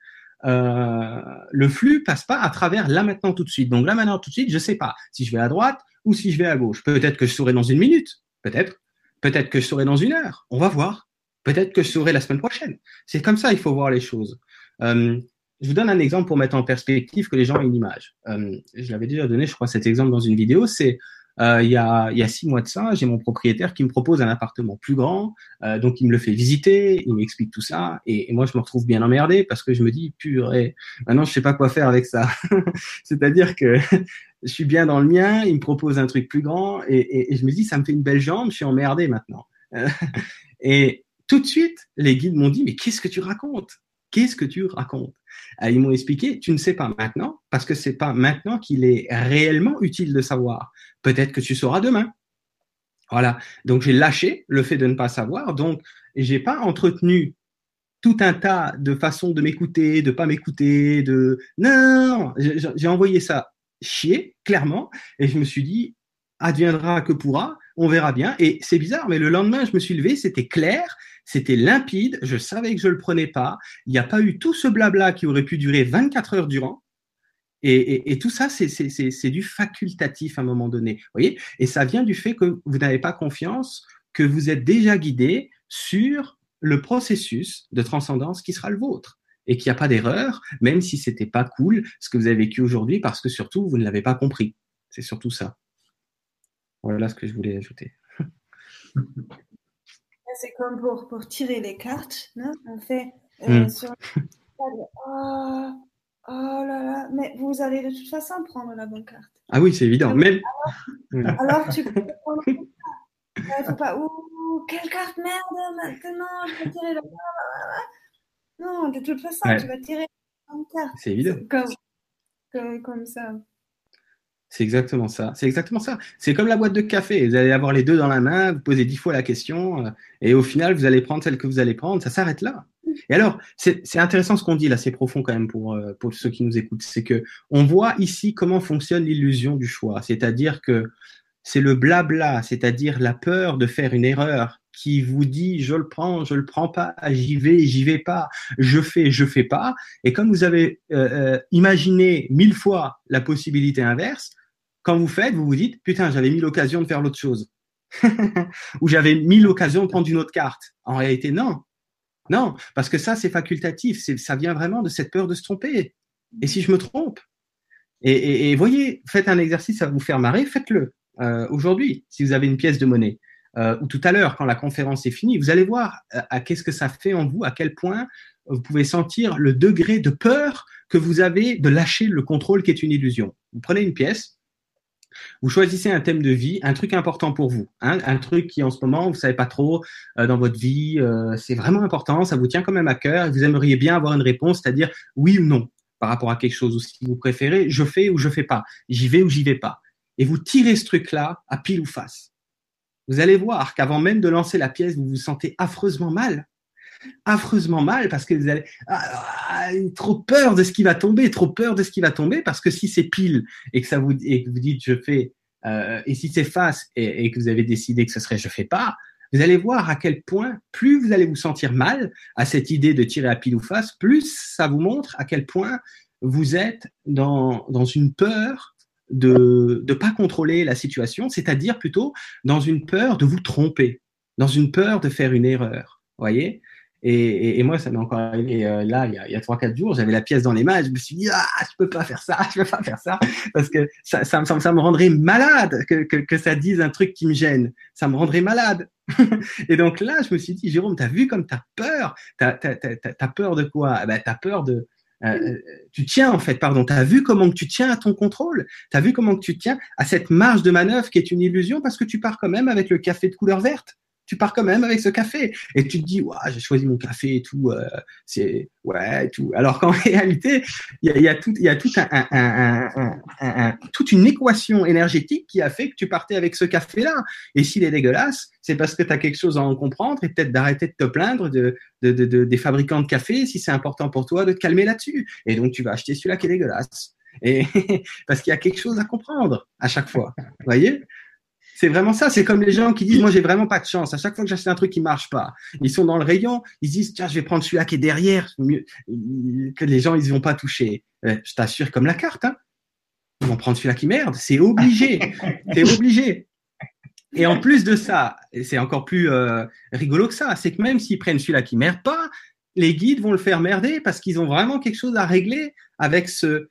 Le flux passe pas à travers là maintenant tout de suite. Donc là maintenant tout de suite, je sais pas si je vais à droite ou si je vais à gauche. Peut-être que je saurai dans une minute, peut-être que je saurai dans une heure. On va voir. Peut-être que je saurai la semaine prochaine. C'est comme ça, il faut voir les choses. Je vous donne un exemple pour mettre en perspective que les gens aient une image. Je l'avais déjà donné, je crois, cet exemple dans une vidéo. C'est il y a 6 mois de ça, j'ai mon propriétaire qui me propose un appartement plus grand, donc il me le fait visiter, il m'explique tout ça, et moi je me retrouve bien emmerdé parce que je me dis purée, maintenant je sais pas quoi faire avec ça. C'est-à-dire que je suis bien dans le mien, il me propose un truc plus grand, et je me dis ça me fait une belle jambe, je suis emmerdé maintenant. Et tout de suite, les guides m'ont dit mais qu'est-ce que tu racontes? Qu'est-ce que tu racontes? Ils m'ont expliqué, tu ne sais pas maintenant, parce que c'est pas maintenant qu'il est réellement utile de savoir. Peut-être que tu sauras demain. Voilà. Donc, j'ai lâché le fait de ne pas savoir. Donc, j'ai pas entretenu tout un tas de façons de m'écouter, de pas m'écouter, non. J'ai envoyé ça chier, clairement. Et je me suis dit, adviendra que pourra, on verra bien. Et c'est bizarre, mais le lendemain, je me suis levé, c'était clair, c'était limpide, je savais que je le prenais pas. Il n'y a pas eu tout ce blabla qui aurait pu durer 24 heures durant. Et tout ça, c'est du facultatif à un moment donné. Vous voyez? Et ça vient du fait que vous n'avez pas confiance, que vous êtes déjà guidé sur le processus de transcendance qui sera le vôtre. Et qu'il n'y a pas d'erreur, même si c'était pas cool ce que vous avez vécu aujourd'hui, parce que surtout, vous ne l'avez pas compris. C'est surtout ça. Voilà ce que je voulais ajouter. C'est comme pour tirer les cartes, non? On fait sur oh là là, mais vous allez de toute façon prendre la bonne carte. Ah oui, c'est évident. Même... alors tu peux prendre la bonne carte. Il ne faut pas, quelle carte merde maintenant, je vais tirer la bonne carte. Non, de toute façon, tu vas tirer la bonne carte. C'est évident. Comme ça. C'est exactement ça. C'est exactement ça. C'est comme la boîte de café. Vous allez avoir les deux dans la main, vous posez 10 fois la question, et au final, vous allez prendre celle que vous allez prendre. Ça s'arrête là. Et alors, c'est intéressant ce qu'on dit là, c'est profond quand même pour ceux qui nous écoutent. C'est que on voit ici comment fonctionne l'illusion du choix. C'est-à-dire que c'est le blabla, c'est-à-dire la peur de faire une erreur qui vous dit je le prends pas, j'y vais pas, je fais pas. Et comme vous avez imaginé 1000 fois la possibilité inverse, quand vous faites, vous vous dites putain, j'avais mis l'occasion de faire l'autre chose. Ou j'avais mis l'occasion de prendre une autre carte. En réalité, non. Non, parce que ça, c'est facultatif. Ça vient vraiment de cette peur de se tromper. Et si je me trompe? Et voyez, faites un exercice, ça va vous faire marrer, faites-le. Aujourd'hui, si vous avez une pièce de monnaie, ou tout à l'heure, quand la conférence est finie, vous allez voir à qu'est-ce que ça fait en vous, à quel point vous pouvez sentir le degré de peur que vous avez de lâcher le contrôle qui est une illusion. Vous prenez une pièce, Vous choisissez un thème de vie, un truc important pour vous, hein, un truc qui en ce moment vous savez pas trop dans votre vie, c'est vraiment important, ça vous tient quand même à cœur, et vous aimeriez bien avoir une réponse, c'est-à-dire oui ou non par rapport à quelque chose, ou si vous préférez, je fais ou je fais pas, j'y vais ou j'y vais pas. Et vous tirez ce truc-là à pile ou face. Vous allez voir qu'avant même de lancer la pièce, vous vous sentez affreusement mal parce que vous avez trop peur de ce qui va tomber, parce que si c'est pile et que et que vous dites je fais et si c'est face et que vous avez décidé que ce serait je fais pas, vous allez voir à quel point plus vous allez vous sentir mal à cette idée de tirer à pile ou face, plus ça vous montre à quel point vous êtes dans une peur de pas contrôler la situation, c'est-à-dire plutôt dans une peur de vous tromper, dans une peur de faire une erreur, voyez. Et moi, ça m'est encore arrivé là, il y a 3-4 jours, j'avais la pièce dans les mains, et je me suis dit, je peux pas faire ça, parce que ça me rendrait malade que ça dise un truc qui me gêne, ça me rendrait malade. Et donc là, je me suis dit, Jérôme, t'as vu comme t'as peur, t'as peur de quoi? T'as peur de, t'as vu comment tu tiens à ton contrôle, t'as vu comment tu tiens à cette marge de manœuvre qui est une illusion parce que tu pars quand même avec le café de couleur verte. Tu pars quand même avec ce café et tu te dis j'ai choisi mon café et tout c'est ouais tout alors qu'en réalité il y a toute une équation énergétique qui a fait que tu partais avec ce café là et s'il est dégueulasse c'est parce que tu as quelque chose à en comprendre et peut-être d'arrêter de te plaindre des fabricants de café si c'est important pour toi de te calmer là-dessus et donc tu vas acheter celui-là qui est dégueulasse et parce qu'il y a quelque chose à comprendre à chaque fois vous voyez. C'est vraiment ça. C'est comme les gens qui disent, moi, j'ai vraiment pas de chance. À chaque fois que j'achète un truc qui marche pas, ils sont dans le rayon, ils disent, tiens, je vais prendre celui-là qui est derrière, mieux que les gens, ils vont pas toucher. Je t'assure, comme la carte, hein. Ils vont prendre celui-là qui merde. C'est obligé. C'est obligé. Et en plus de ça, et c'est encore plus rigolo que ça, c'est que même s'ils prennent celui-là qui merde pas, les guides vont le faire merder parce qu'ils ont vraiment quelque chose à régler avec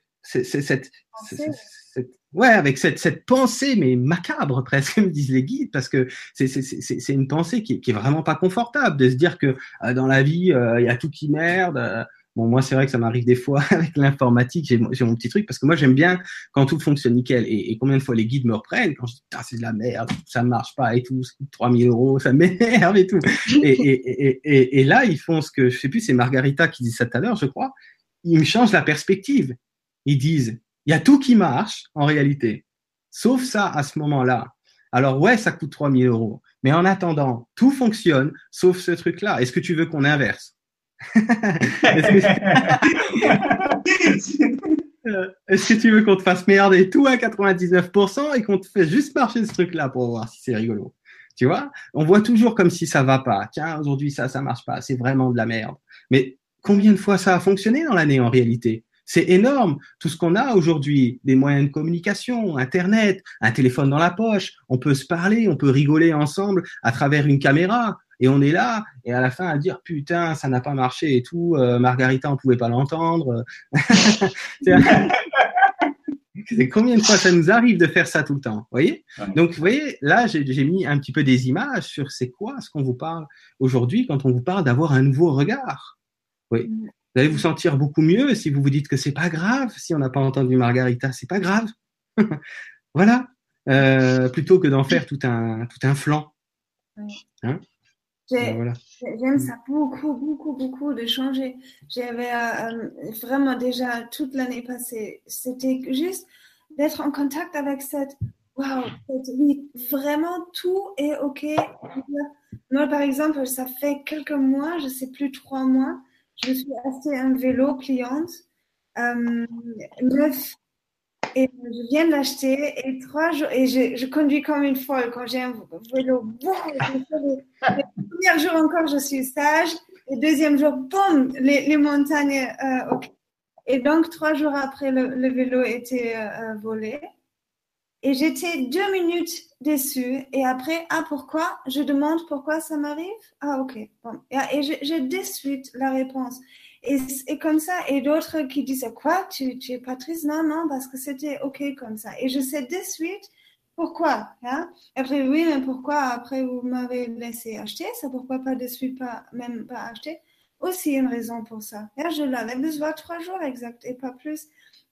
avec cette pensée, mais macabre presque, me disent les guides, parce que c'est une pensée qui est vraiment pas confortable de se dire que dans la vie, il y a tout qui merde. Bon, moi, c'est vrai que ça m'arrive des fois avec l'informatique, j'ai mon petit truc, parce que moi, j'aime bien quand tout fonctionne nickel. Et combien de fois les guides me reprennent quand je dis, c'est de la merde, ça ne marche pas et tout, ça coûte 3000 €, ça m'énerve et tout. Et là, ils font ce que, je sais plus, c'est Margarita qui dit ça tout à l'heure, je crois. Ils me changent la perspective. Ils disent, il y a tout qui marche en réalité, sauf ça à ce moment-là. Alors ouais, ça coûte 3000 €, mais en attendant, tout fonctionne, sauf ce truc-là. Est-ce que tu veux qu'on inverse? Est-ce que tu veux qu'on te fasse merder tout à 99% et qu'on te fasse juste marcher ce truc-là pour voir si c'est rigolo? Tu vois? On voit toujours comme si ça va pas. Tiens, aujourd'hui, ça marche pas. C'est vraiment de la merde. Mais combien de fois ça a fonctionné dans l'année en réalité? C'est énorme. Tout ce qu'on a aujourd'hui, des moyens de communication, Internet, un téléphone dans la poche, on peut se parler, on peut rigoler ensemble à travers une caméra. Et on est là, et à la fin à dire putain, ça n'a pas marché et tout. Margarita, on pouvait pas l'entendre. C'est combien de fois ça nous arrive de faire ça tout le temps, vous voyez? Donc, vous voyez, là, j'ai mis un petit peu des images sur c'est quoi ce qu'on vous parle aujourd'hui quand on vous parle d'avoir un nouveau regard. Oui. Vous allez vous sentir beaucoup mieux si vous vous dites que c'est pas grave si on n'a pas entendu Margarita, c'est pas grave. Voilà. Plutôt que d'en faire tout un flanc. Hein? Voilà. J'aime ça beaucoup de changer. J'avais vraiment déjà toute l'année passée, c'était juste d'être en contact avec oui, vraiment tout est ok. Moi, par exemple, ça fait quelques mois, je sais plus, 3 mois, je me suis acheté un vélo pliante neuf. Et je viens de l'acheter et 3 jours, et je conduis comme une folle quand j'ai un vélo. Boum, le premier jour encore, je suis sage. Le deuxième jour, boum, les montagnes. Okay. Et donc, 3 jours après, le vélo était volé. Et j'étais 2 minutes déçue. Et après, pourquoi? Je demande pourquoi ça m'arrive. Ok. Bon. Et j'ai de suite la réponse. Et comme ça, et d'autres qui disent quoi, tu es pas triste? Non, parce que c'était ok comme ça. Et je sais de suite pourquoi. Hein? Après, oui, mais pourquoi après vous m'avez laissé acheter ça? Pourquoi pas de suite, même pas acheter? Aussi une raison pour ça. Je l'avais besoin 3 jours exact et pas plus.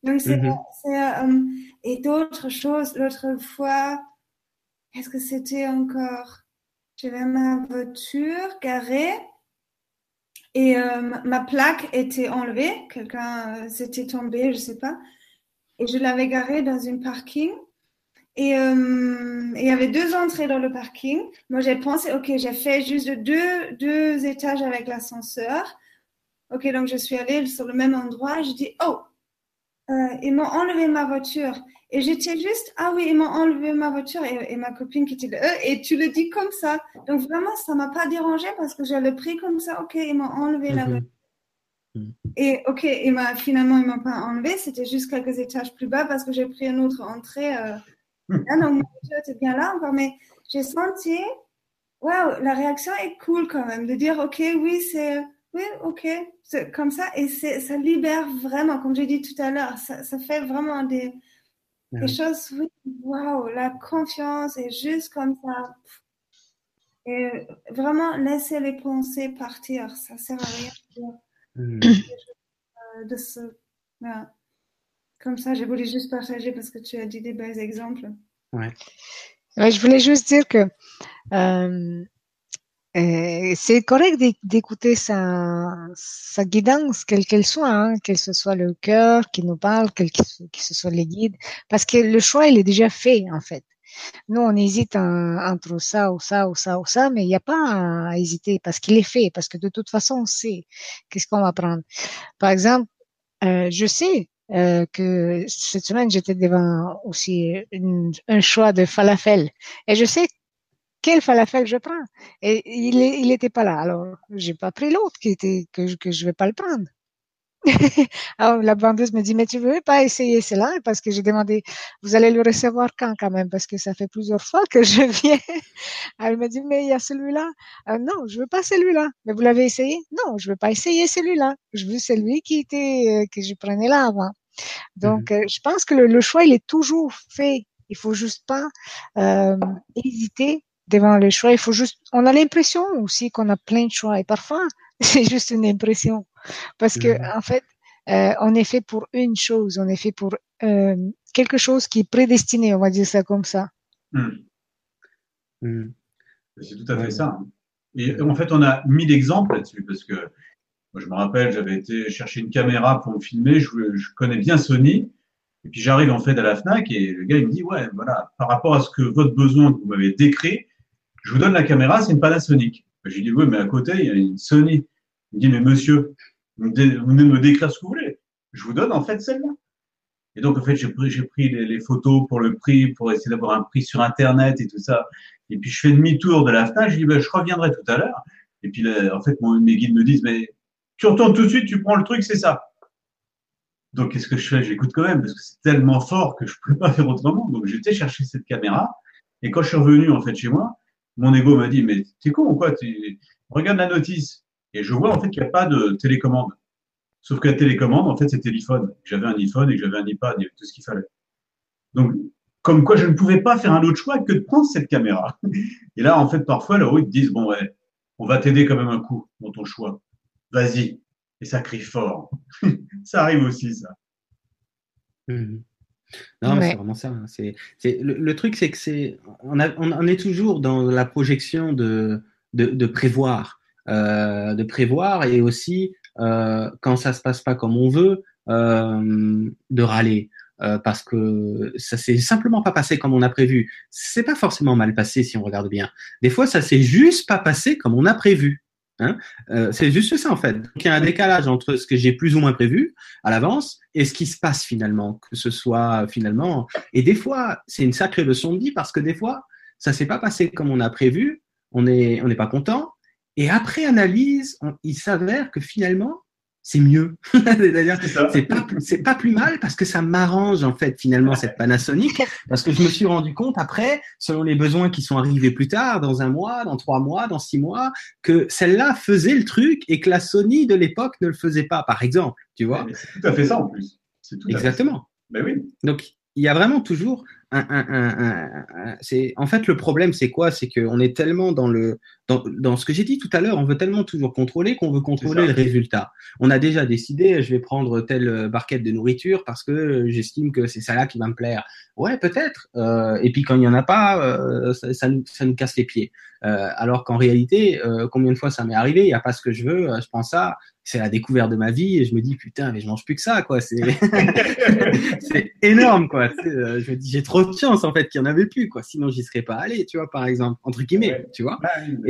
Donc, et d'autres choses, l'autre fois, qu'est-ce que c'était encore? J'avais ma voiture garée et ma plaque était enlevée. Quelqu'un s'était tombé, je sais pas. Et je l'avais garée dans une parking. Et il y avait 2 entrées dans le parking. Moi, j'ai pensé, OK, j'ai fait juste deux étages avec l'ascenseur. OK, donc je suis allée sur le même endroit. Je dis, oh, ils m'ont enlevé ma voiture. Et j'étais juste, ah oui, ils m'ont enlevé ma voiture. Et ma copine qui était là, et tu le dis comme ça. Donc vraiment, ça m'a pas dérangé parce que je l'ai pris comme ça. OK, ils m'ont enlevé la voiture. Et OK, finalement, ils m'ont pas enlevé. C'était juste quelques étages plus bas parce que j'ai pris une autre entrée. Donc, ma voiture était bien là encore. Mais j'ai senti, waouh, la réaction est cool quand même. De dire, OK, oui, OK, c'est comme ça. Et ça libère vraiment, comme j'ai dit tout à l'heure, ça fait vraiment des choses, oui, waouh, la confiance est juste comme ça. Et vraiment, laisser les pensées partir, ça sert à rien de se... Voilà. Comme ça, j'ai voulu juste partager parce que tu as dit des bons exemples. Ouais, je voulais juste dire que c'est correct d'écouter sa guidance, quelle qu'elle soit, hein, que ce soit le cœur qui nous parle, que ce soit les guides, parce que le choix, il est déjà fait, en fait. Nous, on hésite entre ça ou ça ou ça ou ça, mais il n'y a pas à hésiter parce qu'il est fait, parce que de toute façon, on sait qu'est-ce qu'on va prendre. Par exemple, je sais que cette semaine, j'étais devant aussi un choix de falafel. Et je sais quel falafel je prends. Et il était pas là. Alors, j'ai pas pris l'autre que je vais pas le prendre. Alors, la vendeuse me dit, mais tu veux pas essayer cela? Parce que j'ai demandé, vous allez le recevoir quand même? Parce que ça fait plusieurs fois que je viens. Elle me dit, mais il y a celui-là. Non, je veux pas celui-là. Mais vous l'avez essayé? Non, je veux pas essayer celui-là. Je veux celui que je prenais là avant. Donc, je pense que le choix, il est toujours fait. Il faut juste pas hésiter devant le choix. On a l'impression aussi qu'on a plein de choix. Et parfois, c'est juste une impression. Parce que, en fait, on est fait pour une chose. On est fait pour quelque chose qui est prédestiné. On va dire ça comme ça. C'est tout à fait ça. Et en fait, on a mis l'exemple là-dessus parce que moi, je me rappelle, j'avais été chercher une caméra pour me filmer. Je connais bien Sony. Et puis j'arrive en fait à la Fnac et le gars il me dit ouais voilà par rapport à ce que votre besoin que vous m'avez décrit, je vous donne la caméra, c'est une Panasonic. J'ai dit oui mais à côté il y a une Sony. Il me dit mais monsieur vous venez de me décrire ce que vous voulez. Je vous donne en fait celle-là. Et donc en fait j'ai pris les photos pour le prix pour essayer d'avoir un prix sur internet et tout ça. Et puis je fais demi-tour de la Fnac, je dis ben, je reviendrai tout à l'heure. Et puis là, en fait mes guides me disent mais tu retournes tout de suite, tu prends le truc, c'est ça. Donc, qu'est-ce que je fais? J'écoute quand même, parce que c'est tellement fort que je ne pouvais pas faire autrement. Donc, j'étais chercher cette caméra. Et quand je suis revenu, en fait, chez moi, mon ego m'a dit, mais t'es con ou quoi? Regarde la notice. Et je vois, en fait, qu'il n'y a pas de télécommande. Sauf que la télécommande, en fait, c'est téléphone. J'avais un iPhone et j'avais un iPad, il y avait tout ce qu'il fallait. Donc, comme quoi, je ne pouvais pas faire un autre choix que de prendre cette caméra. Et là, en fait, parfois, là-haut, ils te disent, bon, ouais, on va t'aider quand même un coup dans ton choix. Vas-y. Et ça crie fort. Ça arrive aussi, ça. Non, c'est vraiment ça. Le truc, c'est que on est toujours dans la projection de prévoir, et aussi quand ça se passe pas comme on veut, de râler. Parce que ça s'est simplement pas passé comme on a prévu. C'est pas forcément mal passé si on regarde bien. Des fois, ça s'est juste pas passé comme on a prévu. C'est juste ça en fait. Donc, il y a un décalage entre ce que j'ai plus ou moins prévu à l'avance et ce qui se passe finalement, que ce soit finalement. Et des fois, c'est une sacrée leçon de vie parce que des fois, ça s'est pas passé comme on a prévu, on n'est pas content. Et après analyse, il s'avère que finalement, c'est mieux. C'est-à-dire, c'est pas plus mal parce que ça m'arrange en fait finalement cette Panasonic parce que je me suis rendu compte après, selon les besoins qui sont arrivés plus tard, dans 1 mois, dans 3 mois, dans 6 mois, que celle-là faisait le truc et que la Sony de l'époque ne le faisait pas, par exemple. Tu vois? C'est tout à fait ça en plus. Exactement. Ben oui. Donc il y a vraiment toujours c'est en fait le problème, c'est quoi? C'est qu'on est tellement dans ce que j'ai dit tout à l'heure, on veut tellement toujours contrôler qu'on veut contrôler le résultat. On a déjà décidé, je vais prendre telle barquette de nourriture parce que j'estime que c'est ça là qui va me plaire. Ouais, peut-être. Et puis quand il y en a pas, ça nous casse les pieds. Alors qu'en réalité, combien de fois ça m'est arrivé? Il y a pas ce que je veux, je prends ça. C'est la découverte de ma vie et je me dis putain mais je mange plus que ça quoi, c'est c'est énorme quoi. Je me dis j'ai trop de chance en fait qu'il y en avait plus quoi, sinon j'y serais pas allé, tu vois, par exemple, entre guillemets, tu vois.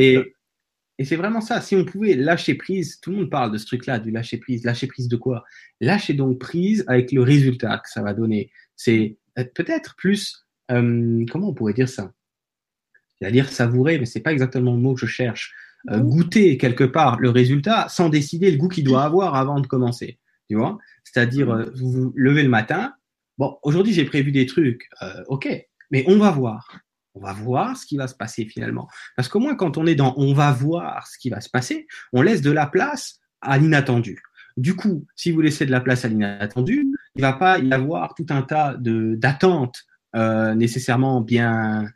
Et c'est vraiment ça, si on pouvait lâcher prise, tout le monde parle de ce truc là, du lâcher prise de quoi? Lâcher donc prise avec le résultat que ça va donner. C'est peut-être plus comment on pourrait dire ça? C'est-à-dire savourer, mais c'est pas exactement le mot que je cherche. Goûter quelque part le résultat sans décider le goût qu'il doit avoir avant de commencer. Tu vois? C'est-à-dire, vous vous levez le matin. Bon, aujourd'hui, j'ai prévu des trucs. OK, mais on va voir. On va voir ce qui va se passer finalement. Parce qu'au moins, quand on est dans on va voir ce qui va se passer, on laisse de la place à l'inattendu. Du coup, si vous laissez de la place à l'inattendu, il va pas y avoir tout un tas d'attentes nécessairement bien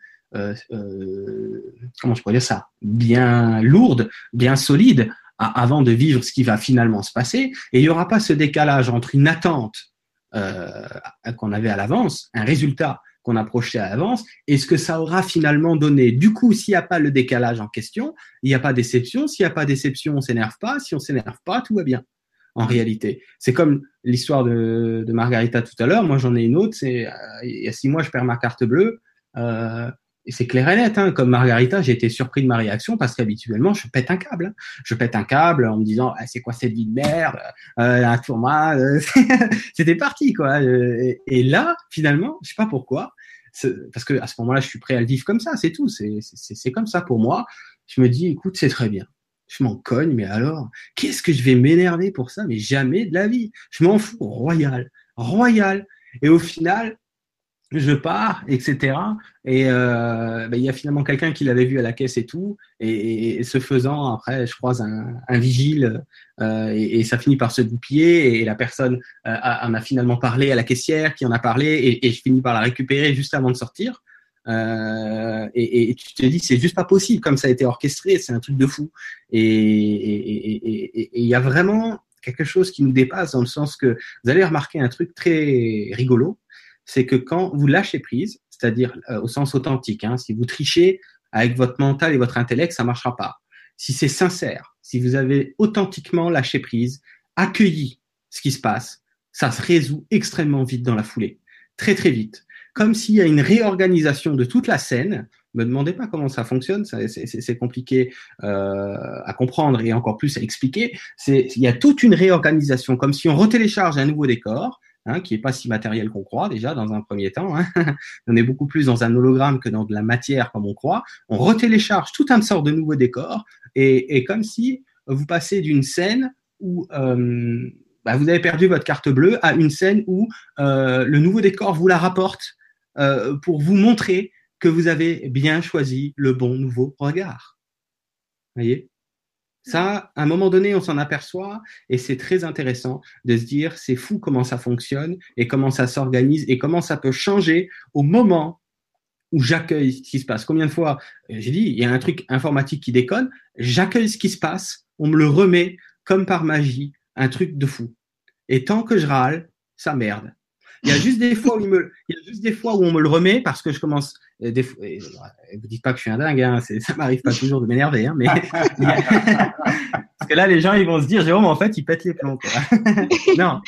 comment je pourrais dire ça, bien lourde, bien solide, avant de vivre ce qui va finalement se passer. Et il n'y aura pas ce décalage entre une attente qu'on avait à l'avance, un résultat qu'on a projeté à l'avance, et ce que ça aura finalement donné. Du coup, s'il n'y a pas le décalage en question, il n'y a pas de déception. S'il n'y a pas de déception, on ne s'énerve pas. Si on ne s'énerve pas, tout va bien. En réalité, c'est comme l'histoire de Margarita tout à l'heure. Moi, j'en ai une autre. C'est il y a 6 mois, je perds ma carte bleue. Et c'est clair et net, hein. Comme Margarita, j'ai été surpris de ma réaction parce qu'habituellement, je pète un câble. Hein. Je pète un câble en me disant ah, c'est quoi cette vie de merde, un tournoi, c'était parti quoi. Et là, finalement, je sais pas pourquoi, parce que à ce moment-là, je suis prêt à le vivre comme ça, c'est tout. C'est comme ça pour moi. Je me dis écoute, c'est très bien. Je m'en cogne, mais alors, qu'est-ce que je vais m'énerver pour ça? Mais jamais de la vie. Je m'en fous, royal. Et au final, je pars, etc. Et il y a finalement quelqu'un qui l'avait vu à la caisse et tout. Et ce faisant, après, je croise un vigile et ça finit par se goupiller. Et la personne en a finalement parlé à la caissière, qui en a parlé, et je finis par la récupérer juste avant de sortir. Et tu te dis, c'est juste pas possible comme ça a été orchestré. C'est un truc de fou. Et il y a vraiment quelque chose qui nous dépasse dans le sens que vous allez remarquer un truc très rigolo. C'est que quand vous lâchez prise, c'est-à-dire au sens authentique, hein, si vous trichez avec votre mental et votre intellect, ça marchera pas. Si c'est sincère, si vous avez authentiquement lâché prise, accueilli ce qui se passe, ça se résout extrêmement vite dans la foulée, très très vite. Comme s'il y a une réorganisation de toute la scène. Me demandez pas comment ça fonctionne, c'est compliqué à comprendre et encore plus à expliquer. Il y a toute une réorganisation, comme si on retélécharge un nouveau décor. Hein, qui est pas si matériel qu'on croit déjà dans un premier temps. Hein. On est beaucoup plus dans un hologramme que dans de la matière comme on croit. On retélécharge tout un sort de nouveaux décors et comme si vous passez d'une scène où vous avez perdu votre carte bleue à une scène où le nouveau décor vous la rapporte pour vous montrer que vous avez bien choisi le bon nouveau regard. Vous voyez ? Ça, à un moment donné, on s'en aperçoit et c'est très intéressant de se dire c'est fou comment ça fonctionne et comment ça s'organise et comment ça peut changer au moment où j'accueille ce qui se passe. Combien de fois, j'ai dit, il y a un truc informatique qui déconne, j'accueille ce qui se passe, on me le remet comme par magie, un truc de fou. Et tant que je râle, ça merde. Il y a juste des fois où on me le remet parce que je commence. Vous dites pas que je suis un dingue, hein, ça m'arrive pas toujours de m'énerver, hein, mais parce que là les gens ils vont se dire Jérôme en fait il pète les plombs. Quoi. Non.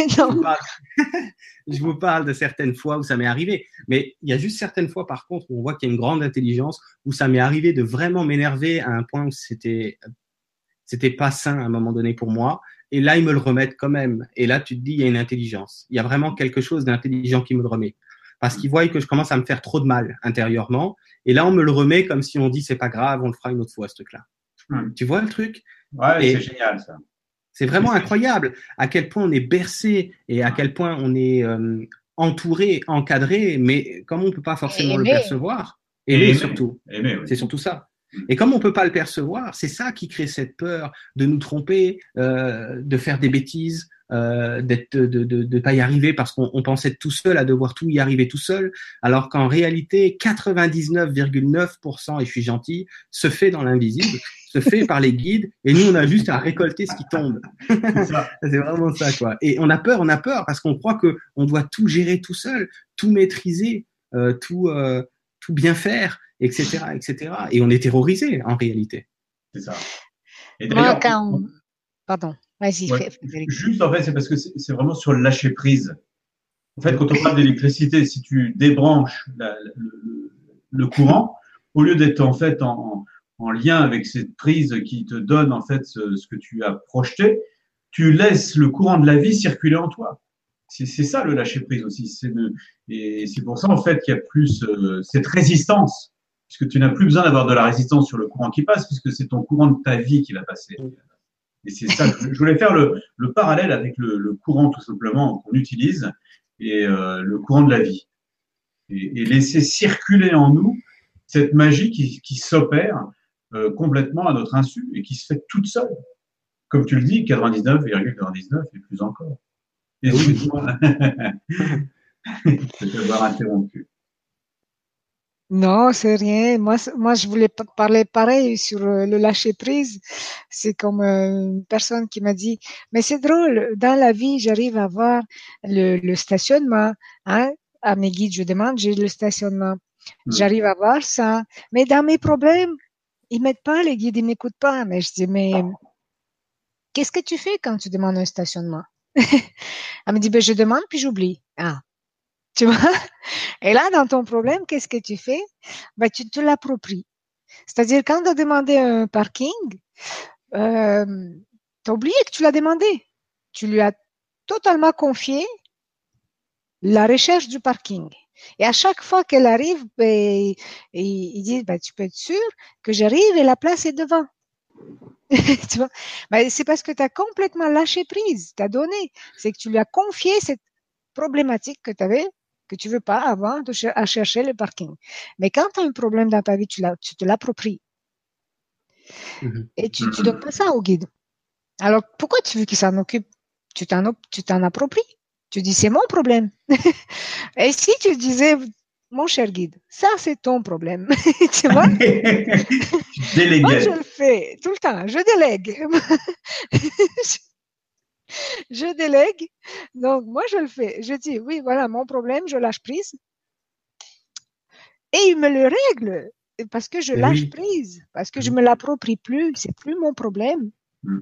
Je vous parle de certaines fois où ça m'est arrivé, mais il y a juste certaines fois par contre où on voit qu'il y a une grande intelligence où ça m'est arrivé de vraiment m'énerver à un point où c'était pas sain à un moment donné pour moi. Et là, ils me le remettent quand même. Et là, tu te dis, il y a une intelligence. Il y a vraiment quelque chose d'intelligent qui me le remet. Parce qu'ils voient que je commence à me faire trop de mal intérieurement. Et là, on me le remet comme si on dit, c'est pas grave, on le fera une autre fois, ce truc-là. Tu vois le truc? Ouais, c'est génial, ça. C'est vraiment incroyable à quel point on est bercé et à quel point on est entouré, encadré, mais comme on peut pas forcément le percevoir. Aimé surtout. Oui. C'est surtout ça. Et comme on peut pas le percevoir, c'est ça qui crée cette peur de nous tromper, de faire des bêtises, de pas y arriver parce qu'on pensait être tout seul à devoir tout y arriver tout seul, alors qu'en réalité 99,9%, et je suis gentil, se fait dans l'invisible, se fait par les guides, et nous on a juste à récolter ce qui tombe. C'est vraiment ça, quoi. Et on a peur parce qu'on croit que on doit tout gérer tout seul, tout maîtriser, tout bien faire, etc., etc. Et on est terrorisé en réalité. C'est ça. Et Moi, d'ailleurs, pardon, vas-y, ouais, Frédéric. juste en fait, c'est parce que c'est vraiment sur le lâcher prise. En fait, quand on parle d'électricité, si tu débranches le courant, au lieu d'être en fait en lien avec cette prise qui te donne en fait ce que tu as projeté, tu laisses le courant de la vie circuler en toi. C'est ça le lâcher prise aussi. Et c'est pour ça en fait qu'il y a plus cette résistance, puisque tu n'as plus besoin d'avoir de la résistance sur le courant qui passe, puisque c'est ton courant de ta vie qui va passer. Et c'est ça. Je voulais faire le parallèle avec le courant tout simplement qu'on utilise et le courant de la vie. Et laisser circuler en nous cette magie qui s'opère complètement à notre insu et qui se fait toute seule. Comme tu le dis, 99,99 et plus encore. Excuse-moi de t'avoir interrompu. Non, c'est rien. Moi, je voulais parler pareil sur le lâcher prise. C'est comme une personne qui m'a dit, mais c'est drôle, dans la vie, j'arrive à voir le stationnement, hein. À mes guides, je demande, j'ai le stationnement. J'arrive à voir ça. Mais dans mes problèmes, ils m'aident pas, les guides, ils m'écoutent pas. Mais je dis, mais qu'est-ce que tu fais quand tu demandes un stationnement? Elle me dit, ben, je demande puis j'oublie. Ah, tu vois? Et là, dans ton problème, qu'est-ce que tu fais? Ben, tu te l'appropries. C'est-à-dire, quand tu as demandé un parking, tu as oublié que tu l'as demandé. Tu lui as totalement confié la recherche du parking. Et à chaque fois qu'elle arrive, ben, il dit, ben, tu peux être sûr que j'arrive et la place est devant. Tu vois? Ben, c'est parce que tu as complètement lâché prise, tu as donné. C'est que tu lui as confié cette problématique que tu avais, que tu veux pas avoir à chercher le parking. Mais quand tu as un problème dans ta vie, tu te l'appropries. Et tu donnes pas ça au guide. Alors, pourquoi tu veux qu'il s'en occupe? Tu t'en appropries. Tu dis, c'est mon problème. Et si tu disais, mon cher guide, ça, c'est ton problème. Tu vois? Tu déléguais. Moi, je le fais tout le temps. Je délègue. Je délègue. Donc, moi, je le fais. Je dis, oui, voilà, mon problème, je lâche prise. Et il me le règle parce que je lâche prise, parce que je me l'approprie plus. C'est plus mon problème.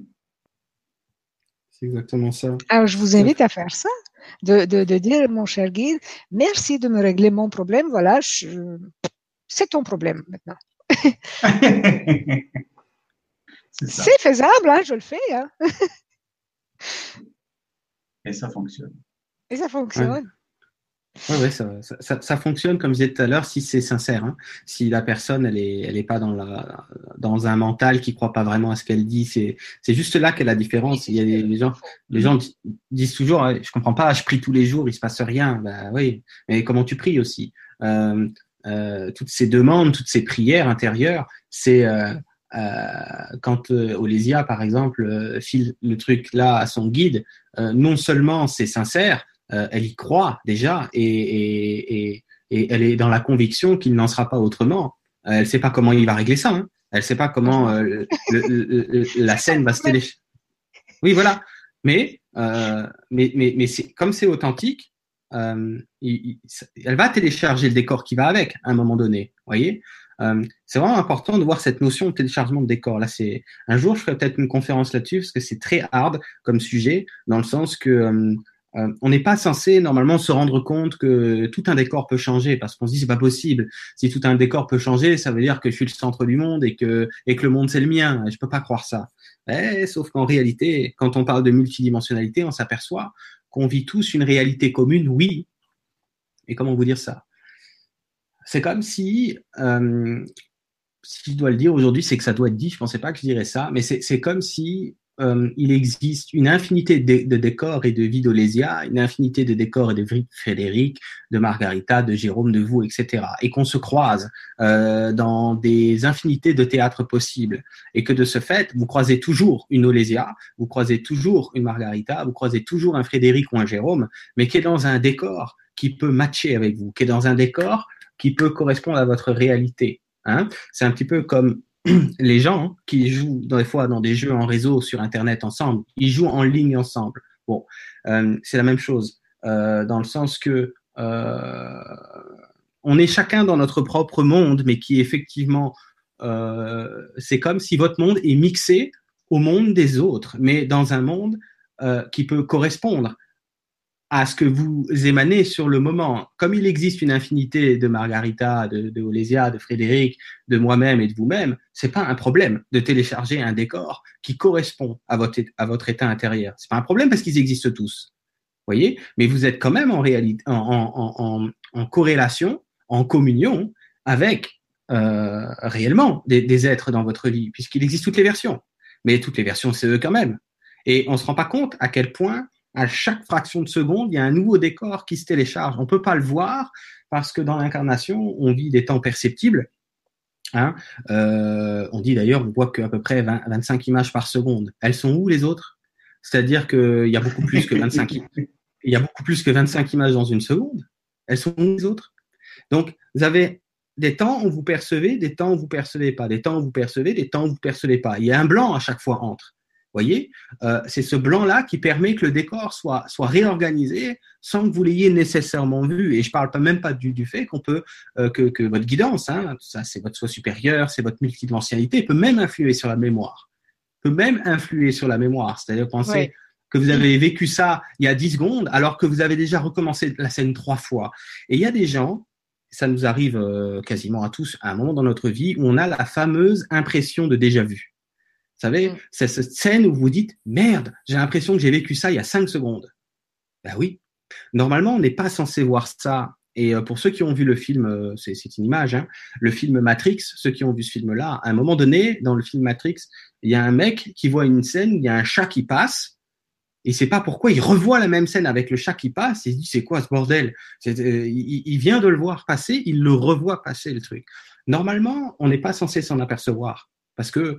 C'est exactement ça. Alors, je vous invite à faire ça, de dire, mon cher guide, merci de me régler mon problème. Voilà, c'est ton problème maintenant. C'est faisable, hein, je le fais. Hein. Et ça fonctionne. Et ça fonctionne. Ouais, ça fonctionne, comme je disais tout à l'heure, si c'est sincère. Hein. Si la personne, elle est pas dans un mental qui croit pas vraiment à ce qu'elle dit, c'est juste là qu'est la différence. Il y a les gens disent toujours, je comprends pas, je prie tous les jours, il se passe rien. Ben oui, mais comment tu pries aussi? Toutes ces demandes, toutes ces prières intérieures, c'est quand Olésia, par exemple, file le truc là à son guide, non seulement c'est sincère, elle y croit déjà et elle est dans la conviction qu'il n'en sera pas autrement. Elle sait pas comment il va régler ça. Hein. Elle sait pas comment la scène va se télécharger. Oui, voilà. Mais comme c'est authentique, elle va télécharger le décor qui va avec à un moment donné. Voyez. C'est vraiment important de voir cette notion de téléchargement de décor. Là, c'est un jour, je ferai peut-être une conférence là-dessus parce que c'est très hard comme sujet, dans le sens que on n'est pas censé normalement se rendre compte que tout un décor peut changer, parce qu'on se dit c'est pas possible. Si tout un décor peut changer, ça veut dire que je suis le centre du monde et que le monde c'est le mien. Je peux pas croire ça. Sauf qu'en réalité, quand on parle de multidimensionnalité, on s'aperçoit qu'on vit tous une réalité commune, oui. Et comment vous dire ça? C'est comme si je dois le dire aujourd'hui, c'est que ça doit être dit. Je pensais pas que je dirais ça, mais c'est comme si il existe une infinité de décors et de vies d'Olésia, une infinité de décors et de vies de Frédéric, de Margarita, de Jérôme, de vous, etc. Et qu'on se croise dans des infinités de théâtres possibles. Et que de ce fait, vous croisez toujours une Olésia, vous croisez toujours une Margarita, vous croisez toujours un Frédéric ou un Jérôme, mais qui est dans un décor qui peut matcher avec vous, qui est dans un décor qui peut correspondre à votre réalité. Hein. C'est un petit peu comme les gens qui jouent des fois dans des jeux en réseau sur Internet ensemble, ils jouent en ligne ensemble. Bon, c'est la même chose, dans le sens que on est chacun dans notre propre monde, mais qui effectivement, c'est comme si votre monde est mixé au monde des autres, mais dans un monde qui peut correspondre à ce que vous émanez sur le moment. Comme il existe une infinité de Margarita, de Olésia, de Frédéric, de moi-même et de vous-même, c'est pas un problème de télécharger un décor qui correspond à votre état intérieur. C'est pas un problème parce qu'ils existent tous. Voyez? Mais vous êtes quand même en réalité, en corrélation, en communion avec réellement des êtres dans votre vie, puisqu'il existe toutes les versions. Mais toutes les versions, c'est eux quand même. Et on se rend pas compte à quel point à chaque fraction de seconde, il y a un nouveau décor qui se télécharge. On ne peut pas le voir parce que dans l'incarnation, on vit des temps perceptibles. Hein. On dit d'ailleurs, on voit qu'à peu près 25 images par seconde. Elles sont où les autres? C'est-à-dire qu'il y a beaucoup plus que 25 il y a beaucoup plus que 25 images dans une seconde. Elles sont où les autres? Donc, vous avez des temps où vous percevez, des temps où vous percevez pas, des temps où vous percevez, des temps où vous percevez pas. Il y a un blanc à chaque fois entre. Voyez, c'est ce blanc-là qui permet que le décor soit réorganisé sans que vous l'ayez nécessairement vu. Et je parle même pas du fait qu'on peut que votre guidance, hein, ça c'est votre soi supérieur, c'est votre multidimensionnalité, peut même influer sur la mémoire. Peut même influer sur la mémoire. C'est-à-dire penser que vous avez vécu ça il y a 10 secondes alors que vous avez déjà recommencé la scène 3 fois. Et il y a des gens, ça nous arrive quasiment à tous à un moment dans notre vie où on a la fameuse impression de déjà-vu. Vous savez, c'est cette scène où vous dites « Merde, j'ai l'impression que j'ai vécu ça il y a 5 secondes. » Ben oui. Normalement, on n'est pas censé voir ça. Et pour ceux qui ont vu le film, c'est une image, hein, le film Matrix, ceux qui ont vu ce film-là, à un moment donné, dans le film Matrix, il y a un mec qui voit une scène, il y a un chat qui passe, et il sait pas pourquoi, il revoit la même scène avec le chat qui passe, et il se dit « C'est quoi ce bordel ?» Il vient de le voir passer, il le revoit passer le truc. Normalement, on n'est pas censé s'en apercevoir. Parce que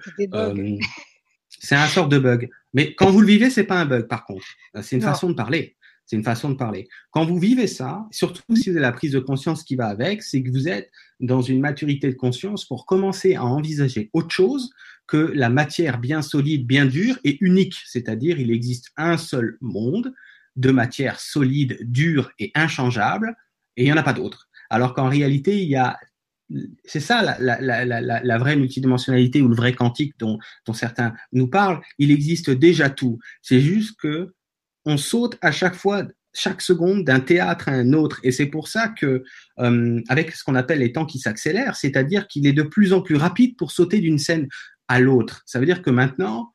c'est un sort de bug. Mais quand vous le vivez, c'est pas un bug, par contre. C'est une façon de parler. C'est une façon de parler. Quand vous vivez ça, surtout si vous avez la prise de conscience qui va avec, c'est que vous êtes dans une maturité de conscience pour commencer à envisager autre chose que la matière bien solide, bien dure et unique. C'est-à-dire, il existe un seul monde de matière solide, dure et inchangeable, et il n'y en a pas d'autre. Alors qu'en réalité, il y a c'est ça la vraie multidimensionnalité ou le vrai quantique dont certains nous parlent. Il existe déjà tout. C'est juste que on saute à chaque fois, chaque seconde d'un théâtre à un autre. Et c'est pour ça que, avec ce qu'on appelle les temps qui s'accélèrent, c'est-à-dire qu'il est de plus en plus rapide pour sauter d'une scène à l'autre. Ça veut dire que maintenant,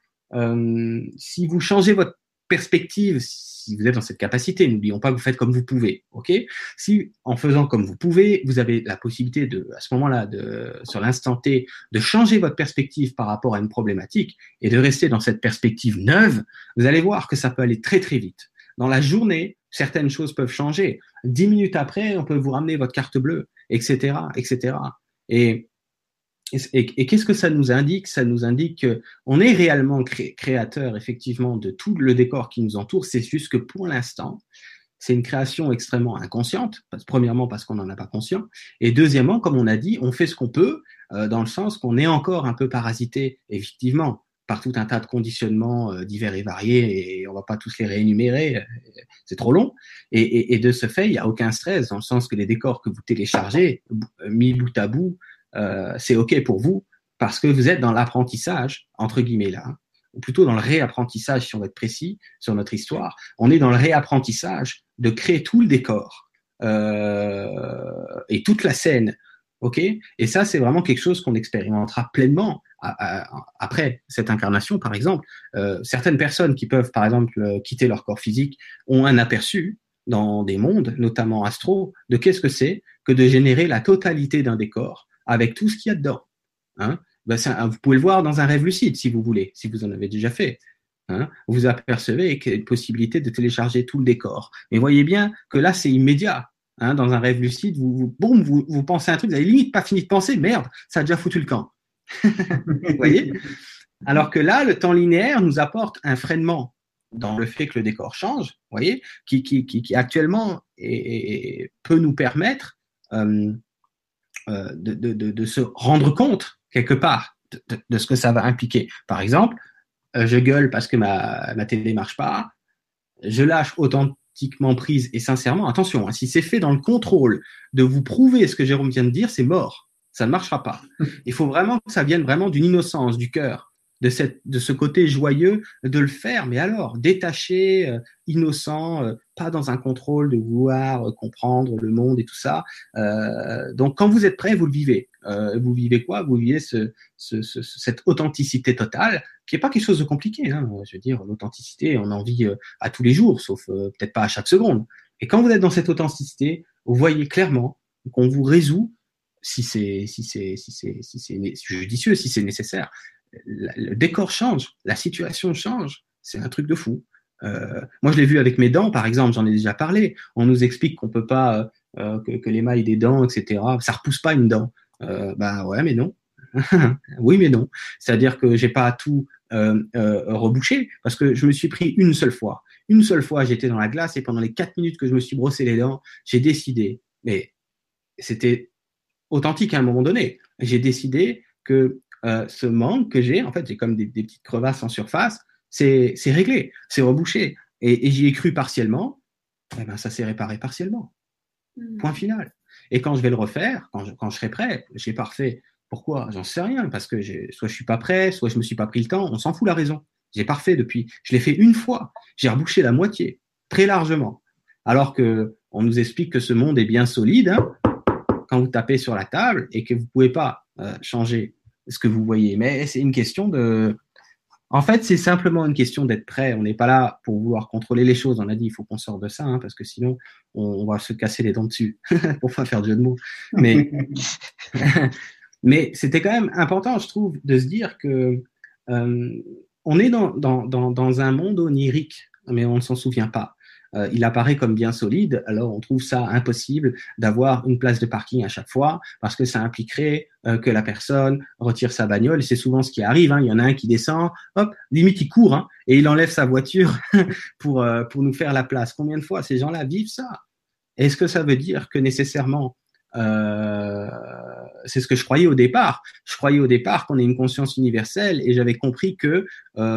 si vous changez votre perspective, si vous êtes dans cette capacité, n'oublions pas que vous faites comme vous pouvez, ok? Si en faisant comme vous pouvez, vous avez la possibilité à ce moment-là, sur l'instant T, de changer votre perspective par rapport à une problématique et de rester dans cette perspective neuve, vous allez voir que ça peut aller très très vite. Dans la journée, certaines choses peuvent changer. 10 minutes après, on peut vous ramener votre carte bleue, etc., etc. Et qu'est-ce que ça nous indique? Ça nous indique qu'on est réellement créateur, effectivement, de tout le décor qui nous entoure. C'est juste que pour l'instant, c'est une création extrêmement inconsciente. Premièrement, parce qu'on n'en a pas conscience. Et deuxièmement, comme on a dit, on fait ce qu'on peut, dans le sens qu'on est encore un peu parasité, effectivement, par tout un tas de conditionnements divers et variés, et on va pas tous les réénumérer, c'est trop long. Et de ce fait, il n'y a aucun stress, dans le sens que les décors que vous téléchargez, mis bout à bout, c'est OK pour vous parce que vous êtes dans l'apprentissage, entre guillemets là, ou plutôt dans le réapprentissage, si on veut être précis, sur notre histoire. On est dans le réapprentissage de créer tout le décor et toute la scène. OK? Et ça, c'est vraiment quelque chose qu'on expérimentera pleinement après cette incarnation, par exemple. Certaines personnes qui peuvent, par exemple, quitter leur corps physique ont un aperçu dans des mondes, notamment astro, de qu'est-ce que c'est que de générer la totalité d'un décor avec tout ce qu'il y a dedans. Hein? Ben vous pouvez le voir dans un rêve lucide, si vous voulez, si vous en avez déjà fait. hein, vous apercevez qu'il y a une possibilité de télécharger tout le décor. Mais voyez bien que là, c'est immédiat. Hein, dans un rêve lucide, vous pensez un truc, vous avez limite pas fini de penser, merde, ça a déjà foutu le camp. Vous voyez? Alors que là, le temps linéaire nous apporte un freinement dans le fait que le décor change, vous voyez, qui actuellement peut nous permettre de se rendre compte quelque part de ce que ça va impliquer. Par exemple, je gueule parce que ma télé marche pas, je lâche authentiquement prise et sincèrement, attention, hein, si c'est fait dans le contrôle de vous prouver ce que Jérôme vient de dire, c'est mort, ça ne marchera pas. Il faut vraiment que ça vienne vraiment d'une innocence, du cœur, de ce côté joyeux de le faire, mais alors détaché, innocent, pas dans un contrôle de vouloir comprendre le monde et tout ça. Donc quand vous êtes prêt, vous le vivez. Vous vivez quoi? Vous vivez cette authenticité totale, qui est pas quelque chose de compliqué. Hein. Je veux dire, l'authenticité, on en vit à tous les jours, sauf peut-être pas à chaque seconde. Et quand vous êtes dans cette authenticité, vous voyez clairement qu'on vous résout, si c'est judicieux, si c'est nécessaire. Le décor change, la situation change, c'est un truc de fou. Moi, je l'ai vu avec mes dents, par exemple, j'en ai déjà parlé. On nous explique qu'on peut pas, que l'émail des dents, etc., ça repousse pas une dent. Bah ouais, mais non. Oui, mais non. C'est-à-dire que j'ai pas tout rebouché parce que je me suis pris une seule fois. Une seule fois, j'étais dans la glace et pendant les 4 minutes que je me suis brossé les dents, j'ai décidé, mais c'était authentique à un moment donné, j'ai décidé que ce manque que j'ai, en fait, j'ai comme des petites crevasses en surface, c'est réglé, c'est rebouché. Et j'y ai cru partiellement, eh ben, ça s'est réparé partiellement. Point final. Et quand je vais le refaire, quand je serai prêt, j'ai pas refait. Pourquoi? J'en sais rien, parce que soit je suis pas prêt, soit je me suis pas pris le temps, on s'en fout la raison. J'ai pas refait depuis. Je l'ai fait une fois, j'ai rebouché la moitié, très largement. Alors que on nous explique que ce monde est bien solide, hein, quand vous tapez sur la table et que vous pouvez pas changer ce que vous voyez. Mais c'est une question de... En fait, c'est simplement une question d'être prêt. On n'est pas là pour vouloir contrôler les choses. On a dit, il faut qu'on sorte de ça, hein, parce que sinon, on va se casser les dents dessus. Pour pas faire de jeu de mots. Mais, mais c'était quand même important, je trouve, de se dire que on est dans un monde onirique, mais on ne s'en souvient pas. Il apparaît comme bien solide, alors on trouve ça impossible d'avoir une place de parking à chaque fois, parce que ça impliquerait que la personne retire sa bagnole, et c'est souvent ce qui arrive, hein. Il y en a un qui descend, hop, limite il court, hein, et il enlève sa voiture pour nous faire la place. Combien de fois ces gens-là vivent ça? Est-ce que ça veut dire que nécessairement c'est ce que je croyais au départ. Je croyais au départ qu'on ait une conscience universelle et j'avais compris que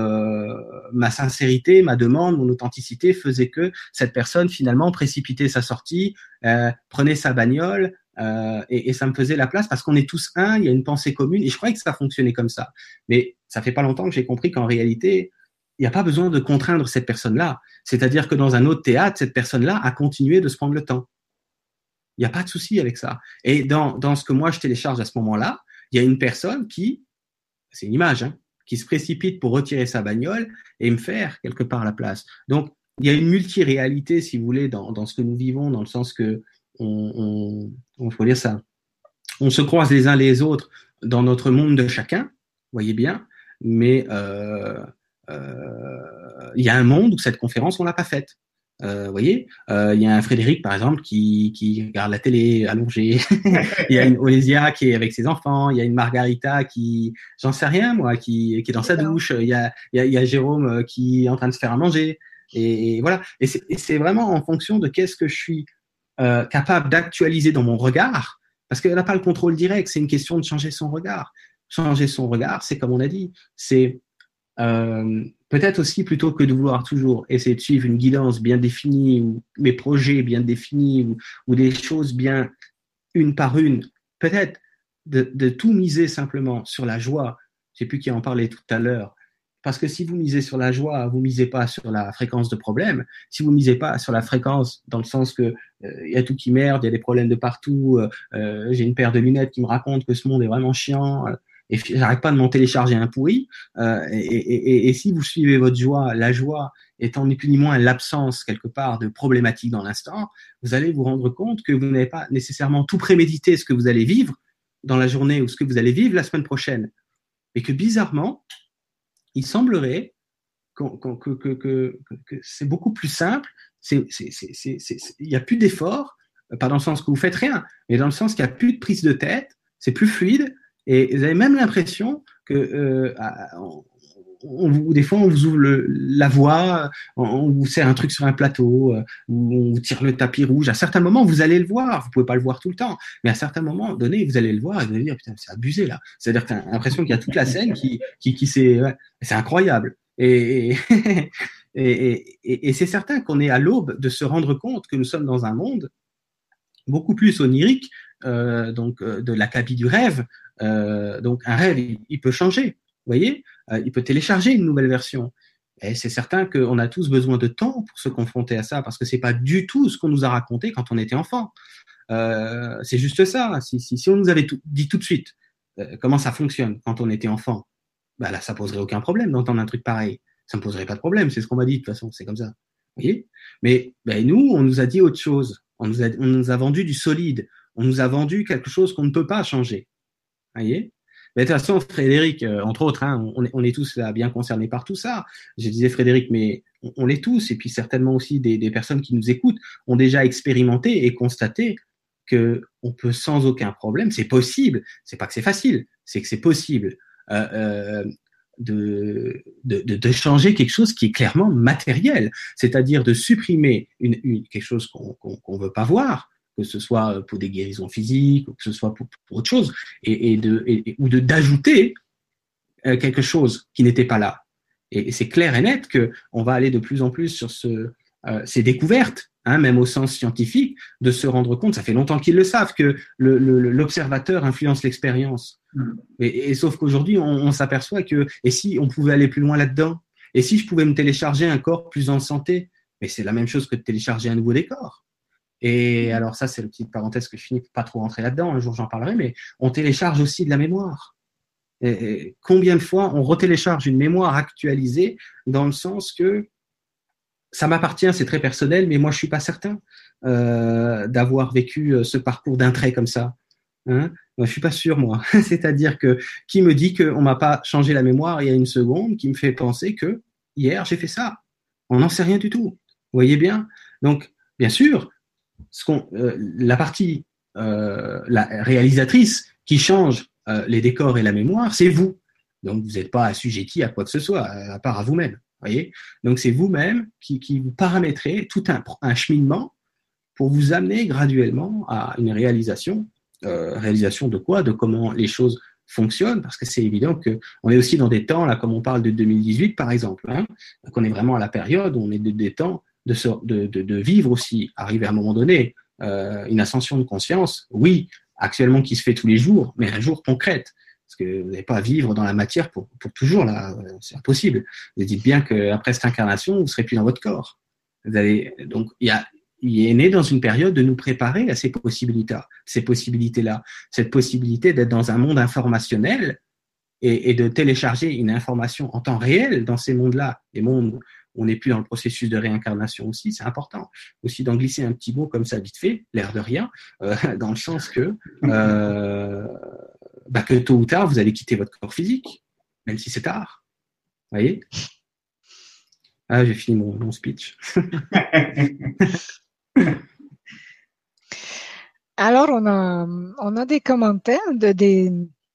ma sincérité, ma demande, mon authenticité faisait que cette personne finalement précipitait sa sortie, prenait sa bagnole et ça me faisait la place parce qu'on est tous un, il y a une pensée commune et je croyais que ça fonctionnait comme ça. Mais ça fait pas longtemps que j'ai compris qu'en réalité, il n'y a pas besoin de contraindre cette personne-là. C'est-à-dire que dans un autre théâtre, cette personne-là a continué de se prendre le temps. Il n'y a pas de souci avec ça. Et dans ce que moi, je télécharge à ce moment-là, il y a une personne qui, c'est une image, hein, qui se précipite pour retirer sa bagnole et me faire quelque part la place. Donc, il y a une multiréalité, si vous voulez, dans ce que nous vivons, dans le sens que on faut dire ça. On se croise les uns les autres dans notre monde de chacun, vous voyez bien, mais il y a un monde où cette conférence, on l'a pas faite. Vous voyez, il y a un Frédéric par exemple qui regarde la télé allongé. Il y a une Olésia qui est avec ses enfants. Il y a une Margarita qui, j'en sais rien moi, qui est dans sa douche. Il y a Jérôme qui est en train de se faire à manger. Et voilà. Et c'est vraiment en fonction de qu'est-ce que je suis capable d'actualiser dans mon regard, parce qu'elle n'a pas le contrôle direct. C'est une question de changer son regard. Changer son regard, c'est comme on a dit, c'est peut-être aussi plutôt que de vouloir toujours essayer de suivre une guidance bien définie ou mes projets bien définis ou des choses bien une par une, peut-être de tout miser simplement sur la joie. Je sais plus qui en parlait tout à l'heure. Parce que si vous misez sur la joie, vous misez pas sur la fréquence de problème. Si vous misez pas sur la fréquence, dans le sens que y a tout qui merde, il y a des problèmes de partout, j'ai une paire de lunettes qui me raconte que ce monde est vraiment chiant. Et j'arrête pas de m'en télécharger un pourri. Et si vous suivez votre joie, la joie étant ni plus ni moins l'absence quelque part de problématiques dans l'instant, vous allez vous rendre compte que vous n'avez pas nécessairement tout prémédité ce que vous allez vivre dans la journée ou ce que vous allez vivre la semaine prochaine. Et que bizarrement, il semblerait c'est beaucoup plus simple. Il n'y a plus d'effort, pas dans le sens que vous faites rien, mais dans le sens qu'il n'y a plus de prise de tête, c'est plus fluide, et vous avez même l'impression que des fois on vous ouvre la voie, on vous sert un truc sur un plateau, ou on vous tire le tapis rouge. À certains moments, vous allez le voir, vous pouvez pas le voir tout le temps, mais à certains moments donnés, vous allez le voir et vous allez dire putain, c'est abusé là. C'est-à-dire que tu as l'impression qu'il y a toute la scène qui c'est incroyable. Et c'est certain qu'on est à l'aube de se rendre compte que nous sommes dans un monde beaucoup plus onirique, de l'acabit du rêve. Donc un rêve, il peut changer. Vous voyez, il peut télécharger une nouvelle version. Et c'est certain qu'on a tous besoin de temps pour se confronter à ça, parce que c'est pas du tout ce qu'on nous a raconté quand on était enfant. C'est juste ça. Si on nous avait dit tout de suite comment ça fonctionne quand on était enfant, bah là, ça poserait aucun problème d'entendre un truc pareil. Ça me poserait pas de problème. C'est ce qu'on m'a dit de toute façon. C'est comme ça. Vous voyez. Mais nous, on nous a dit autre chose. On nous a vendu du solide. On nous a vendu quelque chose qu'on ne peut pas changer. Vous voyez. Mais de toute façon, Frédéric, entre autres, on est tous là bien concernés par tout ça. Je disais Frédéric, mais on l'est tous, et puis certainement aussi des personnes qui nous écoutent ont déjà expérimenté et constaté que on peut sans aucun problème, c'est possible. C'est pas que c'est facile, c'est que c'est possible de changer quelque chose qui est clairement matériel, c'est-à-dire de supprimer quelque chose qu'on veut pas voir, que ce soit pour des guérisons physiques ou que ce soit pour autre chose, ou d'ajouter quelque chose qui n'était pas là. Et c'est clair et net que on va aller de plus en plus sur ces découvertes, même au sens scientifique, de se rendre compte. Ça fait longtemps qu'ils le savent que l'observateur influence l'expérience. Et sauf qu'aujourd'hui, on s'aperçoit que et si on pouvait aller plus loin là-dedans, et si je pouvais me télécharger un corps plus en santé, mais c'est la même chose que de télécharger un nouveau décor. Et alors ça, c'est la petite parenthèse que je finis pour pas trop rentrer là-dedans, un jour j'en parlerai, mais on télécharge aussi de la mémoire. Et combien de fois on retélécharge une mémoire actualisée dans le sens que ça m'appartient, c'est très personnel, mais moi je suis pas certain d'avoir vécu ce parcours d'un trait comme ça. Moi, je suis pas sûr, moi. C'est-à-dire que qui me dit qu'on m'a pas changé la mémoire il y a une seconde, qui me fait penser que hier j'ai fait ça. On n'en sait rien du tout. Vous voyez bien. Donc, bien sûr, la partie la réalisatrice qui change les décors et la mémoire, c'est vous. Donc vous n'êtes pas assujetti à quoi que ce soit, à part à vous-même. Voyez. Donc c'est vous-même qui vous paramétrez tout un cheminement pour vous amener graduellement à une réalisation. Réalisation de quoi? De comment les choses fonctionnent, parce que c'est évident que on est aussi dans des temps là, comme on parle de 2018 par exemple, qu'on est vraiment à la période où on est des temps de vivre aussi, arriver à un moment donné, une ascension de conscience, oui, actuellement qui se fait tous les jours, mais un jour concrète. Parce que vous n'allez pas vivre dans la matière pour toujours, là, c'est impossible. Vous dites bien qu'après cette incarnation, vous ne serez plus dans votre corps. Donc, il est né dans une période de nous préparer à ces possibilités-là. Cette possibilité d'être dans un monde informationnel et de télécharger une information en temps réel dans ces mondes-là, les mondes on n'est plus dans le processus de réincarnation aussi, c'est important. Aussi d'en glisser un petit mot comme ça vite fait, l'air de rien, dans le sens que tôt ou tard, vous allez quitter votre corps physique, même si c'est tard. Vous voyez? Ah, j'ai fini mon speech. Alors, on a des commentaires, des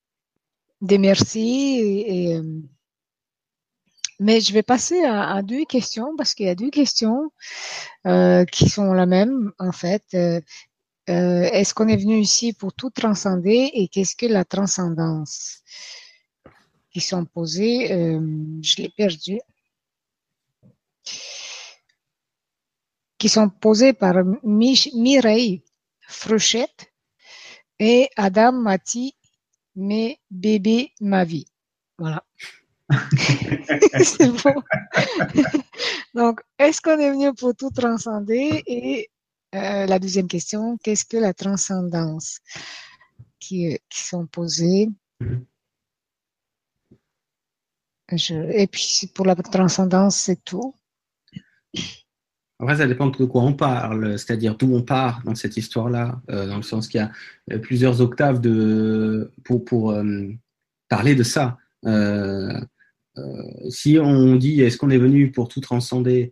merci mais je vais passer à deux questions parce qu'il y a deux questions qui sont la même en fait. Est-ce qu'on est venu ici pour tout transcender et qu'est-ce que la transcendance? Qui sont posées, je l'ai perdu. Qui sont posées par Mireille Fruchette et Adam Mati, mes bébés, ma vie. Voilà. C'est bon. Donc, est-ce qu'on est venu pour tout transcender? Et la deuxième question, qu'est-ce que la transcendance qui sont posées? Et puis, pour la transcendance, c'est tout. Après, ça dépend de quoi on parle, c'est-à-dire d'où on part dans cette histoire-là, dans le sens qu'il y a plusieurs octaves pour parler de ça. si on dit est-ce qu'on est venu pour tout transcender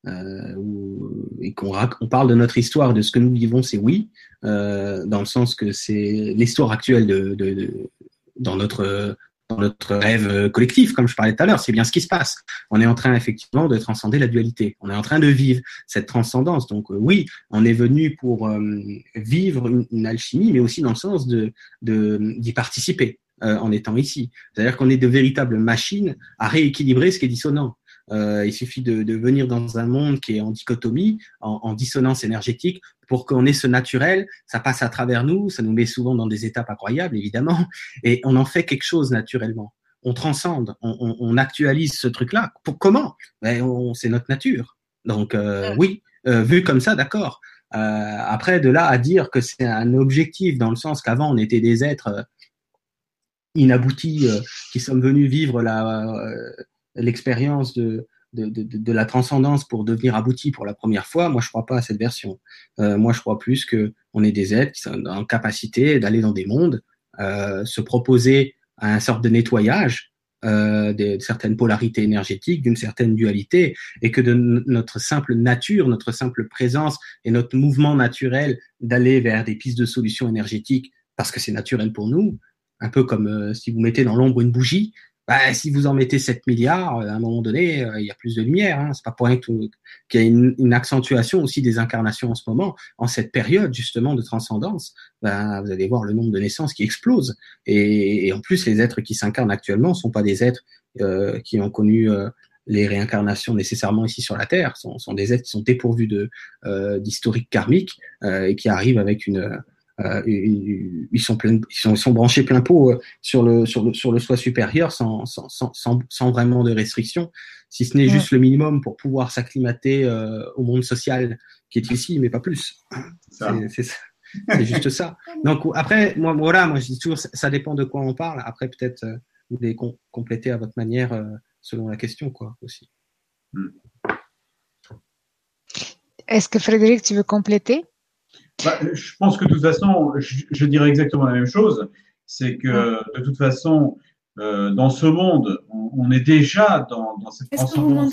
et qu'on parle de notre histoire, de ce que nous vivons, c'est oui, dans le sens que c'est l'histoire actuelle dans notre rêve collectif, comme je parlais tout à l'heure, c'est bien ce qui se passe. On est en train effectivement de transcender la dualité. On est en train de vivre cette transcendance. Donc oui, on est venu pour vivre une alchimie, mais aussi dans le sens d'y participer en étant ici. C'est-à-dire qu'on est de véritables machines à rééquilibrer ce qui est dissonant. Il suffit de venir dans un monde qui est en dichotomie, en dissonance énergétique, pour qu'on ait ce naturel, ça passe à travers nous, ça nous met souvent dans des étapes incroyables, évidemment, et on en fait quelque chose naturellement. On transcende, on actualise ce truc-là. Pour comment? C'est notre nature. Donc oui, vu comme ça, d'accord. Après, de là à dire que c'est un objectif, dans le sens qu'avant on était des êtres inaboutis qui sommes venus vivre l'expérience de la transcendance pour devenir abouti pour la première fois, moi je crois pas à cette version. Moi je crois plus que on est des êtres qui sont en capacité d'aller dans des mondes, se proposer à un sorte de nettoyage de certaines polarités énergétiques, d'une certaine dualité, et que de notre simple nature, notre simple présence et notre mouvement naturel d'aller vers des pistes de solutions énergétiques, parce que c'est naturel pour nous, un peu comme si vous mettez dans l'ombre une bougie, si vous en mettez 7 milliards, à un moment donné, il y a plus de lumière. Hein. C'est pas pour rien qu'il y a une accentuation aussi des incarnations en ce moment, en cette période justement de transcendance. Vous allez voir le nombre de naissances qui explose. Et en plus, les êtres qui s'incarnent actuellement ne sont pas des êtres qui ont connu les réincarnations nécessairement ici sur la Terre. Sont des êtres qui sont dépourvus d'historique karmique et qui arrivent avec ils sont branchés plein pot sur le soi supérieur sans vraiment de restrictions, si ce n'est juste le minimum pour pouvoir s'acclimater au monde social qui est ici, mais pas plus. C'est juste ça. Donc après, moi je dis toujours, ça dépend de quoi on parle. Après peut-être vous devez compléter à votre manière selon la question, quoi, aussi. Est-ce que Frédéric, tu veux compléter? Je pense que de toute façon, je dirais exactement la même chose. C'est que de toute façon, dans ce monde, on est déjà dans cette transcendance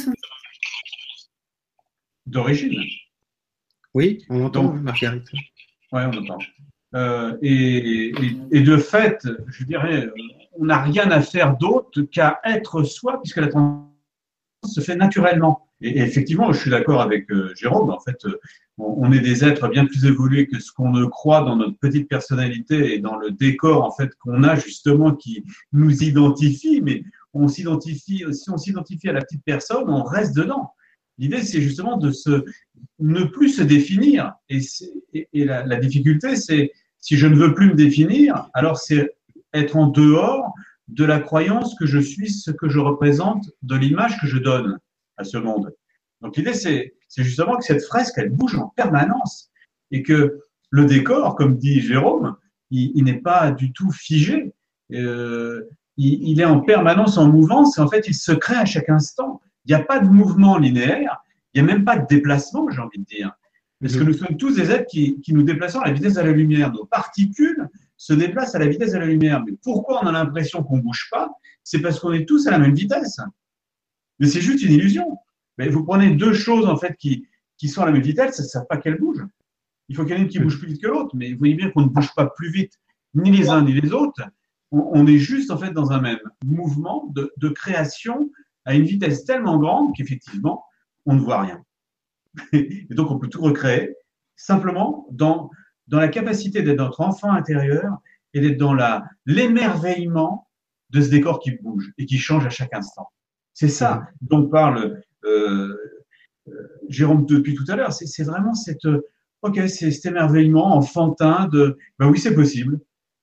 d'origine. Oui, on entend, Marguerite. Oui, on entend. Et de fait, je dirais, on n'a rien à faire d'autre qu'à être soi, puisque la transcendance se fait naturellement. Et effectivement, je suis d'accord avec Jérôme. En fait, on est des êtres bien plus évolués que ce qu'on ne croit dans notre petite personnalité et dans le décor en fait qu'on a justement qui nous identifie. Mais on s'identifie, si on s'identifie à la petite personne, on reste dedans. L'idée, c'est justement de ne plus se définir. Et la difficulté, c'est si je ne veux plus me définir, alors c'est être en dehors de la croyance que je suis ce que je représente, de l'image que je donne à ce monde. Donc l'idée, c'est justement que cette fresque, elle bouge en permanence et que le décor, comme dit Jérôme, il n'est pas du tout figé. Il est en permanence en mouvance et en fait, il se crée à chaque instant. Il n'y a pas de mouvement linéaire, il n'y a même pas de déplacement, j'ai envie de dire. Parce que nous sommes tous des êtres qui nous déplaçons à la vitesse de la lumière. Nos particules se déplacent à la vitesse de la lumière. Mais pourquoi on a l'impression qu'on ne bouge pas? C'est parce qu'on est tous à la même vitesse. Mais c'est juste une illusion. Mais vous prenez deux choses en fait qui sont à la même vitesse, ça ne savent pas qu'elles bougent. Il faut qu'il y en ait une qui bouge plus vite que l'autre, mais vous voyez bien qu'on ne bouge pas plus vite, ni les uns ni les autres. On est juste en fait dans un même mouvement de création à une vitesse tellement grande qu'effectivement, on ne voit rien. Et donc, on peut tout recréer simplement dans la capacité d'être notre enfant intérieur et d'être dans l'émerveillement de ce décor qui bouge et qui change à chaque instant. C'est ça dont parle Jérôme depuis tout à l'heure. C'est vraiment cet émerveillement enfantin de oui, c'est possible.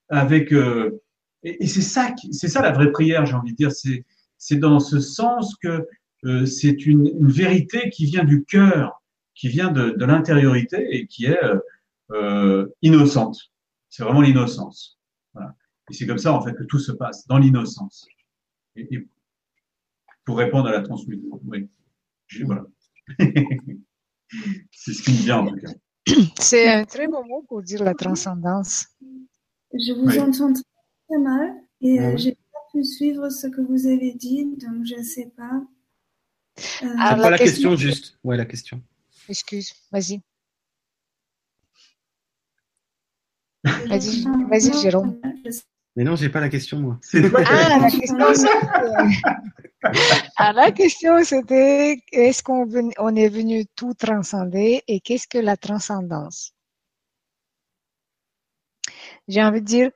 Et c'est ça la vraie prière, j'ai envie de dire. C'est dans ce sens que c'est une vérité qui vient du cœur, qui vient de l'intériorité et qui est innocente. C'est vraiment l'innocence. Voilà. Et c'est comme ça, en fait, que tout se passe, dans l'innocence. Et pour répondre à la transmission. Oui. Voilà. C'est ce qui me vient, en tout cas. C'est un très beau mot pour dire la transcendance. Je vous entends très mal et j'ai peur pu suivre ce que vous avez dit, donc je ne sais pas. Ah, C'est pas la question juste. Ouais, la question. Excuse, vas-y. Vas-y, Jérôme. Mais non, j'ai pas la question, moi. C'est toi qui as La question, la question, c'était est-ce qu'on est venu tout transcender et qu'est-ce que la transcendance? J'ai envie de dire,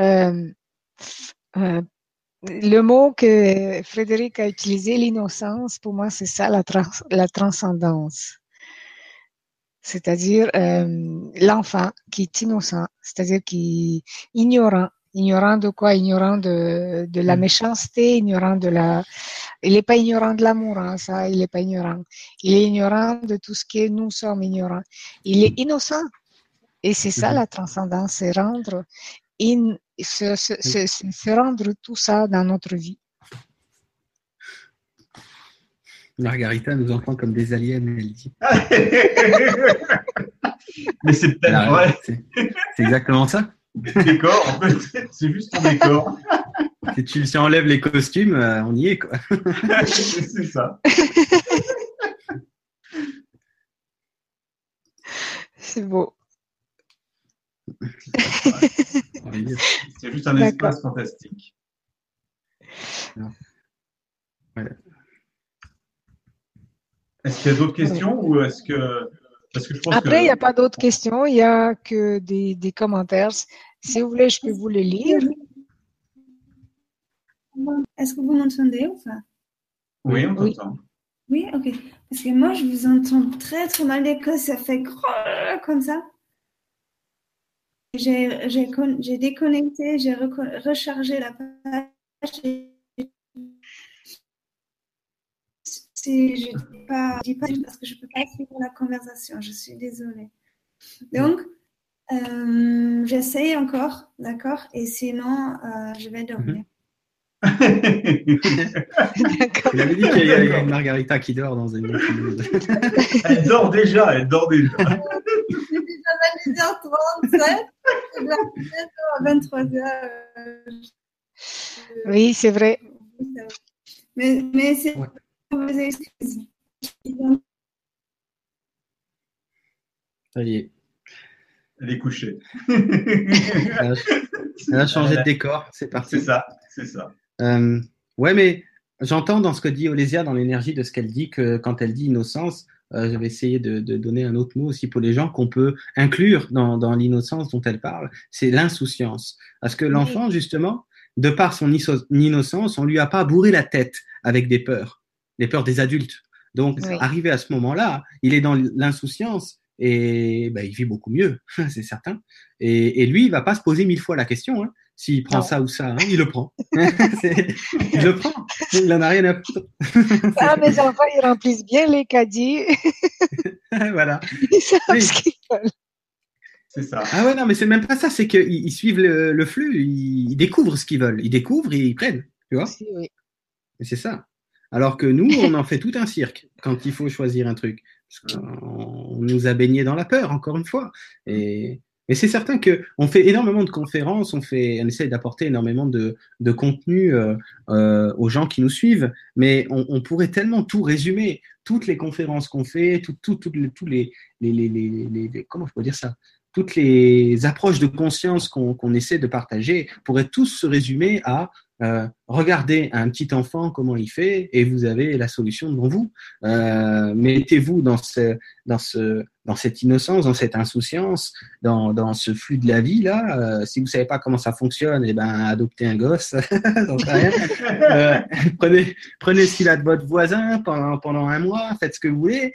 le mot que Frédéric a utilisé, l'innocence, pour moi, c'est ça la transcendance. C'est-à-dire l'enfant qui est innocent, c'est-à-dire qui est ignorant. Ignorant de quoi? Ignorant de la méchanceté, ignorant de la... Il n'est pas ignorant de l'amour, hein, ça, il n'est pas ignorant. Il est ignorant de tout ce que nous sommes ignorants. Il est innocent. Et c'est ça la transcendance, c'est rendre, se rendre tout ça dans notre vie. Margarita nous entend comme des aliens, elle dit. Mais c'est peut-être vrai. C'est exactement ça. Décor, en fait, c'est juste un décor. Si on enlève les costumes, on y est, quoi. C'est ça. C'est beau. C'est juste un espace fantastique. Ouais. Est-ce qu'il y a d'autres questions ou est-ce que... Parce que je pense Après, il n'y a pas d'autres questions, il n'y a que des commentaires. Si vous voulez, je peux vous les lire. Est-ce que vous m'entendez ou pas? Oui, on t'entend. Oui, ok. Parce que moi, je vous entends très très mal l'écho, ça fait comme ça. J'ai déconnecté, j'ai rechargé la page. Je dis pas parce que je ne peux pas suivre la conversation, je suis désolée. Donc, j'essaye encore, d'accord? Et sinon, je vais dormir. D'accord. Il avait dit qu'il y a une Margarita qui dort dans une autre monde. Elle dort déjà. C'est déjà 22h37, je dois à 23h. Oui, c'est vrai. Mais c'est... Ouais. Ça y est. Elle est couchée. Elle a changé de décor, c'est parti. C'est ça. Ouais, mais j'entends dans ce que dit Olésia, dans l'énergie de ce qu'elle dit, que quand elle dit innocence, je vais essayer de donner un autre mot aussi pour les gens qu'on peut inclure dans l'innocence dont elle parle, c'est l'insouciance. Parce que l'enfant, justement, de par son innocence, on lui a pas bourré la tête avec des peurs des adultes. Donc, arrivé à ce moment-là, il est dans l'insouciance et il vit beaucoup mieux, c'est certain. Et lui, il va pas se poser 1000 fois la question. Hein. S'il prend ça ou ça, hein, il le prend. Il le prend. Il n'en a rien à foutre. Mes enfants, ils remplissent bien les caddies. Voilà. Ils savent ce qu'ils veulent. C'est ça. Ah ouais, non, mais c'est même pas ça. C'est qu'ils suivent le flux. Ils découvrent ce qu'ils veulent. Ils découvrent et ils prennent. Tu vois? Oui. Et c'est ça. Alors que nous, on en fait tout un cirque quand il faut choisir un truc. Parce qu'on nous a baignés dans la peur, encore une fois. Et c'est certain qu'on fait énormément de conférences, on essaie d'apporter énormément de contenu aux gens qui nous suivent, mais on pourrait tellement tout résumer, toutes les conférences qu'on fait, tous les comment je peux dire ça, toutes les approches de conscience qu'on essaie de partager pourraient tous se résumer à regardez un petit enfant comment il fait et vous avez la solution devant vous. Mettez-vous dans cette innocence, dans cette insouciance, dans ce flux de la vie là. Si vous savez pas comment ça fonctionne, adoptez un gosse, j'en sais rien. Prenez ce qu'il a de votre voisin pendant un mois, faites ce que vous voulez.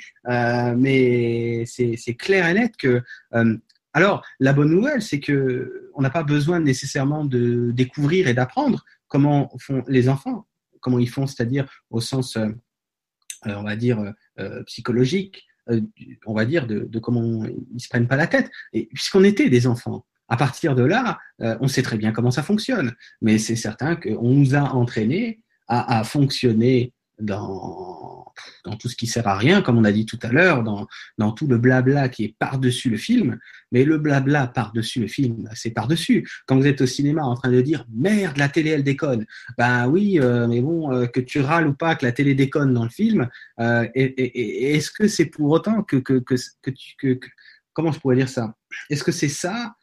Mais c'est clair et net que alors, la bonne nouvelle, c'est que on n'a pas besoin nécessairement de découvrir et d'apprendre comment font les enfants, comment ils font, c'est-à-dire au sens, on va dire, psychologique, on va dire de comment ils se prennent pas la tête. Et puisqu'on était des enfants, à partir de là, on sait très bien comment ça fonctionne. Mais c'est certain qu'on nous a entraînés à fonctionner dans tout ce qui sert à rien, comme on a dit tout à l'heure, dans tout le blabla qui est par-dessus le film. Mais le blabla par-dessus le film, c'est par-dessus. Quand vous êtes au cinéma en train de dire « Merde, la télé, elle déconne », ben oui, mais bon, que tu râles ou pas que la télé déconne dans le film, et est-ce que c'est pour autant que comment je pourrais dire ça? Est-ce que c'est ça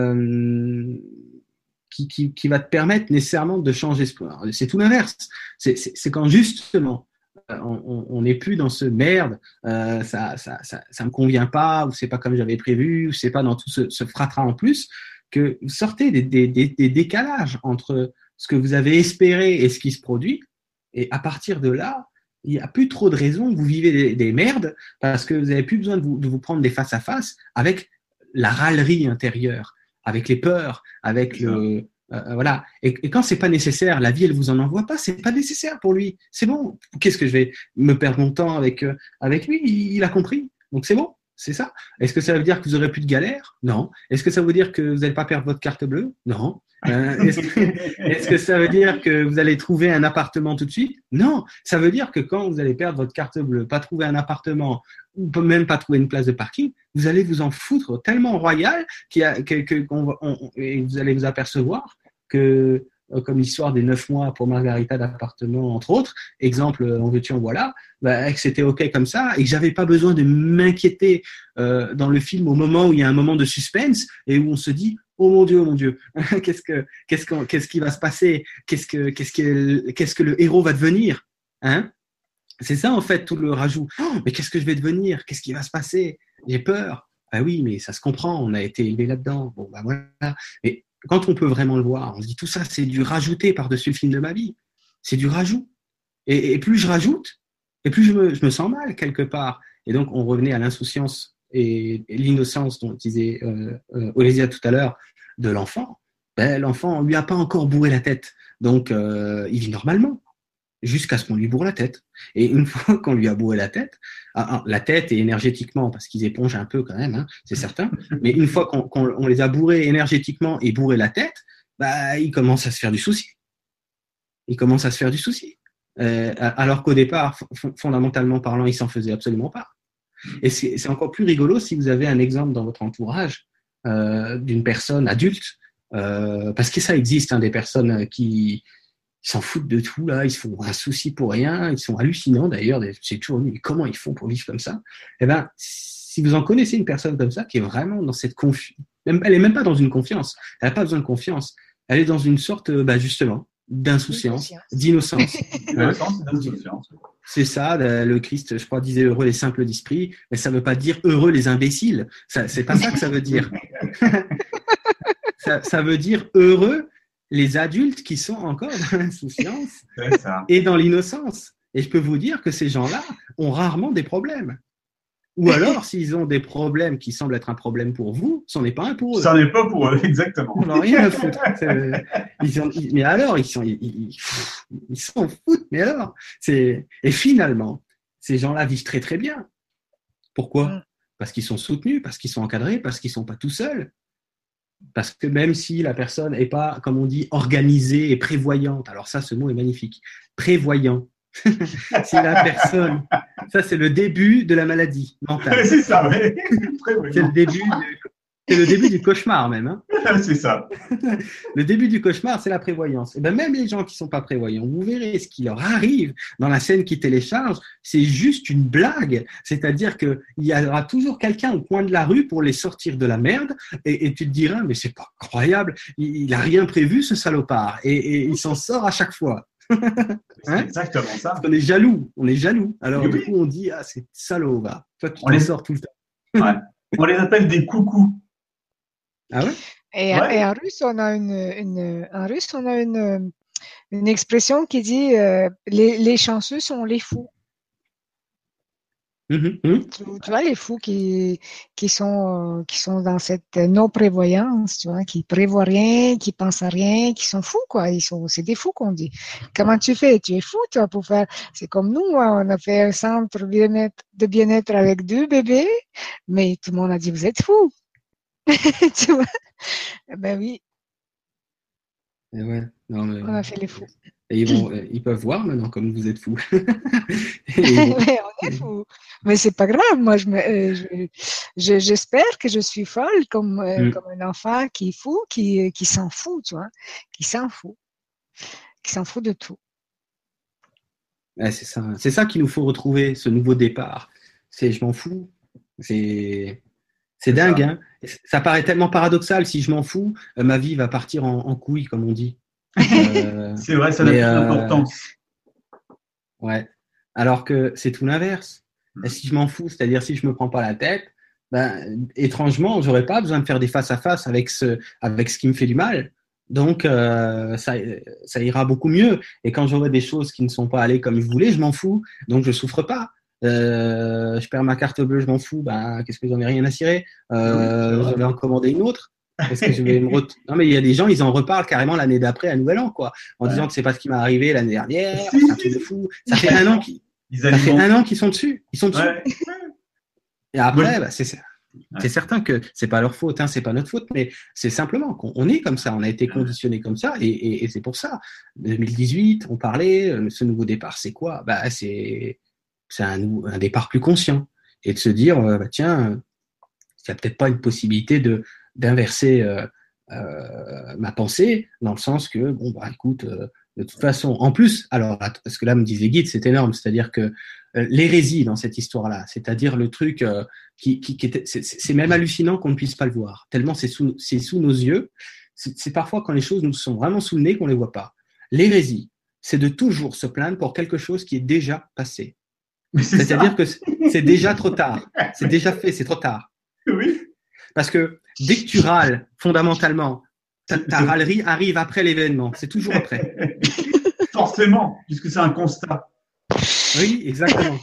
qui va te permettre nécessairement de changer ce point? C'est tout l'inverse. C'est quand justement on n'est plus dans ce merde, ça me convient pas, ou c'est pas comme j'avais prévu, ou c'est pas dans tout ce fratras en plus, que vous sortez des décalages entre ce que vous avez espéré et ce qui se produit, et à partir de là, il n'y a plus trop de raisons que vous vivez des merdes, parce que vous n'avez plus besoin de vous prendre des face à face avec la râlerie intérieure, avec les peurs, avec le voilà. Et quand c'est pas nécessaire, la vie elle vous en envoie pas, c'est pas nécessaire pour lui. C'est bon. Qu'est-ce que je vais me perdre mon temps avec lui? Il a compris. Donc c'est bon. C'est ça. Est-ce que ça veut dire que vous aurez plus de galère? Non. Est-ce que ça veut dire que vous n'allez pas perdre votre carte bleue? Non. Est-ce que ça veut dire que vous allez trouver un appartement tout de suite? Non. Ça veut dire que quand vous allez perdre votre carte bleue, pas trouver un appartement, ou même pas trouver une place de parking, vous allez vous en foutre tellement royal et vous allez vous apercevoir que, comme l'histoire des 9 mois pour Margarita d'appartement, entre autres, exemple, en veux-tu, en voilà, que c'était OK comme ça, et que j'avais pas besoin de m'inquiéter dans le film au moment où il y a un moment de suspense, et où on se dit, oh mon Dieu, qu'est-ce qui va se passer? Qu'est-ce que le héros va devenir? Hein? C'est ça, en fait, tout le rajout. Oh, mais qu'est-ce que je vais devenir? Qu'est-ce qui va se passer? J'ai peur. Ah oui, mais ça se comprend, on a été élevé là-dedans. Bon, voilà. Mais quand on peut vraiment le voir, on se dit tout ça, c'est du rajouté par-dessus le film de ma vie. C'est du rajout. Et plus je rajoute, et plus je me sens mal quelque part. Et donc, on revenait à l'insouciance et l'innocence dont disait Olésia tout à l'heure de l'enfant. L'enfant, on lui a pas encore bourré la tête. Donc, il vit normalement. Jusqu'à ce qu'on lui bourre la tête. Et une fois qu'on lui a bourré la tête et énergétiquement, parce qu'ils épongent un peu quand même, hein, c'est certain, mais une fois qu'on les a bourrés énergétiquement et bourré la tête, ils commencent à se faire du souci. Alors qu'au départ, fondamentalement parlant, ils s'en faisaient absolument pas. Et c'est encore plus rigolo si vous avez un exemple dans votre entourage d'une personne adulte, parce que ça existe, hein, des personnes qui s'en foutent de tout, là, ils se font un souci pour rien, ils sont hallucinants d'ailleurs, j'ai toujours dit, mais comment ils font pour vivre comme ça? Eh ben, si vous en connaissez une personne comme ça, qui est vraiment dans cette confiance, elle est même pas dans une confiance, elle n'a pas besoin de confiance, elle est dans une sorte, justement, d'insouciance, d'innocence. C'est ça, le Christ, je crois, disait heureux les simples d'esprit, mais ça veut pas dire heureux les imbéciles, c'est pas ça que ça veut dire. ça veut dire heureux les adultes qui sont encore dans l'insouciance et dans l'innocence. Et je peux vous dire que ces gens-là ont rarement des problèmes. Ou alors, s'ils ont des problèmes qui semblent être un problème pour vous, ce n'est pas un pour eux. Ce n'est pas pour eux, exactement. Ils n'ont rien à foutre. Mais alors, ils s'en foutent. Mais alors, et finalement, ces gens-là vivent très très bien. Pourquoi? Parce qu'ils sont soutenus, parce qu'ils sont encadrés, parce qu'ils ne sont pas tout seuls. Parce que même si la personne n'est pas, comme on dit, organisée et prévoyante, alors ça, ce mot est magnifique, prévoyant. Si la personne, ça c'est le début de la maladie mentale. C'est ça, oui. C'est le début du cauchemar même. Hein. C'est ça. Le début du cauchemar, c'est la prévoyance. Et ben même les gens qui sont pas prévoyants, vous verrez ce qui leur arrive dans la scène qui télécharge, c'est juste une blague. C'est-à-dire que il y aura toujours quelqu'un au coin de la rue pour les sortir de la merde, et tu te diras mais c'est pas incroyable, il a rien prévu ce salopard, et il s'en sort à chaque fois. C'est exactement ça. On est jaloux. Alors oui. Du coup on dit c'est salaud, va. Toi tu t'en sors tout le temps. Ouais. On les appelle des coucous. Ah ouais? Et en russe, on a une expression qui dit les chanceux sont les fous. Tu vois, les fous qui sont dans cette non-prévoyance, tu vois, qui prévoient rien, qui pensent à rien, qui sont fous, quoi. C'est des fous qu'on dit. Comment tu fais? Tu es fou, toi, pour faire. C'est comme nous, hein, on a fait un centre de bien-être avec 2 bébés, mais tout le monde a dit vous êtes fous. Tu vois? Ben oui. Et ouais, non, mais, On a fait les fous. et ils peuvent voir maintenant comme vous êtes fous. Mais on est fous. Mais c'est pas grave. Moi, j'espère que je suis folle comme un enfant qui est fou, qui s'en fout, tu vois, qui s'en fout de tout. Ouais, c'est ça qu'il nous faut retrouver, ce nouveau départ. C'est je m'en fous. C'est dingue, hein. Ça paraît tellement paradoxal. Si je m'en fous, ma vie va partir en couille, comme on dit. C'est vrai, ça n'a plus d'importance. Ouais. Alors que c'est tout l'inverse. Et si je m'en fous, c'est-à-dire si je me prends pas la tête, ben, étrangement, j'aurais pas besoin de faire des face-à-face avec ce qui me fait du mal. Donc, ça ira beaucoup mieux. Et quand j'aurai des choses qui ne sont pas allées comme je voulais, je m'en fous. Donc, je souffre pas. Je perds ma carte bleue, je m'en fous. Ben, qu'est-ce que j'en ai rien à cirer. Je vais en commander une autre. Parce que je vais Non, mais il y a des gens, ils en reparlent carrément l'année d'après, à Nouvel An, quoi. En disant que c'est pas ce qui m'est arrivé l'année dernière. C'est un truc de fou. Ça fait un an qu'ils sont dessus. Ils sont dessus. Ouais. Et après, bah, c'est certain que c'est pas leur faute, hein, c'est pas notre faute, mais c'est simplement qu'on est comme ça, on a été conditionné comme ça, et c'est pour ça. 2018, on parlait, ce nouveau départ, c'est quoi? Bah, c'est un départ plus conscient, et de se dire, bah, tiens, il n'y a peut-être pas une possibilité d'inverser ma pensée, dans le sens que, bon, bah, écoute, de toute façon, en plus, alors, parce que là, me disait Guide, c'est énorme, c'est-à-dire que l'hérésie dans cette histoire-là, c'est-à-dire le truc qui était, c'est même hallucinant qu'on ne puisse pas le voir, tellement c'est sous nos yeux. C'est parfois quand les choses nous sont vraiment sous le nez qu'on les voit pas. L'hérésie, c'est de toujours se plaindre pour quelque chose qui est déjà passé. C'est-à-dire que c'est déjà trop tard, c'est déjà fait, c'est trop tard. Oui. Parce que dès que tu râles, fondamentalement, ta râlerie arrive après l'événement. C'est toujours après. Forcément, puisque c'est un constat. Oui, exactement.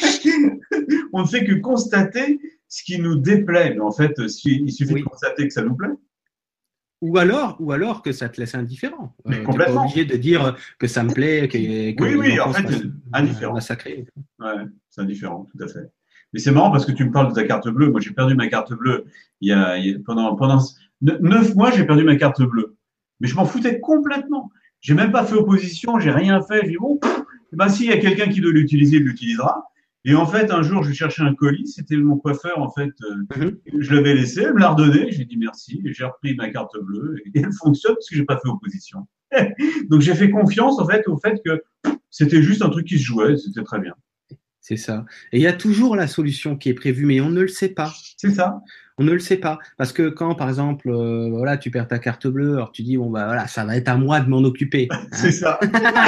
On ne fait que constater ce qui nous déplaît. Mais en fait, il suffit de constater que ça nous plaît. Ou alors que ça te laisse indifférent. Mais complètement. T'es pas obligé de dire que ça me plaît, que oui, en fait, indifférent. Massacré. Ouais, c'est indifférent, tout à fait. Mais c'est marrant parce que tu me parles de ta carte bleue. Moi, j'ai perdu ma carte bleue pendant 9 mois, j'ai perdu ma carte bleue. Mais je m'en foutais complètement. J'ai même pas fait opposition, j'ai rien fait. J'ai dit bon, ben s'il y a quelqu'un qui doit l'utiliser, il l'utilisera. Et en fait, un jour, je cherchais un colis. C'était mon coiffeur, en fait. Je l'avais laissé, elle me l'a redonné. J'ai dit merci. Et j'ai repris ma carte bleue et elle fonctionne parce que j'ai pas fait opposition. Donc j'ai fait confiance en fait au fait que c'était juste un truc qui se jouait. C'était très bien. C'est ça. Et il y a toujours la solution qui est prévue, mais on ne le sait pas. C'est ça. On ne le sait pas. Parce que quand, par exemple, voilà, tu perds ta carte bleue, alors tu dis, bon, bah voilà, ça va être à moi de m'en occuper. Hein. C'est ça.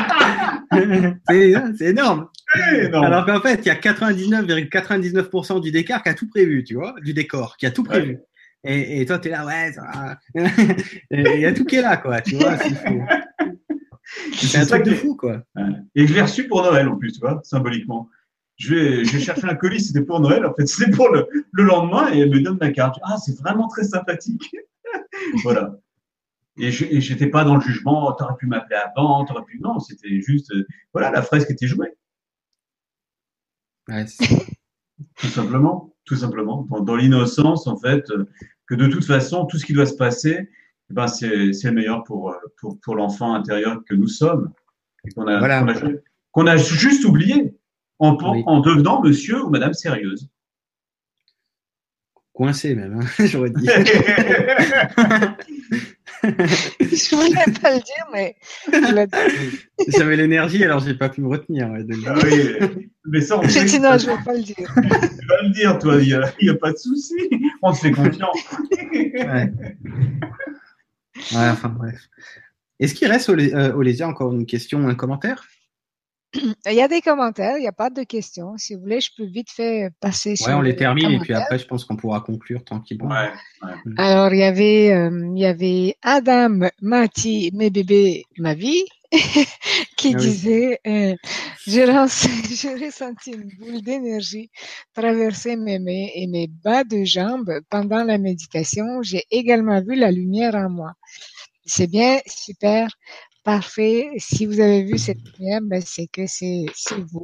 C'est énorme. Alors qu'en fait, il y a 99,99% du décor qui a tout prévu, tu vois, du décor, qui a tout prévu. Ouais. Et toi, tu es là, ouais, ça va. Il y a tout qui est là, quoi, tu vois, s'il faut. C'est un truc de fou, quoi. Et je l'ai reçu pour Noël, en plus, tu vois, symboliquement. J'ai cherché un colis, c'était pour Noël, en fait, c'était pour le lendemain, et elle me donne ma carte. Ah, c'est vraiment très sympathique. Voilà. Et j'étais pas dans le jugement, t'aurais pu m'appeler avant, t'aurais pu. Non, c'était juste, voilà, la fresque était jouée. Ouais, tout simplement. Dans l'innocence, en fait, que de toute façon, tout ce qui doit se passer, eh ben, c'est le meilleur pour l'enfant intérieur que nous sommes, et qu'on a juste oublié en devenant monsieur ou madame sérieuse. Coincé même, hein, j'aurais dit. Je voulais pas le dire, mais j'avais l'énergie, alors j'ai pas pu me retenir. Ouais, oui, mais ça, j'ai dit non, je vais pas le dire. Tu vas le dire, toi, il y a pas de souci. On te fait confiance. Ouais, enfin bref. Est-ce qu'il reste, Olésia, encore une question ou un commentaire? Il y a des commentaires, il n'y a pas de questions. Si vous voulez, je peux vite fait passer sur. Ouais, on les termine et puis après, je pense qu'on pourra conclure tranquillement. Ouais. Alors, il y avait Adam, Mati, mes bébés, ma vie, qui disait j'ai ressenti une boule d'énergie traverser mes mains et mes bas de jambes pendant la méditation. J'ai également vu la lumière en moi. C'est bien, super. Parfait. Si vous avez vu cette lumière, ben c'est que c'est vous.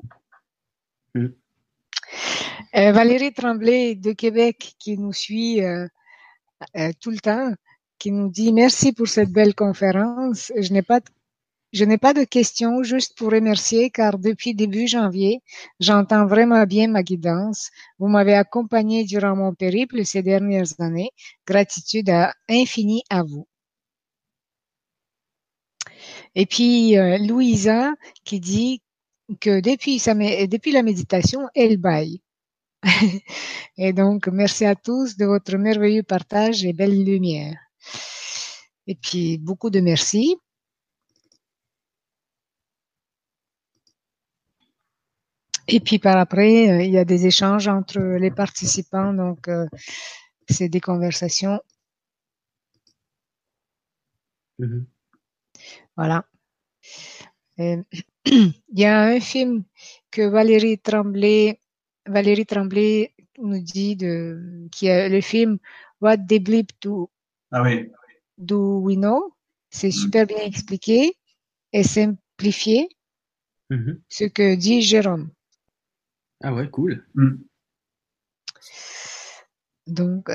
Valérie Tremblay de Québec qui nous suit tout le temps, qui nous dit merci pour cette belle conférence. Je n'ai pas de questions, juste pour remercier car depuis début janvier, j'entends vraiment bien ma guidance. Vous m'avez accompagné durant mon périple ces dernières années. Gratitude infinie à vous. Et puis Louisa qui dit que depuis la méditation, elle baille. Et donc, merci à tous de votre merveilleux partage et belle lumière. Et puis, beaucoup de merci. Et puis, par après, il y a des échanges entre les participants. Donc, c'est des conversations. Voilà. Et, il y a un film que Valérie Tremblay nous dit qui est le film What the Bleep Do We Know. C'est super bien expliqué et simplifié ce que dit Jérôme. Ah ouais, cool. Donc,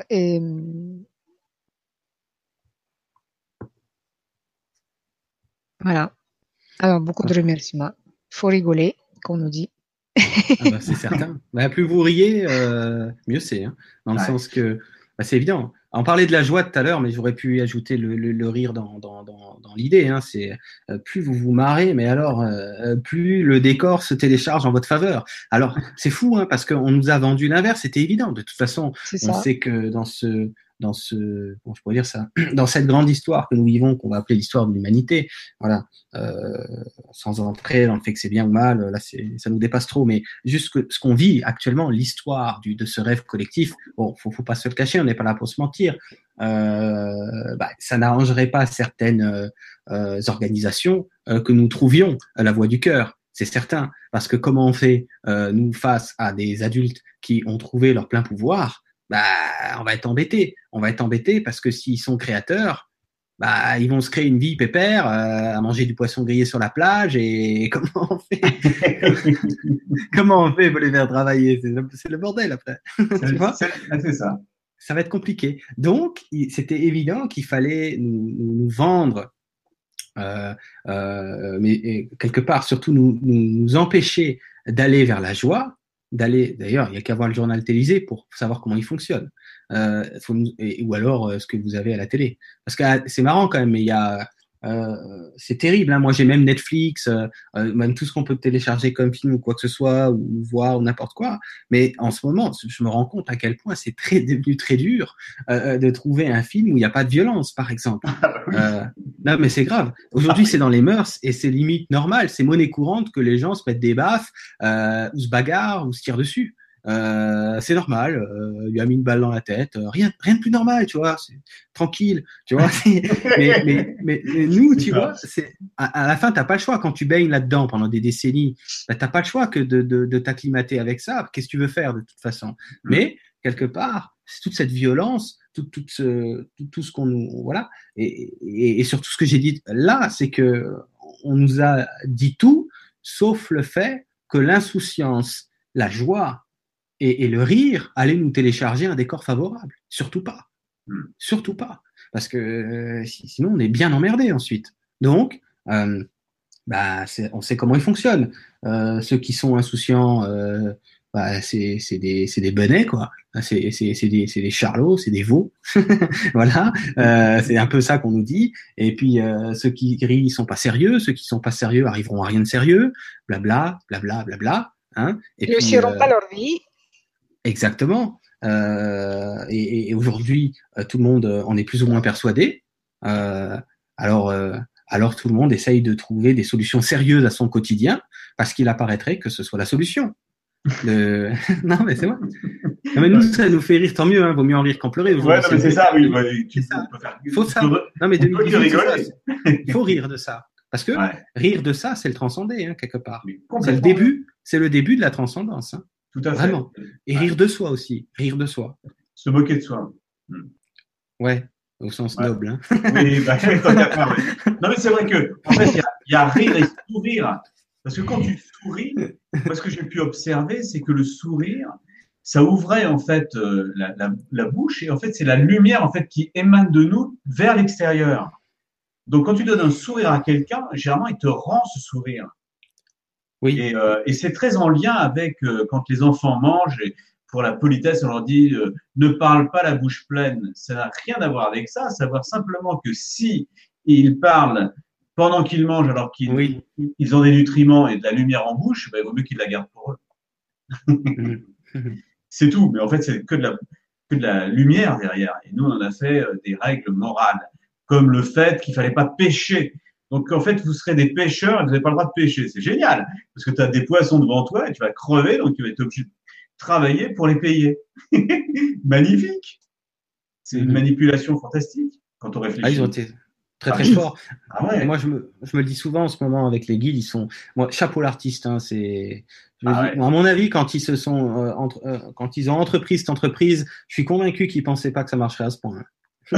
voilà. Alors, beaucoup de remerciements. Il faut rigoler, qu'on nous dit. Ah bah, c'est certain. Bah, plus vous riez, mieux c'est. Hein. Dans le sens que c'est évident. On parlait de la joie tout à l'heure, mais j'aurais pu ajouter le rire dans l'idée. Hein. C'est plus vous vous marrez, mais alors plus le décor se télécharge en votre faveur. Alors c'est fou, hein, parce qu'on nous a vendu l'inverse. C'était évident. De toute façon, on sait que comment je pourrais dire ça, dans cette grande histoire que nous vivons, qu'on va appeler l'histoire de l'humanité, voilà, sans entrer dans le fait que c'est bien ou mal, là ça nous dépasse trop, mais juste ce qu'on vit actuellement, l'histoire de ce rêve collectif, bon, faut pas se le cacher, on n'est pas là pour se mentir, ça n'arrangerait pas certaines organisations que nous trouvions la voie du cœur. C'est certain, parce que comment on fait nous face à des adultes qui ont trouvé leur plein pouvoir, on va être embêtés. On va être embêtés parce que s'ils sont créateurs, ils vont se créer une vie pépère, à manger du poisson grillé sur la plage. Et comment on fait Comment on fait pour les faire travailler? C'est le bordel après. Tu vois, c'est ça. Ça va être compliqué. Donc, c'était évident qu'il fallait nous vendre, mais quelque part surtout nous empêcher d'aller vers la joie. D'ailleurs, il n'y a qu'à voir le journal télévisé pour savoir comment il fonctionne, ou alors ce que vous avez à la télé. Parce que c'est marrant quand même, mais c'est terrible. Hein. Moi, j'ai même Netflix, même tout ce qu'on peut télécharger comme film ou quoi que ce soit, ou voir ou n'importe quoi. Mais en ce moment, je me rends compte à quel point c'est devenu très dur de trouver un film où il n'y a pas de violence, par exemple. Non, mais c'est grave. Aujourd'hui, c'est dans les mœurs et c'est limite normal. C'est monnaie courante que les gens se mettent des baffes, ou se bagarrent, ou se tirent dessus. C'est normal, il lui a mis une balle dans la tête, rien de plus normal, tu vois, c'est tranquille, tu vois. mais nous, tu vois, à la fin, t'as pas le choix quand tu baignes là-dedans pendant des décennies, t'as pas le choix que de t'acclimater avec ça. Qu'est-ce que tu veux faire de toute façon? Mais quelque part, c'est toute cette violence, tout ce qu'on nous, voilà, et surtout ce que j'ai dit là, c'est que on nous a dit tout, sauf le fait que l'insouciance, la joie et le rire allaient nous télécharger un décor favorable. Surtout pas. Surtout pas. Parce que sinon, on est bien emmerdé ensuite. Donc, on sait comment ils fonctionnent. Ceux qui sont insouciants, c'est des benets, quoi. C'est des charlots, c'est des veaux. Voilà. C'est un peu ça qu'on nous dit. Et puis, ceux qui rient sont pas sérieux. Ceux qui sont pas sérieux arriveront à rien de sérieux. Blabla, blabla, blabla. Hein. Ils ne réussiront pas leur vie. Exactement. Et aujourd'hui, tout le monde en est plus ou moins persuadé. Alors tout le monde essaye de trouver des solutions sérieuses à son quotidien parce qu'il apparaîtrait que ce soit la solution. Non, mais c'est vrai. Non, mais nous, ça nous fait rire, tant mieux. Hein, vaut mieux en rire qu'en pleurer. Ouais, non, mais c'est ça, oui. Il faut ça. Non, mais 2018, il faut rire de ça. Parce que rire de ça, c'est le transcender, hein, quelque part. C'est le début de la transcendance. Hein. Tout à fait. Vraiment. Et rire de soi aussi. Rire de soi. Se moquer de soi. Ouais, au sens noble. Hein. Oui, non, mais c'est vrai que, en fait, il y a rire et sourire. Parce que quand tu souris, moi, ce que j'ai pu observer, c'est que le sourire, ça ouvrait en fait la bouche et en fait c'est la lumière en fait qui émane de nous vers l'extérieur. Donc quand tu donnes un sourire à quelqu'un, généralement il te rend ce sourire. Oui. Et c'est très en lien avec quand les enfants mangent. Et pour la politesse, on leur dit ne parle pas la bouche pleine. Ça n'a rien à voir avec ça. Savoir simplement que si ils parlent pendant qu'ils mangent, alors qu'ils ils ont des nutriments et de la lumière en bouche, ben, il vaut mieux qu'ils la gardent pour eux. C'est tout. Mais en fait, c'est que de la lumière derrière. Et nous, on en a fait des règles morales, comme le fait qu'il fallait pas pêcher. Donc, en fait, vous serez des pêcheurs et vous n'avez pas le droit de pêcher. C'est génial, parce que tu as des poissons devant toi et tu vas crever, donc tu vas être obligé de travailler pour les payer. Magnifique. C'est une manipulation fantastique quand on réfléchit. Ah, ils ont été très très forts. Ah ouais. Moi, je me le dis souvent en ce moment avec les guides, ils sont, moi, chapeau l'artiste. Hein, c'est, ouais. À mon avis, quand ils se sont, quand ils ont entrepris cette entreprise, je suis convaincu qu'ils pensaient pas que ça marcherait à ce point.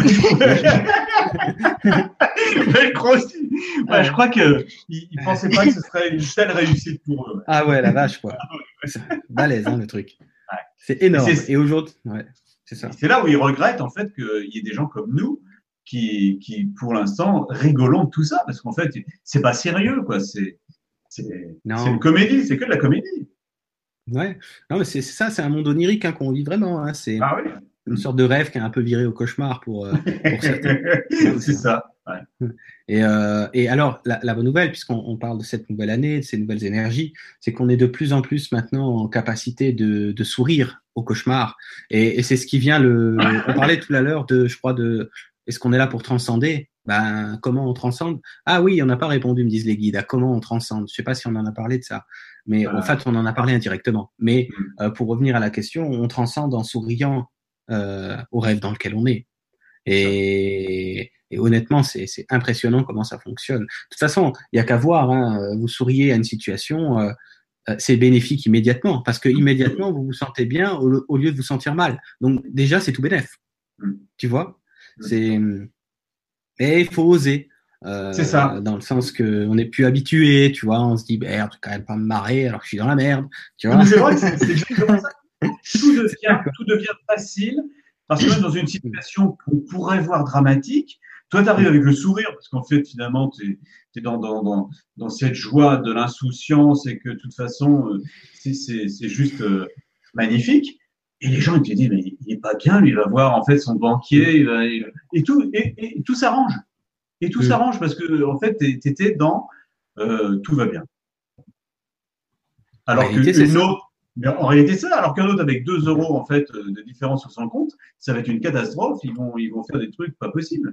Je crois aussi. Ouais, je crois qu'ils ne pensaient pas que ce serait une telle réussite pour eux. Ah ouais, la vache, quoi. C'est balèze, hein, le truc. Ouais. C'est énorme. Et aujourd'hui, ouais, c'est ça. C'est là où ils regrettent, en fait, qu'il y ait des gens comme nous qui, pour l'instant, rigolons de tout ça, parce qu'en fait, c'est pas sérieux, quoi. C'est une comédie, c'est que de la comédie. Ouais. Non, mais c'est ça, c'est un monde onirique hein, qu'on vit vraiment. Hein. C'est oui. Une sorte de rêve qui est un peu viré au cauchemar pour certains. C'est ça. Ouais. Et alors, la bonne nouvelle, puisqu'on parle de cette nouvelle année, de ces nouvelles énergies, c'est qu'on est de plus en plus maintenant en capacité de sourire au cauchemar. Et c'est ce qui vient on parlait tout à l'heure je crois, est-ce qu'on est là pour transcender? Ben, comment on transcende? Ah oui, on n'a pas répondu, me disent les guides, à comment on transcende. Je sais pas si on en a parlé de ça. Mais en fait, on en a parlé indirectement. Mais pour revenir à la question, on transcende en souriant au rêve dans lequel on est. Et honnêtement, c'est impressionnant comment ça fonctionne. De toute façon, il y a qu'à voir. Hein, vous souriez à une situation, c'est bénéfique immédiatement parce que immédiatement vous vous sentez bien au lieu de vous sentir mal. Donc déjà, c'est tout bénef. Tu vois, mais il faut oser. C'est ça. Dans le sens que on n'est plus habitué, tu vois, on se dit merde, je vais quand même pas me marrer alors que je suis dans la merde, tu vois. Mais c'est vrai, c'est exactement ça. Tout devient facile parce que même dans une situation qu'on pourrait voir dramatique, toi tu arrives avec le sourire parce qu'en fait finalement tu es dans cette joie de l'insouciance et que de toute façon c'est juste magnifique. Et les gens ils te disent mais il est pas bien, lui il va voir en fait son banquier, et tout s'arrange. Et tout s'arrange parce que en fait t'étais dans tout va bien. Alors qu'une autre, mais en réalité c'est ça, alors qu'un autre avec 2 euros en fait de différence sur son compte, ça va être une catastrophe. Ils vont faire des trucs pas possibles.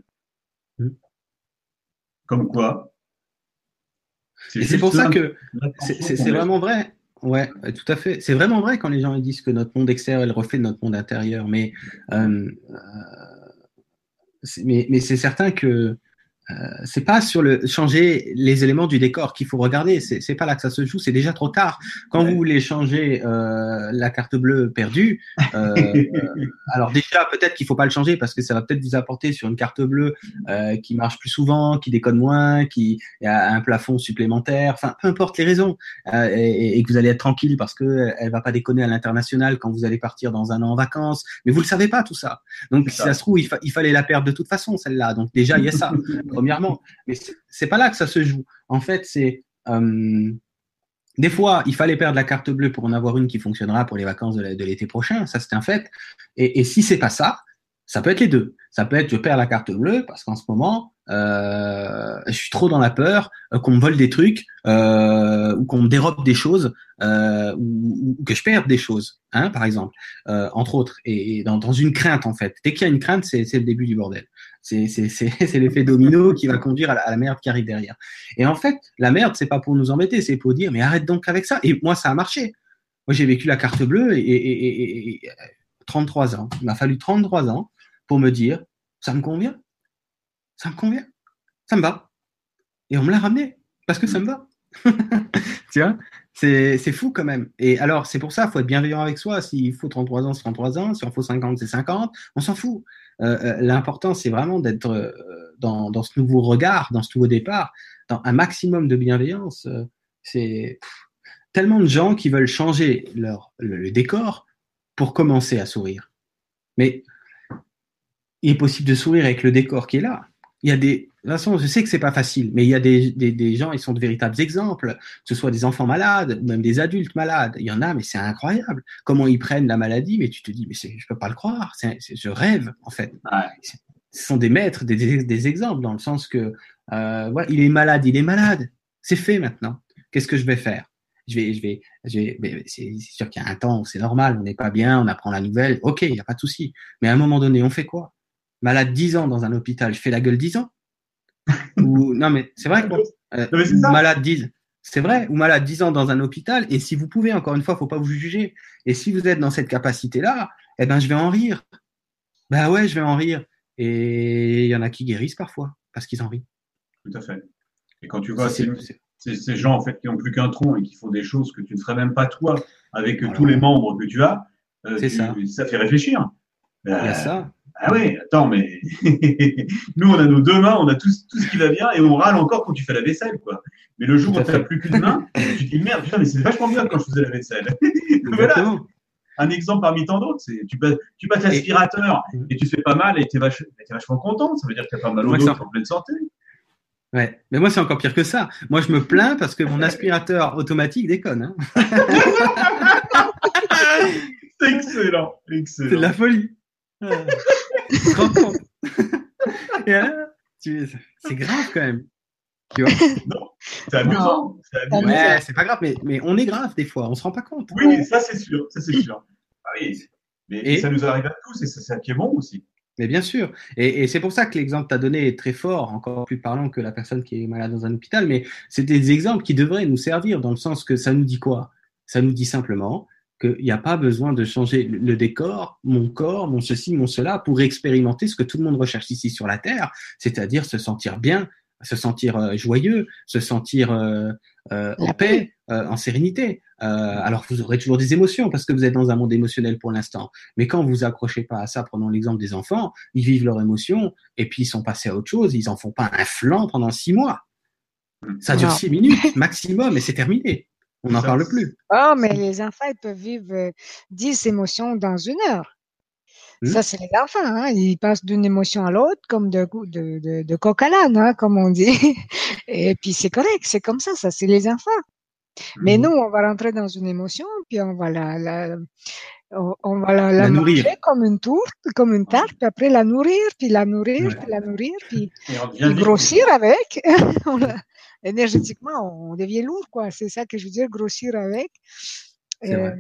Comme quoi. Et c'est pour ça que c'est vraiment vrai. Ouais, tout à fait. C'est vraiment vrai quand les gens disent que notre monde extérieur est le reflet de notre monde intérieur. Mais c'est certain que c'est pas sur changer les éléments du décor qu'il faut regarder. C'est pas là que ça se joue. C'est déjà trop tard. Quand vous voulez changer la carte bleue perdue, alors déjà peut-être qu'il faut pas le changer parce que ça va peut-être vous apporter sur une carte bleue qui marche plus souvent, qui déconne moins, qui a un plafond supplémentaire. Enfin, peu importe les raisons, et que vous allez être tranquille parce que elle va pas déconner à l'international quand vous allez partir dans un an en vacances. Mais vous le savez pas tout ça. Donc si ça se trouve, il fallait la perdre de toute façon celle-là. Donc déjà il y a ça. Premièrement, mais c'est pas là que ça se joue. En fait, c'est des fois, il fallait perdre la carte bleue pour en avoir une qui fonctionnera pour les vacances de l'été prochain. Ça, c'est un fait. Et si c'est pas ça, ça peut être les deux. Ça peut être je perds la carte bleue parce qu'en ce moment, je suis trop dans la peur qu'on me vole des trucs ou qu'on me dérobe des choses ou que je perde des choses, hein, par exemple, entre autres. Et dans une crainte, en fait. Dès qu'il y a une crainte, c'est le début du bordel. C'est l'effet domino qui va conduire à la merde qui arrive derrière. Et en fait, la merde, c'est pas pour nous embêter, c'est pour dire mais arrête donc avec ça. Et moi, ça a marché. Moi, j'ai vécu la carte bleue et 33 ans. Il m'a fallu 33 ans pour me dire ça me convient. Ça me convient. Ça me va. Et on me l'a ramené parce que ça me va. Tu vois, c'est fou quand même. Et alors, c'est pour ça, il faut être bienveillant avec soi. S'il faut 33 ans, c'est 33 ans. S'il en faut 50, c'est 50. On s'en fout. L'important, c'est vraiment d'être dans ce nouveau regard, dans ce nouveau départ, dans un maximum de bienveillance. C'est tellement de gens qui veulent changer le décor pour commencer à sourire. Mais il est possible de sourire avec le décor qui est là. Il y a des, de toute façon, je sais que c'est pas facile, mais il y a des gens, ils sont de véritables exemples, que ce soit des enfants malades, ou même des adultes malades. Il y en a, mais c'est incroyable. Comment ils prennent la maladie, mais tu te dis, mais je peux pas le croire. Je rêve, en fait. Ouais. Ce sont des maîtres, des exemples, dans le sens que, voilà, il est malade. C'est fait maintenant. Qu'est-ce que je vais faire? Mais c'est sûr qu'il y a un temps où c'est normal, on n'est pas bien, on apprend la nouvelle, ok, il n'y a pas de souci. Mais à un moment donné, on fait quoi? Malade 10 ans dans un hôpital, je fais la gueule 10 ans? Ou, non, mais c'est vrai, quoi. Malade 10, c'est vrai, ou malade 10 ans dans un hôpital, et si vous pouvez, encore une fois, faut pas vous juger. Et si vous êtes dans cette capacité-là, eh ben, je vais en rire. Ben ouais, je vais en rire. Et il y en a qui guérissent parfois, parce qu'ils en rient. Tout à fait. Et quand tu vois ces gens en fait qui n'ont plus qu'un tronc et qui font des choses que tu ne ferais même pas toi avec tous les membres que tu as, ça fait réfléchir. Il y a ça. Ah oui, attends, mais nous on a nos deux mains, on a tout ce qui va bien et on râle encore quand tu fais la vaisselle, quoi. Mais le jour où tu n'as plus qu'une main, tu te dis merde, putain, mais c'est vachement bien quand je faisais la vaisselle. Voilà. Un exemple parmi tant d'autres, c'est tu passes l'aspirateur et tu fais pas mal et tu es vachement content, ça veut dire que tu n'as pas mal au dos, tu es en pleine santé. Ouais, mais moi c'est encore pire que ça. Moi je me plains parce que mon aspirateur automatique déconne. Hein. C'est excellent. C'est de la folie. Tu te rends compte? C'est grave quand même. Tu vois? Non, c'est amusant. Ouais, c'est pas grave, mais on est grave des fois, on se rend pas compte. Oui, ça c'est sûr. Ah oui, mais ça nous arrive à tous et c'est ça qui est bon aussi. Mais bien sûr. Et c'est pour ça que l'exemple que tu as donné est très fort, encore plus parlant que la personne qui est malade dans un hôpital. Mais c'est des exemples qui devraient nous servir dans le sens que ça nous dit quoi? Ça nous dit simplement qu'il n'y a pas besoin de changer le décor, mon corps, mon ceci, mon cela, pour expérimenter ce que tout le monde recherche ici sur la Terre, c'est-à-dire se sentir bien, se sentir joyeux, se sentir en paix, en sérénité. Alors vous aurez toujours des émotions parce que vous êtes dans un monde émotionnel pour l'instant. Mais quand vous accrochez pas à ça, prenons l'exemple des enfants, ils vivent leurs émotions et puis ils sont passés à autre chose. Ils en font pas un flanc pendant 6 mois. Ça dure 6 minutes maximum et c'est terminé. On n'en parle plus. Oh, mais les enfants, ils peuvent vivre 10 émotions dans 1 heure. Ça, c'est les enfants, hein. Ils passent d'une émotion à l'autre comme de coq à l'âne, hein, comme on dit. Et puis, c'est correct, c'est comme ça, c'est les enfants. Mais nous, on va rentrer dans une émotion, puis on va la nourrir manger comme une tourte, comme une tarte, puis après la nourrir, puis grossir avec. Énergétiquement, on devient lourd, quoi. C'est ça que je veux dire, grossir avec. C'est vrai.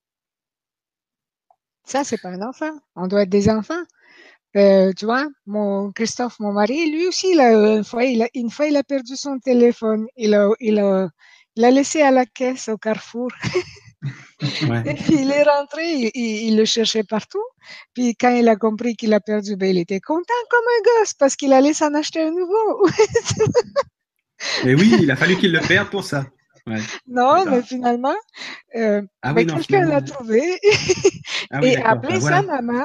Ça, c'est pas un enfant. On doit être des enfants. Tu vois, Christophe, mon mari, lui aussi, une fois, il a perdu son téléphone. Il l'a laissé à la caisse au Carrefour. Ouais. Et puis, il est rentré, il le cherchait partout. Puis, quand il a compris qu'il a perdu, il était content comme un gosse parce qu'il allait s'en acheter un nouveau. Mais oui, il a fallu qu'il le perde pour ça. Ouais. Non, mais finalement, quelqu'un l'a trouvé et appelé sa maman.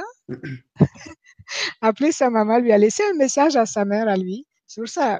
Sa maman lui a laissé un message à sa mère, à lui, sur sa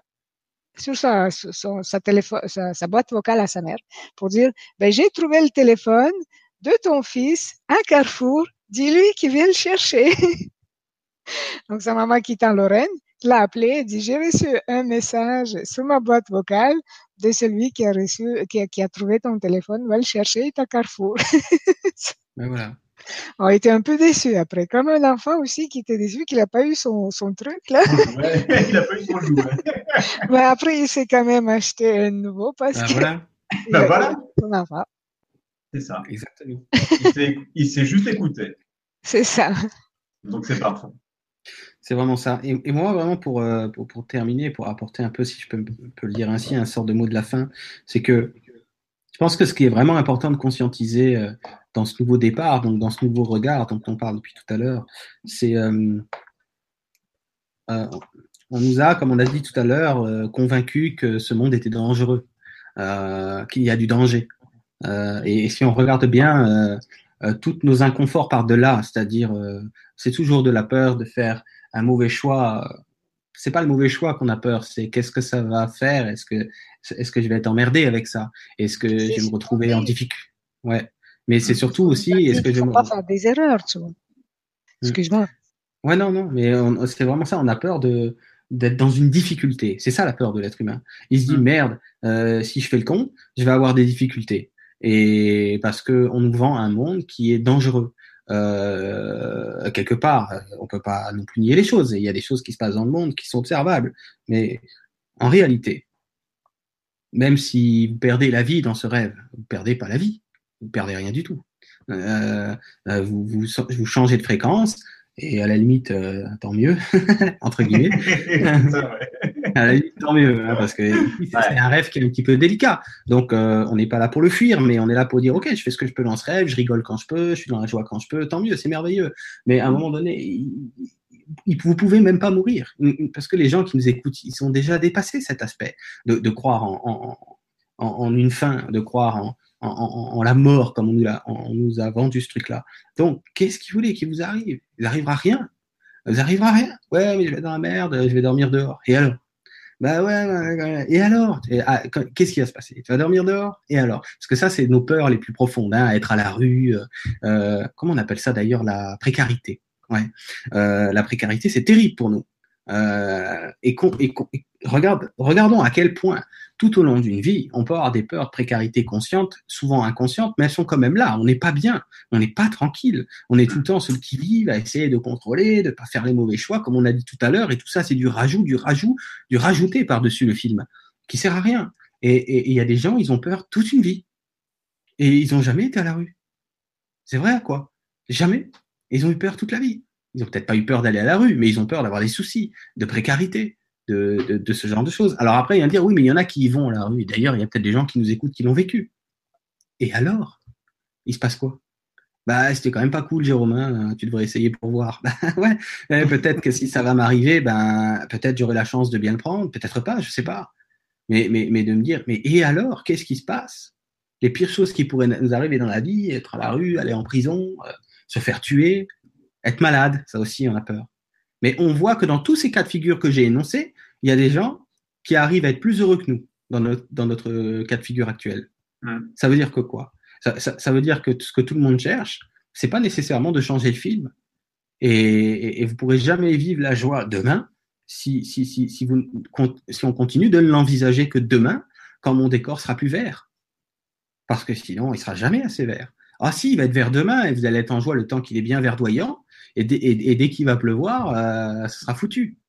boîte vocale à sa mère, pour dire, j'ai trouvé le téléphone de ton fils à Carrefour, dis-lui qu'il vient le chercher. Donc, sa maman qui est en Lorraine l'a appelé et dit, j'ai reçu un message sur ma boîte vocale de celui qui a trouvé ton téléphone, va le chercher à Carrefour. Ben voilà. On était un peu déçus après, comme un enfant aussi qui était déçu qu'il n'a pas eu son truc, là. Ouais, il n'a pas eu son jouet. Mais après, il s'est quand même acheté un nouveau parce que voilà. Son enfant. C'est ça. Exactement. Il s'est juste écouté. C'est ça. Donc, c'est parfait. C'est vraiment ça. Et moi, vraiment, pour terminer, pour apporter un peu, si je peux le dire ainsi, un sort de mot de la fin, c'est que je pense que ce qui est vraiment important de conscientiser dans ce nouveau départ, donc dans ce nouveau regard dont on parle depuis tout à l'heure, c'est on nous a, comme on a dit tout à l'heure, convaincus que ce monde était dangereux, qu'il y a du danger. Et si on regarde bien, tous nos inconforts par-delà, c'est-à-dire c'est toujours de la peur de faire un mauvais choix. C'est pas le mauvais choix qu'on a peur, c'est qu'est-ce que ça va faire, est-ce que je vais être emmerdé avec ça, est-ce que je vais me retrouver en difficulté, ouais, Mais c'est surtout aussi, est-ce que il faut pas faire des erreurs, tu vois. Excuse-moi. Ouais, non, mais c'est vraiment ça. On a peur d'être dans une difficulté. C'est ça la peur de l'être humain. Il se dit merde, si je fais le con, je vais avoir des difficultés. Et parce que on nous vend un monde qui est dangereux. Quelque part, on peut pas non plus nier les choses. Et il y a des choses qui se passent dans le monde qui sont observables. Mais en réalité, même si vous perdez la vie dans ce rêve, vous perdez pas la vie. Vous perdez rien du tout. Vous changez de fréquence. Et à la limite, tant mieux, entre guillemets. À la limite, tant mieux, hein, parce que c'est un rêve qui est un petit peu délicat. Donc, on n'est pas là pour le fuir, mais on est là pour dire, ok, je fais ce que je peux dans ce rêve, je rigole quand je peux, je suis dans la joie quand je peux, tant mieux, c'est merveilleux. Mais à un moment donné, vous pouvez même pas mourir, parce que les gens qui nous écoutent, ils ont déjà dépassé cet aspect de croire en une fin, de croire en la mort, comme on nous a vendu ce truc-là. Donc, qu'est-ce qu'il voulait qu'il vous arrive? Il n'arrivera rien. Vous arrivera rien. Ouais, mais je vais dans la merde, je vais dormir dehors. Et alors? Bah ouais, et alors? Qu'est-ce qui va se passer? Tu vas dormir dehors? Et alors? Parce que ça, c'est nos peurs les plus profondes, hein, être à la rue. Comment on appelle ça d'ailleurs? La précarité. Ouais. La précarité, c'est terrible pour nous. Regardons à quel point, tout au long d'une vie, on peut avoir des peurs de précarité conscientes, souvent inconscientes, mais elles sont quand même là. On n'est pas bien, on n'est pas tranquille. On est tout le temps sur le qui-vive à essayer de contrôler, de pas faire les mauvais choix, comme on a dit tout à l'heure. Et tout ça, c'est du rajouté par-dessus le film, qui sert à rien. Et il y a des gens, ils ont peur toute une vie. Et ils n'ont jamais été à la rue. C'est vrai, quoi. Jamais. Ils ont eu peur toute la vie. Ils n'ont peut-être pas eu peur d'aller à la rue, mais ils ont peur d'avoir des soucis, de précarité, de ce genre de choses. Alors après, il y a dire, oui, mais il y en a qui y vont à la rue. D'ailleurs, il y a peut-être des gens qui nous écoutent qui l'ont vécu. Et alors, il se passe quoi? Bah, c'était quand même pas cool, Jérôme, hein, tu devrais essayer pour voir. Ouais, peut-être que si ça va m'arriver, peut-être j'aurai la chance de bien le prendre, peut-être pas, je sais pas. Mais de me dire, mais et alors, qu'est-ce qui se passe? Les pires choses qui pourraient nous arriver dans la vie, être à la rue, aller en prison, se faire tuer, être malade, ça aussi, on a peur. Mais on voit que dans tous ces cas de figure que j'ai énoncés, il y a des gens qui arrivent à être plus heureux que nous dans notre cas de figure actuel. Ça veut dire que quoi? Ça veut dire que ce que tout le monde cherche, c'est pas nécessairement de changer le film. Et vous pourrez jamais vivre la joie demain si on continue de l'envisager que demain, quand mon décor sera plus vert. Parce que sinon, il sera jamais assez vert. Ah si, il va être vert demain et vous allez être en joie le temps qu'il est bien verdoyant. Et dès qu'il va pleuvoir, ce sera foutu.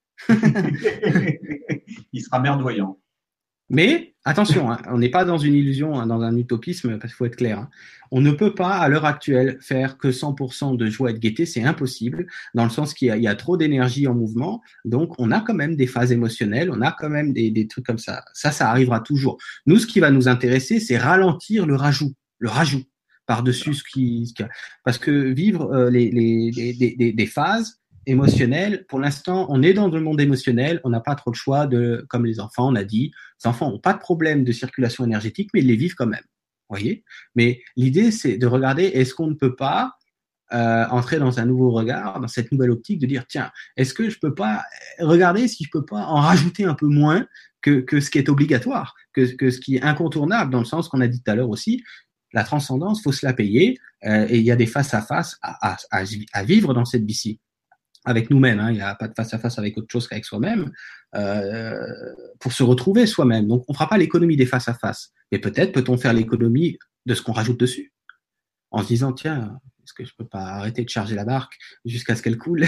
Il sera merdoyant. Mais attention, hein, on n'est pas dans une illusion, hein, dans un utopisme, parce qu'il faut être clair. Hein. On ne peut pas, à l'heure actuelle, faire que 100% de joie et de gaieté, c'est impossible, dans le sens qu'il y a trop d'énergie en mouvement, donc on a quand même des phases émotionnelles, on a quand même des trucs comme ça. Ça arrivera toujours. Nous, ce qui va nous intéresser, c'est ralentir le rajout par-dessus parce que vivre des phases émotionnelles, pour l'instant, on est dans le monde émotionnel, on n'a pas trop le choix comme les enfants, on a dit, les enfants n'ont pas de problème de circulation énergétique, mais ils les vivent quand même. Voyez? Mais l'idée, c'est de regarder, est-ce qu'on ne peut pas entrer dans un nouveau regard, dans cette nouvelle optique, de dire, tiens, est-ce que je peux pas regarder si je peux pas en rajouter un peu moins que ce qui est obligatoire, que ce qui est incontournable, dans le sens qu'on a dit tout à l'heure aussi, la transcendance, faut se la payer, et il y a des face-à-face à vivre dans cette vie-ci. Avec nous-mêmes, hein, il n'y a pas de face-à-face avec autre chose qu'avec soi-même, pour se retrouver soi-même. Donc, on ne fera pas l'économie des face-à-face, mais peut-être peut-on faire l'économie de ce qu'on rajoute dessus, en se disant, tiens, est-ce que je peux pas arrêter de charger la barque jusqu'à ce qu'elle coule?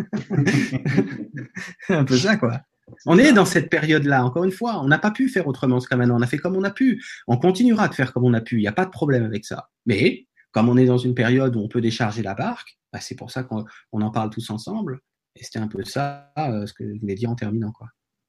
Un peu ça, quoi. On est dans cette période-là, encore une fois, on n'a pas pu faire autrement jusqu'à maintenant, on a fait comme on a pu, on continuera de faire comme on a pu, il n'y a pas de problème avec ça. Mais, comme on est dans une période où on peut décharger la barque, c'est pour ça qu'on en parle tous ensemble, et c'était un peu ça ce que je voulais dire en terminant, quoi.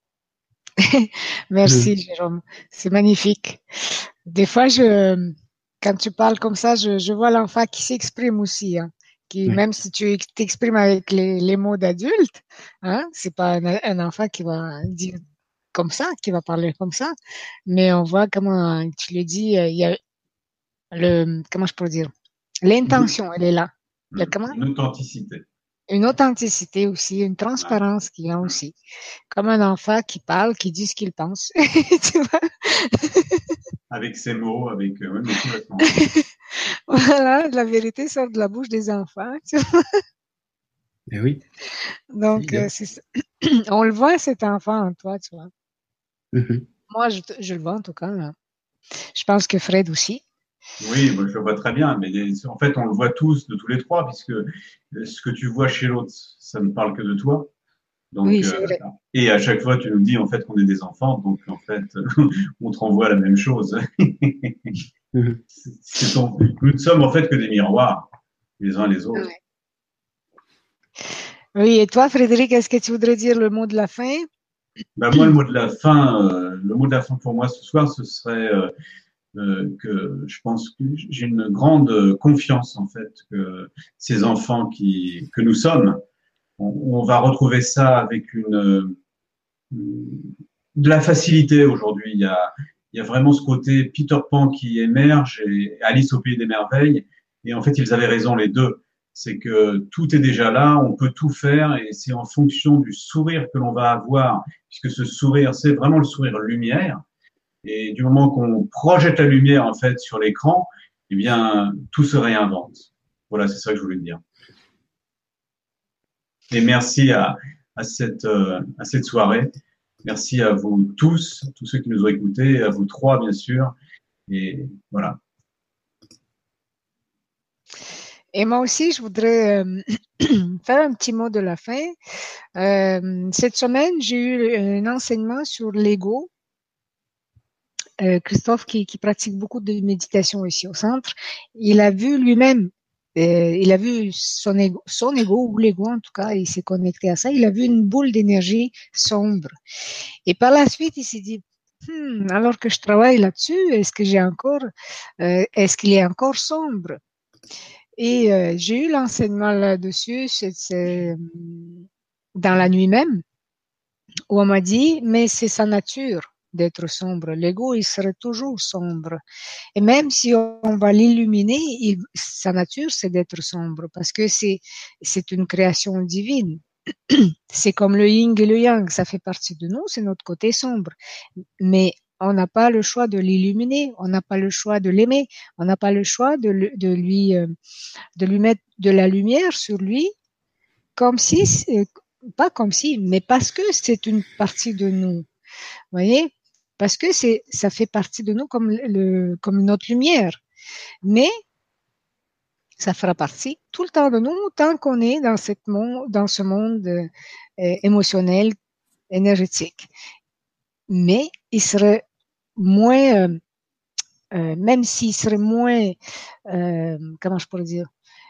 Merci, Jérôme, c'est magnifique. Des fois, quand tu parles comme ça, je vois l'enfant qui s'exprime aussi, hein. Même si tu t'exprimes avec les mots d'adulte, hein, c'est pas un enfant qui va dire comme ça, qui va parler comme ça, mais on voit comment tu le dis, il y a comment je peux dire, l'intention, elle est là. Il y a comment? Une authenticité. Une authenticité aussi, une transparence qu'il y a aussi. Comme un enfant qui parle, qui dit ce qu'il pense. Tu vois? avec ses mots, avec mais complètement. Voilà, la vérité sort de la bouche des enfants. Tu vois. Eh oui. Donc, on le voit, cet enfant en toi, tu vois. Mhm. Moi, je le vois en tout cas. Là. Je pense que Fred aussi. Oui, moi, je le vois très bien, mais en fait, on le voit tous, de tous les trois, puisque ce que tu vois chez l'autre, ça ne parle que de toi. Donc, Oui, c'est vrai. et à chaque fois, tu nous dis en fait qu'on est des enfants, donc en fait, on te renvoie la même chose. Mhm. Nous ne sommes en fait que des miroirs, les uns les autres. Ouais. Oui, et toi, Frédéric, est-ce que tu voudrais dire le mot de la fin? Ben, moi, le mot de la fin pour moi ce soir, ce serait que je pense que j'ai une grande confiance en fait que ces enfants que nous sommes, on va retrouver ça avec de la facilité aujourd'hui. Il y a vraiment ce côté Peter Pan qui émerge et Alice au pays des merveilles. Et en fait, ils avaient raison les deux. C'est que tout est déjà là, on peut tout faire et c'est en fonction du sourire que l'on va avoir, puisque ce sourire, c'est vraiment le sourire lumière. Et du moment qu'on projette la lumière en fait sur l'écran, eh bien, tout se réinvente. Voilà, c'est ça que je voulais dire. Et merci à cette soirée. Merci à vous tous ceux qui nous ont écoutés, à vous trois, bien sûr. Et voilà. Et moi aussi, je voudrais faire un petit mot de la fin. Cette semaine, j'ai eu un enseignement sur l'ego. Christophe, qui pratique beaucoup de méditation ici au centre, il a vu lui-même, il a vu son ego ou l'ego en tout cas, il s'est connecté à ça, il a vu une boule d'énergie sombre. Et par la suite, il s'est dit, alors que je travaille là-dessus, est-ce qu'il est encore sombre? Et j'ai eu l'enseignement là-dessus, c'est dans la nuit même, où on m'a dit, mais c'est sa nature d'être sombre. L'ego, il serait toujours sombre. Et même si on va l'illuminer, sa nature, c'est d'être sombre, parce que c'est une création divine. C'est comme le yin et le yang, ça fait partie de nous, c'est notre côté sombre. Mais on n'a pas le choix de l'illuminer, on n'a pas le choix de l'aimer, on n'a pas le choix de lui mettre de la lumière sur lui, comme si, pas comme si, mais parce que c'est une partie de nous. Vous voyez? Parce que ça fait partie de nous comme notre lumière. Mais ça fera partie tout le temps de nous tant qu'on est dans ce monde émotionnel, énergétique. Mais il serait moins, même s'il serait moins, comment je pourrais dire,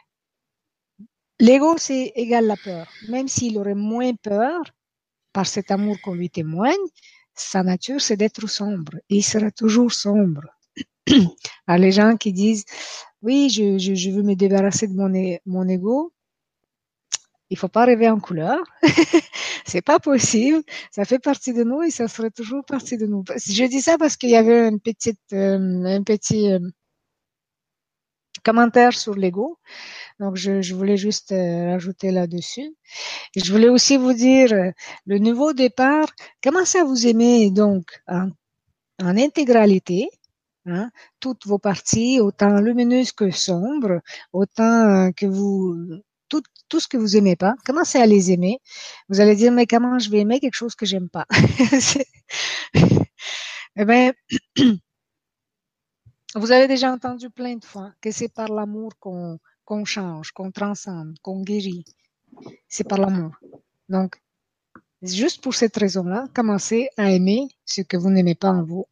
l'ego c'est égal la peur. Même s'il aurait moins peur par cet amour qu'on lui témoigne, sa nature c'est d'être sombre. Et il sera toujours sombre. Alors les gens qui disent oui, je veux me débarrasser de mon ego, il faut pas rêver en couleur. C'est pas possible. Ça fait partie de nous et ça serait toujours partie de nous. Je dis ça parce qu'il y avait un petit commentaire sur l'ego. Donc, je voulais juste rajouter là-dessus. Et je voulais aussi vous dire, le nouveau départ, commencez à vous aimer donc en intégralité. Hein, toutes vos parties, autant lumineuses que sombres, autant que tout ce que vous aimez pas, commencez à les aimer. Vous allez dire, mais comment je vais aimer quelque chose que j'aime pas? Eh ben, vous avez déjà entendu plein de fois que c'est par l'amour qu'on change, qu'on transcende, qu'on guérit. C'est par l'amour. Donc, juste pour cette raison-là, commencez à aimer ce que vous n'aimez pas en vous.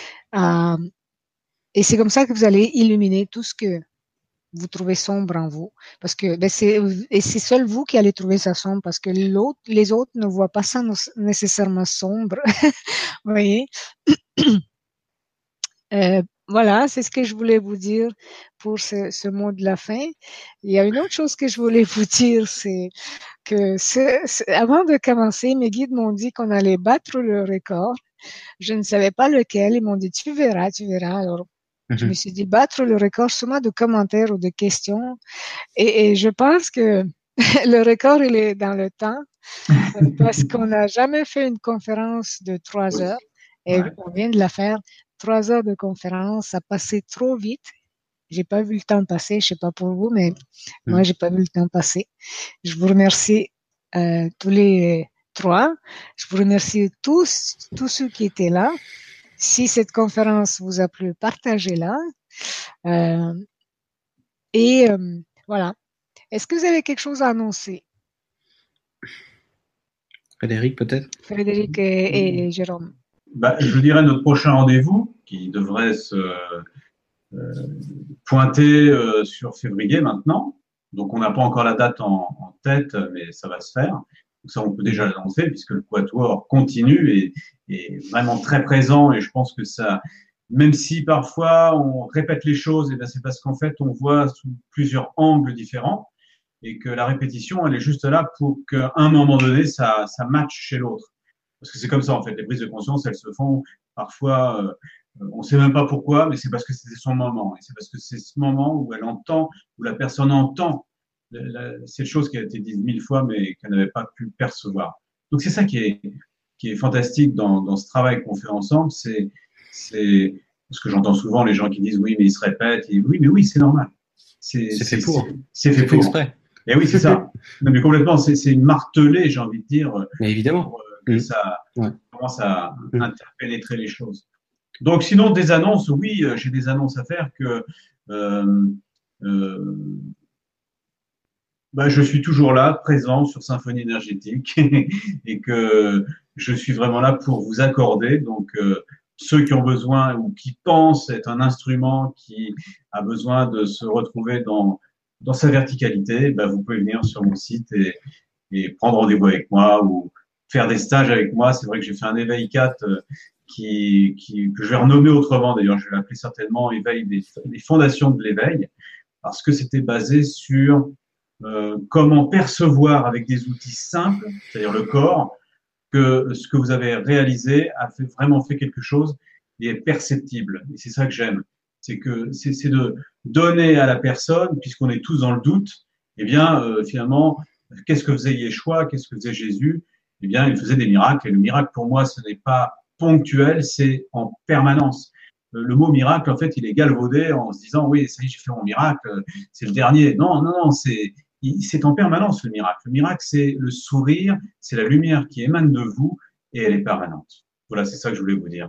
Et c'est comme ça que vous allez illuminer tout ce que vous trouvez sombre en vous. Parce que c'est seul vous qui allez trouver ça sombre, parce que les autres ne voient pas ça nécessairement sombre. Vous voyez? Voilà, c'est ce que je voulais vous dire pour ce mot de la fin. Il y a une autre chose que je voulais vous dire, c'est que avant de commencer, mes guides m'ont dit qu'on allait battre le record. Je ne savais pas lequel. Ils m'ont dit, tu verras, tu verras. Alors, je me suis dit, battre le record sûrement de commentaires ou de questions. Et je pense que le record, il est dans le temps parce qu'on n'a jamais fait une conférence de 3 heures et on vient de la faire 3 heures de conférence, ça passait trop vite. J'ai pas vu le temps passer. Je sais pas pour vous, mais moi, j'ai pas vu le temps passer. Je vous remercie tous les 3. Je vous remercie tous ceux qui étaient là. Si cette conférence vous a plu, partagez-la. Voilà. Est-ce que vous avez quelque chose à annoncer? Frédéric, peut-être? Frédéric et Jérôme. Je dirais notre prochain rendez-vous, qui devrait se pointer sur février maintenant. Donc, on n'a pas encore la date en tête, mais ça va se faire. Donc ça, on peut déjà l'annoncer, puisque le Quatuor continue et est vraiment très présent. Et je pense que ça, même si parfois on répète les choses, et bien c'est parce qu'en fait, on voit sous plusieurs angles différents et que la répétition, elle est juste là pour qu'à un moment donné, ça matche chez l'autre. Parce que c'est comme ça, en fait. Les prises de conscience, elles se font parfois, on ne sait même pas pourquoi, mais c'est parce que c'était son moment. Et c'est parce que c'est ce moment où elle entend, où la personne entend cette chose qui a été dite 1000 fois, mais qu'elle n'avait pas pu percevoir. Donc c'est ça qui est fantastique dans ce travail qu'on fait ensemble. C'est parce que j'entends souvent les gens qui disent oui, mais ils se répètent. Et oui, mais oui, c'est normal. C'est fait pour. C'est fait pour. Exprès. Et oui, c'est ça. Non, mais complètement, c'est une martelée, j'ai envie de dire. Mais évidemment. Pour que ça commence à interpénétrer les choses. Donc, sinon, des annonces, oui, j'ai des annonces à faire que je suis toujours là, présent sur Symphonie énergétique et que je suis vraiment là pour vous accorder. Donc, ceux qui ont besoin ou qui pensent être un instrument qui a besoin de se retrouver dans sa verticalité, vous pouvez venir sur mon site et prendre rendez-vous avec moi ou faire des stages avec moi. C'est vrai que j'ai fait un éveil 4 que je vais renommer autrement. D'ailleurs, je vais l'appeler certainement éveil des fondations de l'éveil parce que c'était basé sur comment percevoir avec des outils simples, c'est-à-dire le corps, que ce que vous avez réalisé a vraiment fait quelque chose et est perceptible. Et c'est ça que j'aime. C'est de donner à la personne, puisqu'on est tous dans le doute, finalement, qu'est-ce que faisait Yeshua, qu'est-ce que faisait Jésus? Eh bien, il faisait des miracles. Et le miracle, pour moi, ce n'est pas ponctuel, c'est en permanence. Le mot miracle, en fait, il est galvaudé en se disant, oui, ça y est, j'ai fait mon miracle, c'est le dernier. Non, c'est en permanence le miracle. Le miracle, c'est le sourire, c'est la lumière qui émane de vous et elle est permanente. Voilà, c'est ça que je voulais vous dire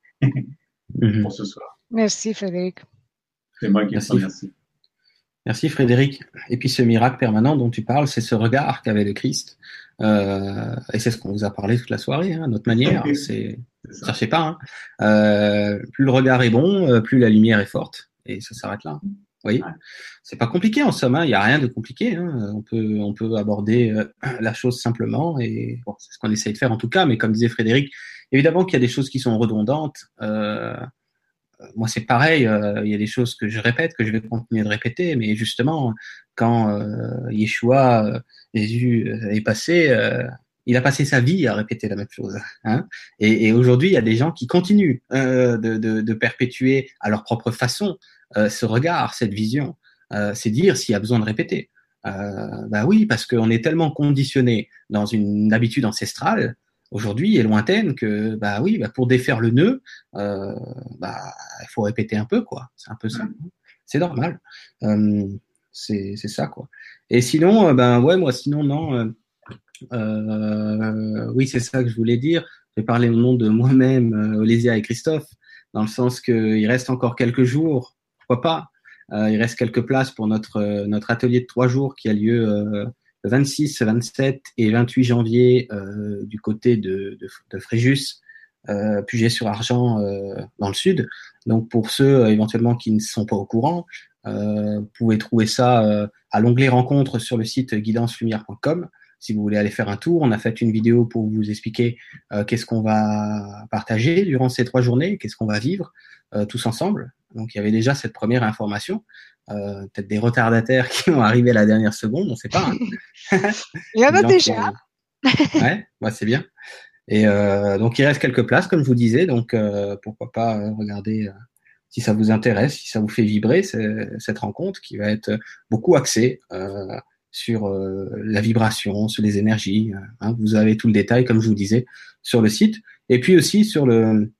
pour ce soir. Merci Frédéric. C'est moi qui te remercie. Merci Frédéric. Et puis ce miracle permanent dont tu parles, c'est ce regard qu'avait le Christ. Et c'est ce qu'on vous a parlé toute la soirée, notre manière. Cherchez pas. Plus le regard est bon, plus la lumière est forte. Et ça s'arrête là. Vous voyez, c'est pas compliqué en somme, il n'y a rien de compliqué. On peut aborder la chose simplement et bon, c'est ce qu'on essaye de faire en tout cas. Mais comme disait Frédéric, évidemment qu'il y a des choses qui sont redondantes. Moi, c'est pareil. Il y a des choses que je répète, que je vais continuer de répéter. Mais justement, quand Yeshua, Jésus est passé, il a passé sa vie à répéter la même chose. Et aujourd'hui, il y a des gens qui continuent de perpétuer à leur propre façon ce regard, cette vision. C'est dire s'il y a besoin de répéter. Oui, parce qu'on est tellement conditionné dans une habitude ancestrale aujourd'hui et lointaine que pour défaire le nœud, il faut répéter un peu, quoi. C'est un peu ça. C'est normal. C'est ça, quoi. Et sinon, moi sinon non. Oui, c'est ça que je voulais dire. Je vais parler au nom de moi-même, Olésia et Christophe, dans le sens qu'il reste encore quelques jours, pourquoi pas. Il reste quelques places pour notre atelier de 3 jours qui a lieu le 26, 27 et 28 janvier du côté de Fréjus, Puget-sur-Argent dans le sud. Donc pour ceux éventuellement qui ne sont pas au courant, vous pouvez trouver ça à l'onglet rencontres sur le site guidancelumière.com. Si vous voulez aller faire un tour, on a fait une vidéo pour vous expliquer qu'est-ce qu'on va partager durant ces 3 journées, qu'est-ce qu'on va vivre tous ensemble. Donc il y avait déjà cette première information. Peut-être des retardataires qui vont arriver à la dernière seconde, on ne sait pas. Il y en a déjà. Ouais, c'est bien. Et donc il reste quelques places, comme je vous disais. Donc pourquoi pas regarder si ça vous intéresse, si ça vous fait vibrer cette rencontre qui va être beaucoup axée sur la vibration, sur les énergies. Vous avez tout le détail, comme je vous disais, sur le site. Et puis aussi sur le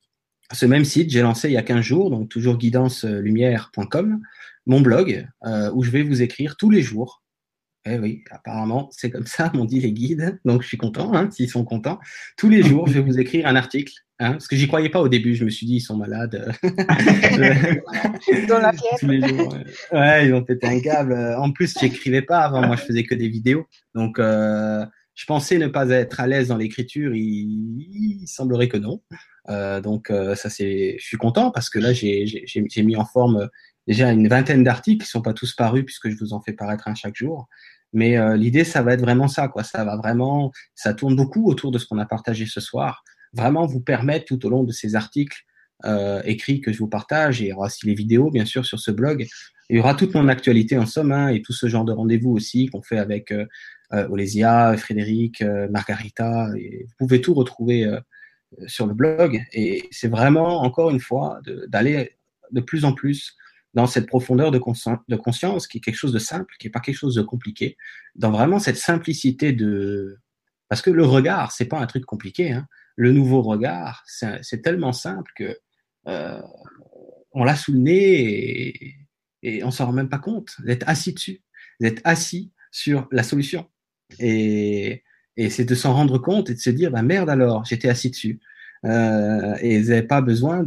ce même site, j'ai lancé il y a 15 jours, donc toujours guidancelumière.com, mon blog, où je vais vous écrire tous les jours. Eh oui, apparemment, c'est comme ça, m'ont dit les guides. Donc, je suis content, hein, s'ils sont contents. Tous les jours, je vais vous écrire un article, hein, parce que j'y croyais pas au début. Je me suis dit, ils sont malades. Dans la pièce. Tous les jours. Ouais, ils ont pété un câble. En plus, j'écrivais pas avant. Moi, je faisais que des vidéos. Donc, je pensais ne pas être à l'aise dans l'écriture. Il semblerait que non. Ça, je suis content parce que là, j'ai mis en forme déjà une vingtaine d'articles qui sont pas tous parus puisque je vous en fais paraître un chaque jour. Mais l'idée, ça va être vraiment ça, quoi. Ça tourne beaucoup autour de ce qu'on a partagé ce soir. Vraiment vous permettre tout au long de ces articles écrits que je vous partage, et il y aura aussi les vidéos, bien sûr, sur ce blog. Il y aura toute mon actualité en somme, hein, et tout ce genre de rendez-vous aussi qu'on fait avec Olésia, Frédéric, Margarita. Et vous pouvez tout retrouver sur le blog. Et c'est vraiment, encore une fois, d'aller de plus en plus dans cette profondeur de conscience, qui est quelque chose de simple, qui n'est pas quelque chose de compliqué, dans vraiment cette simplicité de... Parce que le regard, c'est pas un truc compliqué, hein. Le nouveau regard, c'est tellement simple que on l'a sous le nez et on s'en rend même pas compte. Vous êtes assis dessus, vous êtes assis sur la solution. Et c'est de s'en rendre compte et de se dire, bah merde alors, j'étais assis dessus. Et vous n'avez pas besoin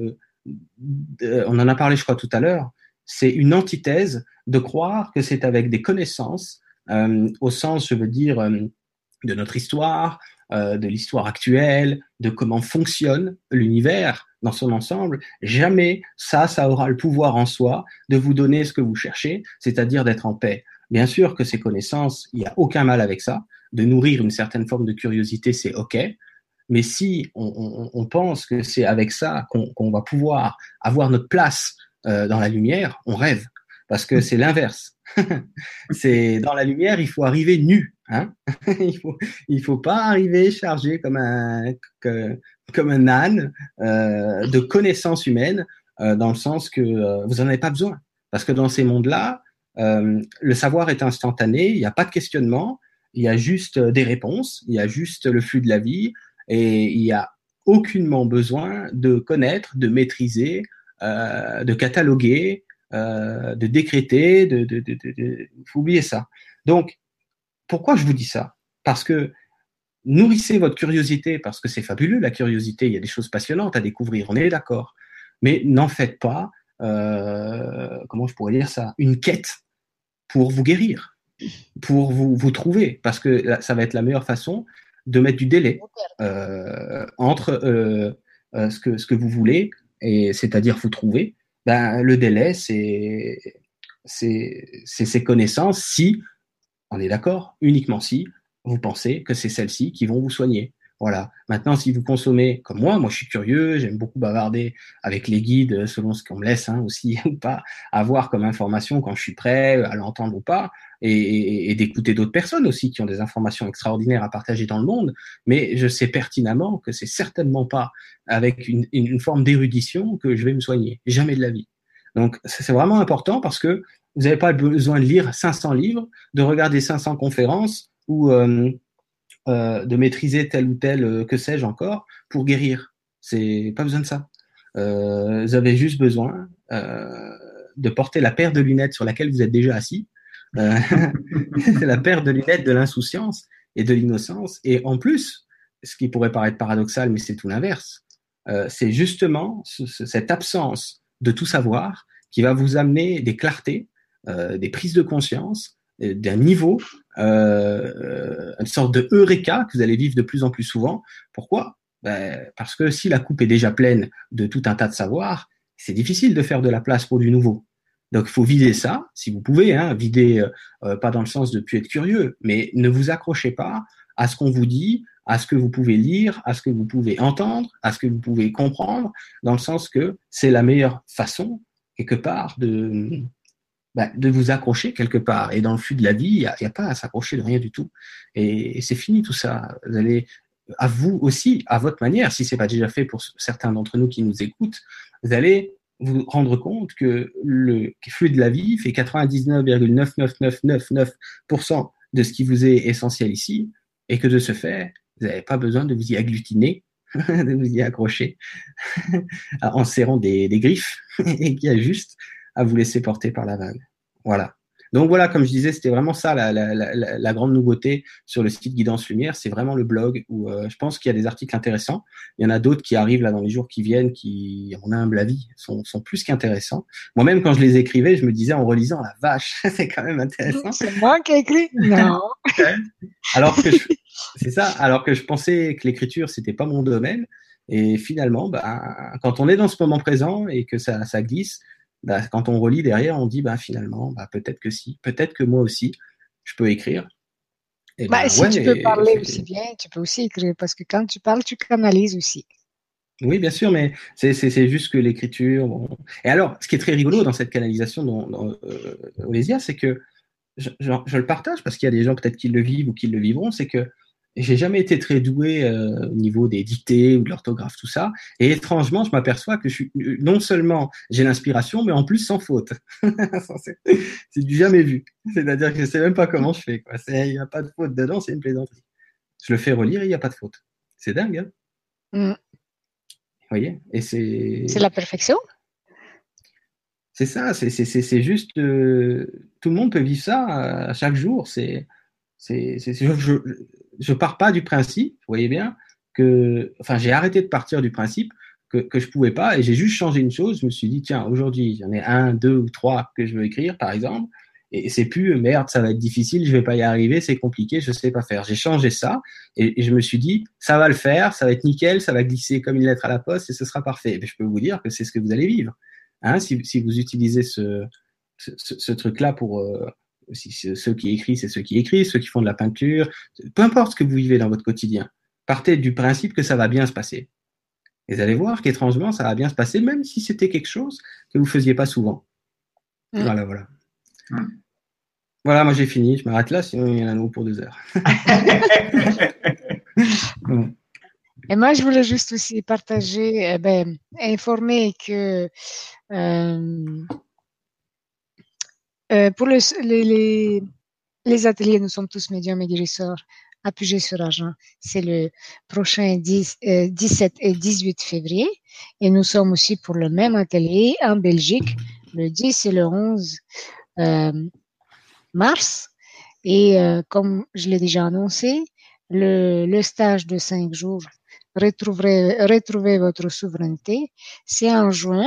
on en a parlé, je crois, tout à l'heure. C'est une antithèse de croire que c'est avec des connaissances, au sens, je veux dire, de notre histoire, de l'histoire actuelle, de comment fonctionne l'univers dans son ensemble. Jamais ça aura le pouvoir en soi de vous donner ce que vous cherchez, c'est-à-dire d'être en paix. Bien sûr que ces connaissances, il n'y a aucun mal avec ça. De nourrir une certaine forme de curiosité, c'est OK. Mais si on pense que c'est avec ça qu'on va pouvoir avoir notre place dans la lumière, on rêve. Parce que c'est l'inverse. C'est dans la lumière, il faut arriver nu. Hein. il faut pas arriver chargé comme un âne de connaissances humaines, dans le sens que vous en avez pas besoin. Parce que dans ces mondes-là, le savoir est instantané, il n'y a pas de questionnement, il y a juste des réponses, il y a juste le flux de la vie, et il n'y a aucunement besoin de connaître, de maîtriser, de cataloguer, de décréter, faut oublier ça. Donc, pourquoi je vous dis ça? Parce que nourrissez votre curiosité, parce que c'est fabuleux la curiosité, il y a des choses passionnantes à découvrir, on est d'accord. Mais n'en faites pas, comment je pourrais dire ça, une quête pour vous guérir, pour vous trouver, parce que ça va être la meilleure façon de mettre du délai entre ce que vous voulez, et c'est-à-dire vous trouver. Ben, le délai, c'est ces connaissances, si, on est d'accord, uniquement si vous pensez que c'est celles-ci qui vont vous soigner. Voilà. Maintenant, si vous consommez comme moi je suis curieux, j'aime beaucoup bavarder avec les guides selon ce qu'on me laisse, hein, aussi ou pas, avoir comme information quand je suis prêt à l'entendre ou pas, et d'écouter d'autres personnes aussi qui ont des informations extraordinaires à partager dans le monde. Mais je sais pertinemment que c'est certainement pas avec une forme d'érudition que je vais me soigner. Jamais de la vie. Donc, c'est vraiment important parce que vous n'avez pas besoin de lire 500 livres, de regarder 500 conférences ou de maîtriser tel ou tel, que sais-je encore, pour guérir. C'est pas besoin de ça. Vous avez juste besoin de porter la paire de lunettes sur laquelle vous êtes déjà assis. C'est la paire de lunettes de l'insouciance et de l'innocence. Et en plus, ce qui pourrait paraître paradoxal, mais c'est tout l'inverse, c'est justement cette absence de tout savoir qui va vous amener des clartés, des prises de conscience, d'un niveau, une sorte de eureka que vous allez vivre de plus en plus souvent. Pourquoi? Parce que si la coupe est déjà pleine de tout un tas de savoirs, c'est difficile de faire de la place pour du nouveau. Donc, il faut vider ça, si vous pouvez, hein, vider, pas dans le sens de plus être curieux, mais ne vous accrochez pas à ce qu'on vous dit, à ce que vous pouvez lire, à ce que vous pouvez entendre, à ce que vous pouvez comprendre, dans le sens que c'est la meilleure façon, quelque part, de vous accrocher quelque part. Et dans le flux de la vie, il n'y a pas à s'accrocher de rien du tout. Et c'est fini tout ça. Vous allez, à vous aussi, à votre manière, si c'est pas déjà fait pour certains d'entre nous qui nous écoutent, vous allez vous rendre compte que le flux de la vie fait 99,99999% de ce qui vous est essentiel ici, et que de ce fait, vous n'avez pas besoin de vous y agglutiner de vous y accrocher en serrant des griffes et qu'il y a juste à vous laisser porter par la vague. Voilà. Donc voilà, comme je disais, c'était vraiment ça la grande nouveauté sur le site Guidance Lumière, c'est vraiment le blog où je pense qu'il y a des articles intéressants. Il y en a d'autres qui arrivent là dans les jours qui viennent, qui, à mon humble avis, sont plus qu'intéressants. Moi-même, quand je les écrivais, je me disais en relisant, la vache, c'est quand même intéressant. C'est moi qui ai écrit? Non. Alors que c'est ça, alors que je pensais que l'écriture, c'était pas mon domaine. Et finalement, quand on est dans ce moment présent et que ça glisse, quand on relit derrière, on dit finalement, peut-être que si, peut-être que moi aussi, je peux écrire. Et si tu peux parler aussi bien, tu peux aussi écrire, parce que quand tu parles, tu canalises aussi. Oui, bien sûr, mais c'est juste que l'écriture. Bon. Et alors, ce qui est très rigolo dans cette canalisation Olésia, c'est que je le partage parce qu'il y a des gens peut-être qui le vivent ou qui le vivront, c'est que j'ai jamais été très doué au niveau des dictées ou de l'orthographe, tout ça. Et étrangement, je m'aperçois que non seulement j'ai l'inspiration, mais en plus sans faute. C'est du jamais vu. C'est-à-dire que je sais même pas comment je fais. Il n'y a pas de faute dedans, c'est une plaisanterie. Je le fais relire et il n'y a pas de faute. C'est dingue, hein? Vous voyez? Et c'est la perfection. C'est ça, c'est juste tout le monde peut vivre ça à chaque jour. Je pars pas du principe, vous voyez bien, j'ai arrêté de partir du principe que je pouvais pas et j'ai juste changé une chose. Je me suis dit, tiens, aujourd'hui, j'en ai 1, 2 ou 3 que je veux écrire, par exemple, et c'est plus merde, ça va être difficile, je vais pas y arriver, c'est compliqué, je sais pas faire. J'ai changé ça et je me suis dit, ça va le faire, ça va être nickel, ça va glisser comme une lettre à la poste et ce sera parfait. Mais je peux vous dire que c'est ce que vous allez vivre. Hein, si vous utilisez ce truc-là pour ceux qui écrivent, c'est ceux qui écrivent, ceux qui font de la peinture, peu importe ce que vous vivez dans votre quotidien, partez du principe que ça va bien se passer. Et vous allez voir qu'étrangement, ça va bien se passer, même si c'était quelque chose que vous ne faisiez pas souvent. Voilà. Voilà, moi j'ai fini, je m'arrête là, sinon il y en a nous pour 2 heures. Et moi, je voulais juste aussi partager, informer que pour les ateliers, nous sommes tous médiums et guérisseurs à Puget-sur-Argent. C'est le prochain 17 et 18 février. Et nous sommes aussi pour le même atelier en Belgique, le 10 et le 11 mars. Et comme je l'ai déjà annoncé, le stage de 5 jours, retrouver votre souveraineté, c'est en juin,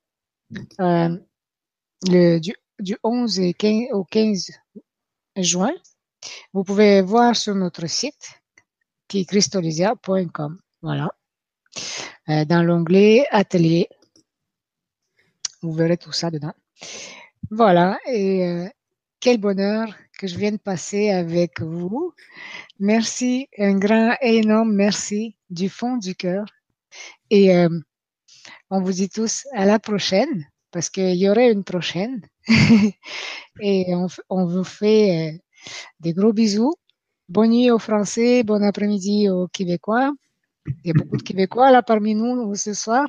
du 11 au 15 juin. Vous pouvez voir sur notre site qui est christolysia.com. Voilà. Dans l'onglet Atelier, vous verrez tout ça dedans. Voilà. Et quel bonheur que je viens de passer avec vous. Merci, un grand et énorme merci du fond du cœur. Et on vous dit tous à la prochaine, parce qu'il y aurait une prochaine. Et on vous fait des gros bisous. Bonne nuit aux Français, bon après-midi aux Québécois. Il y a beaucoup de Québécois là parmi nous ce soir.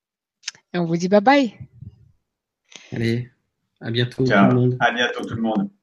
Et on vous dit bye bye. Allez, à bientôt Ciao. tout le monde. À bientôt tout le monde.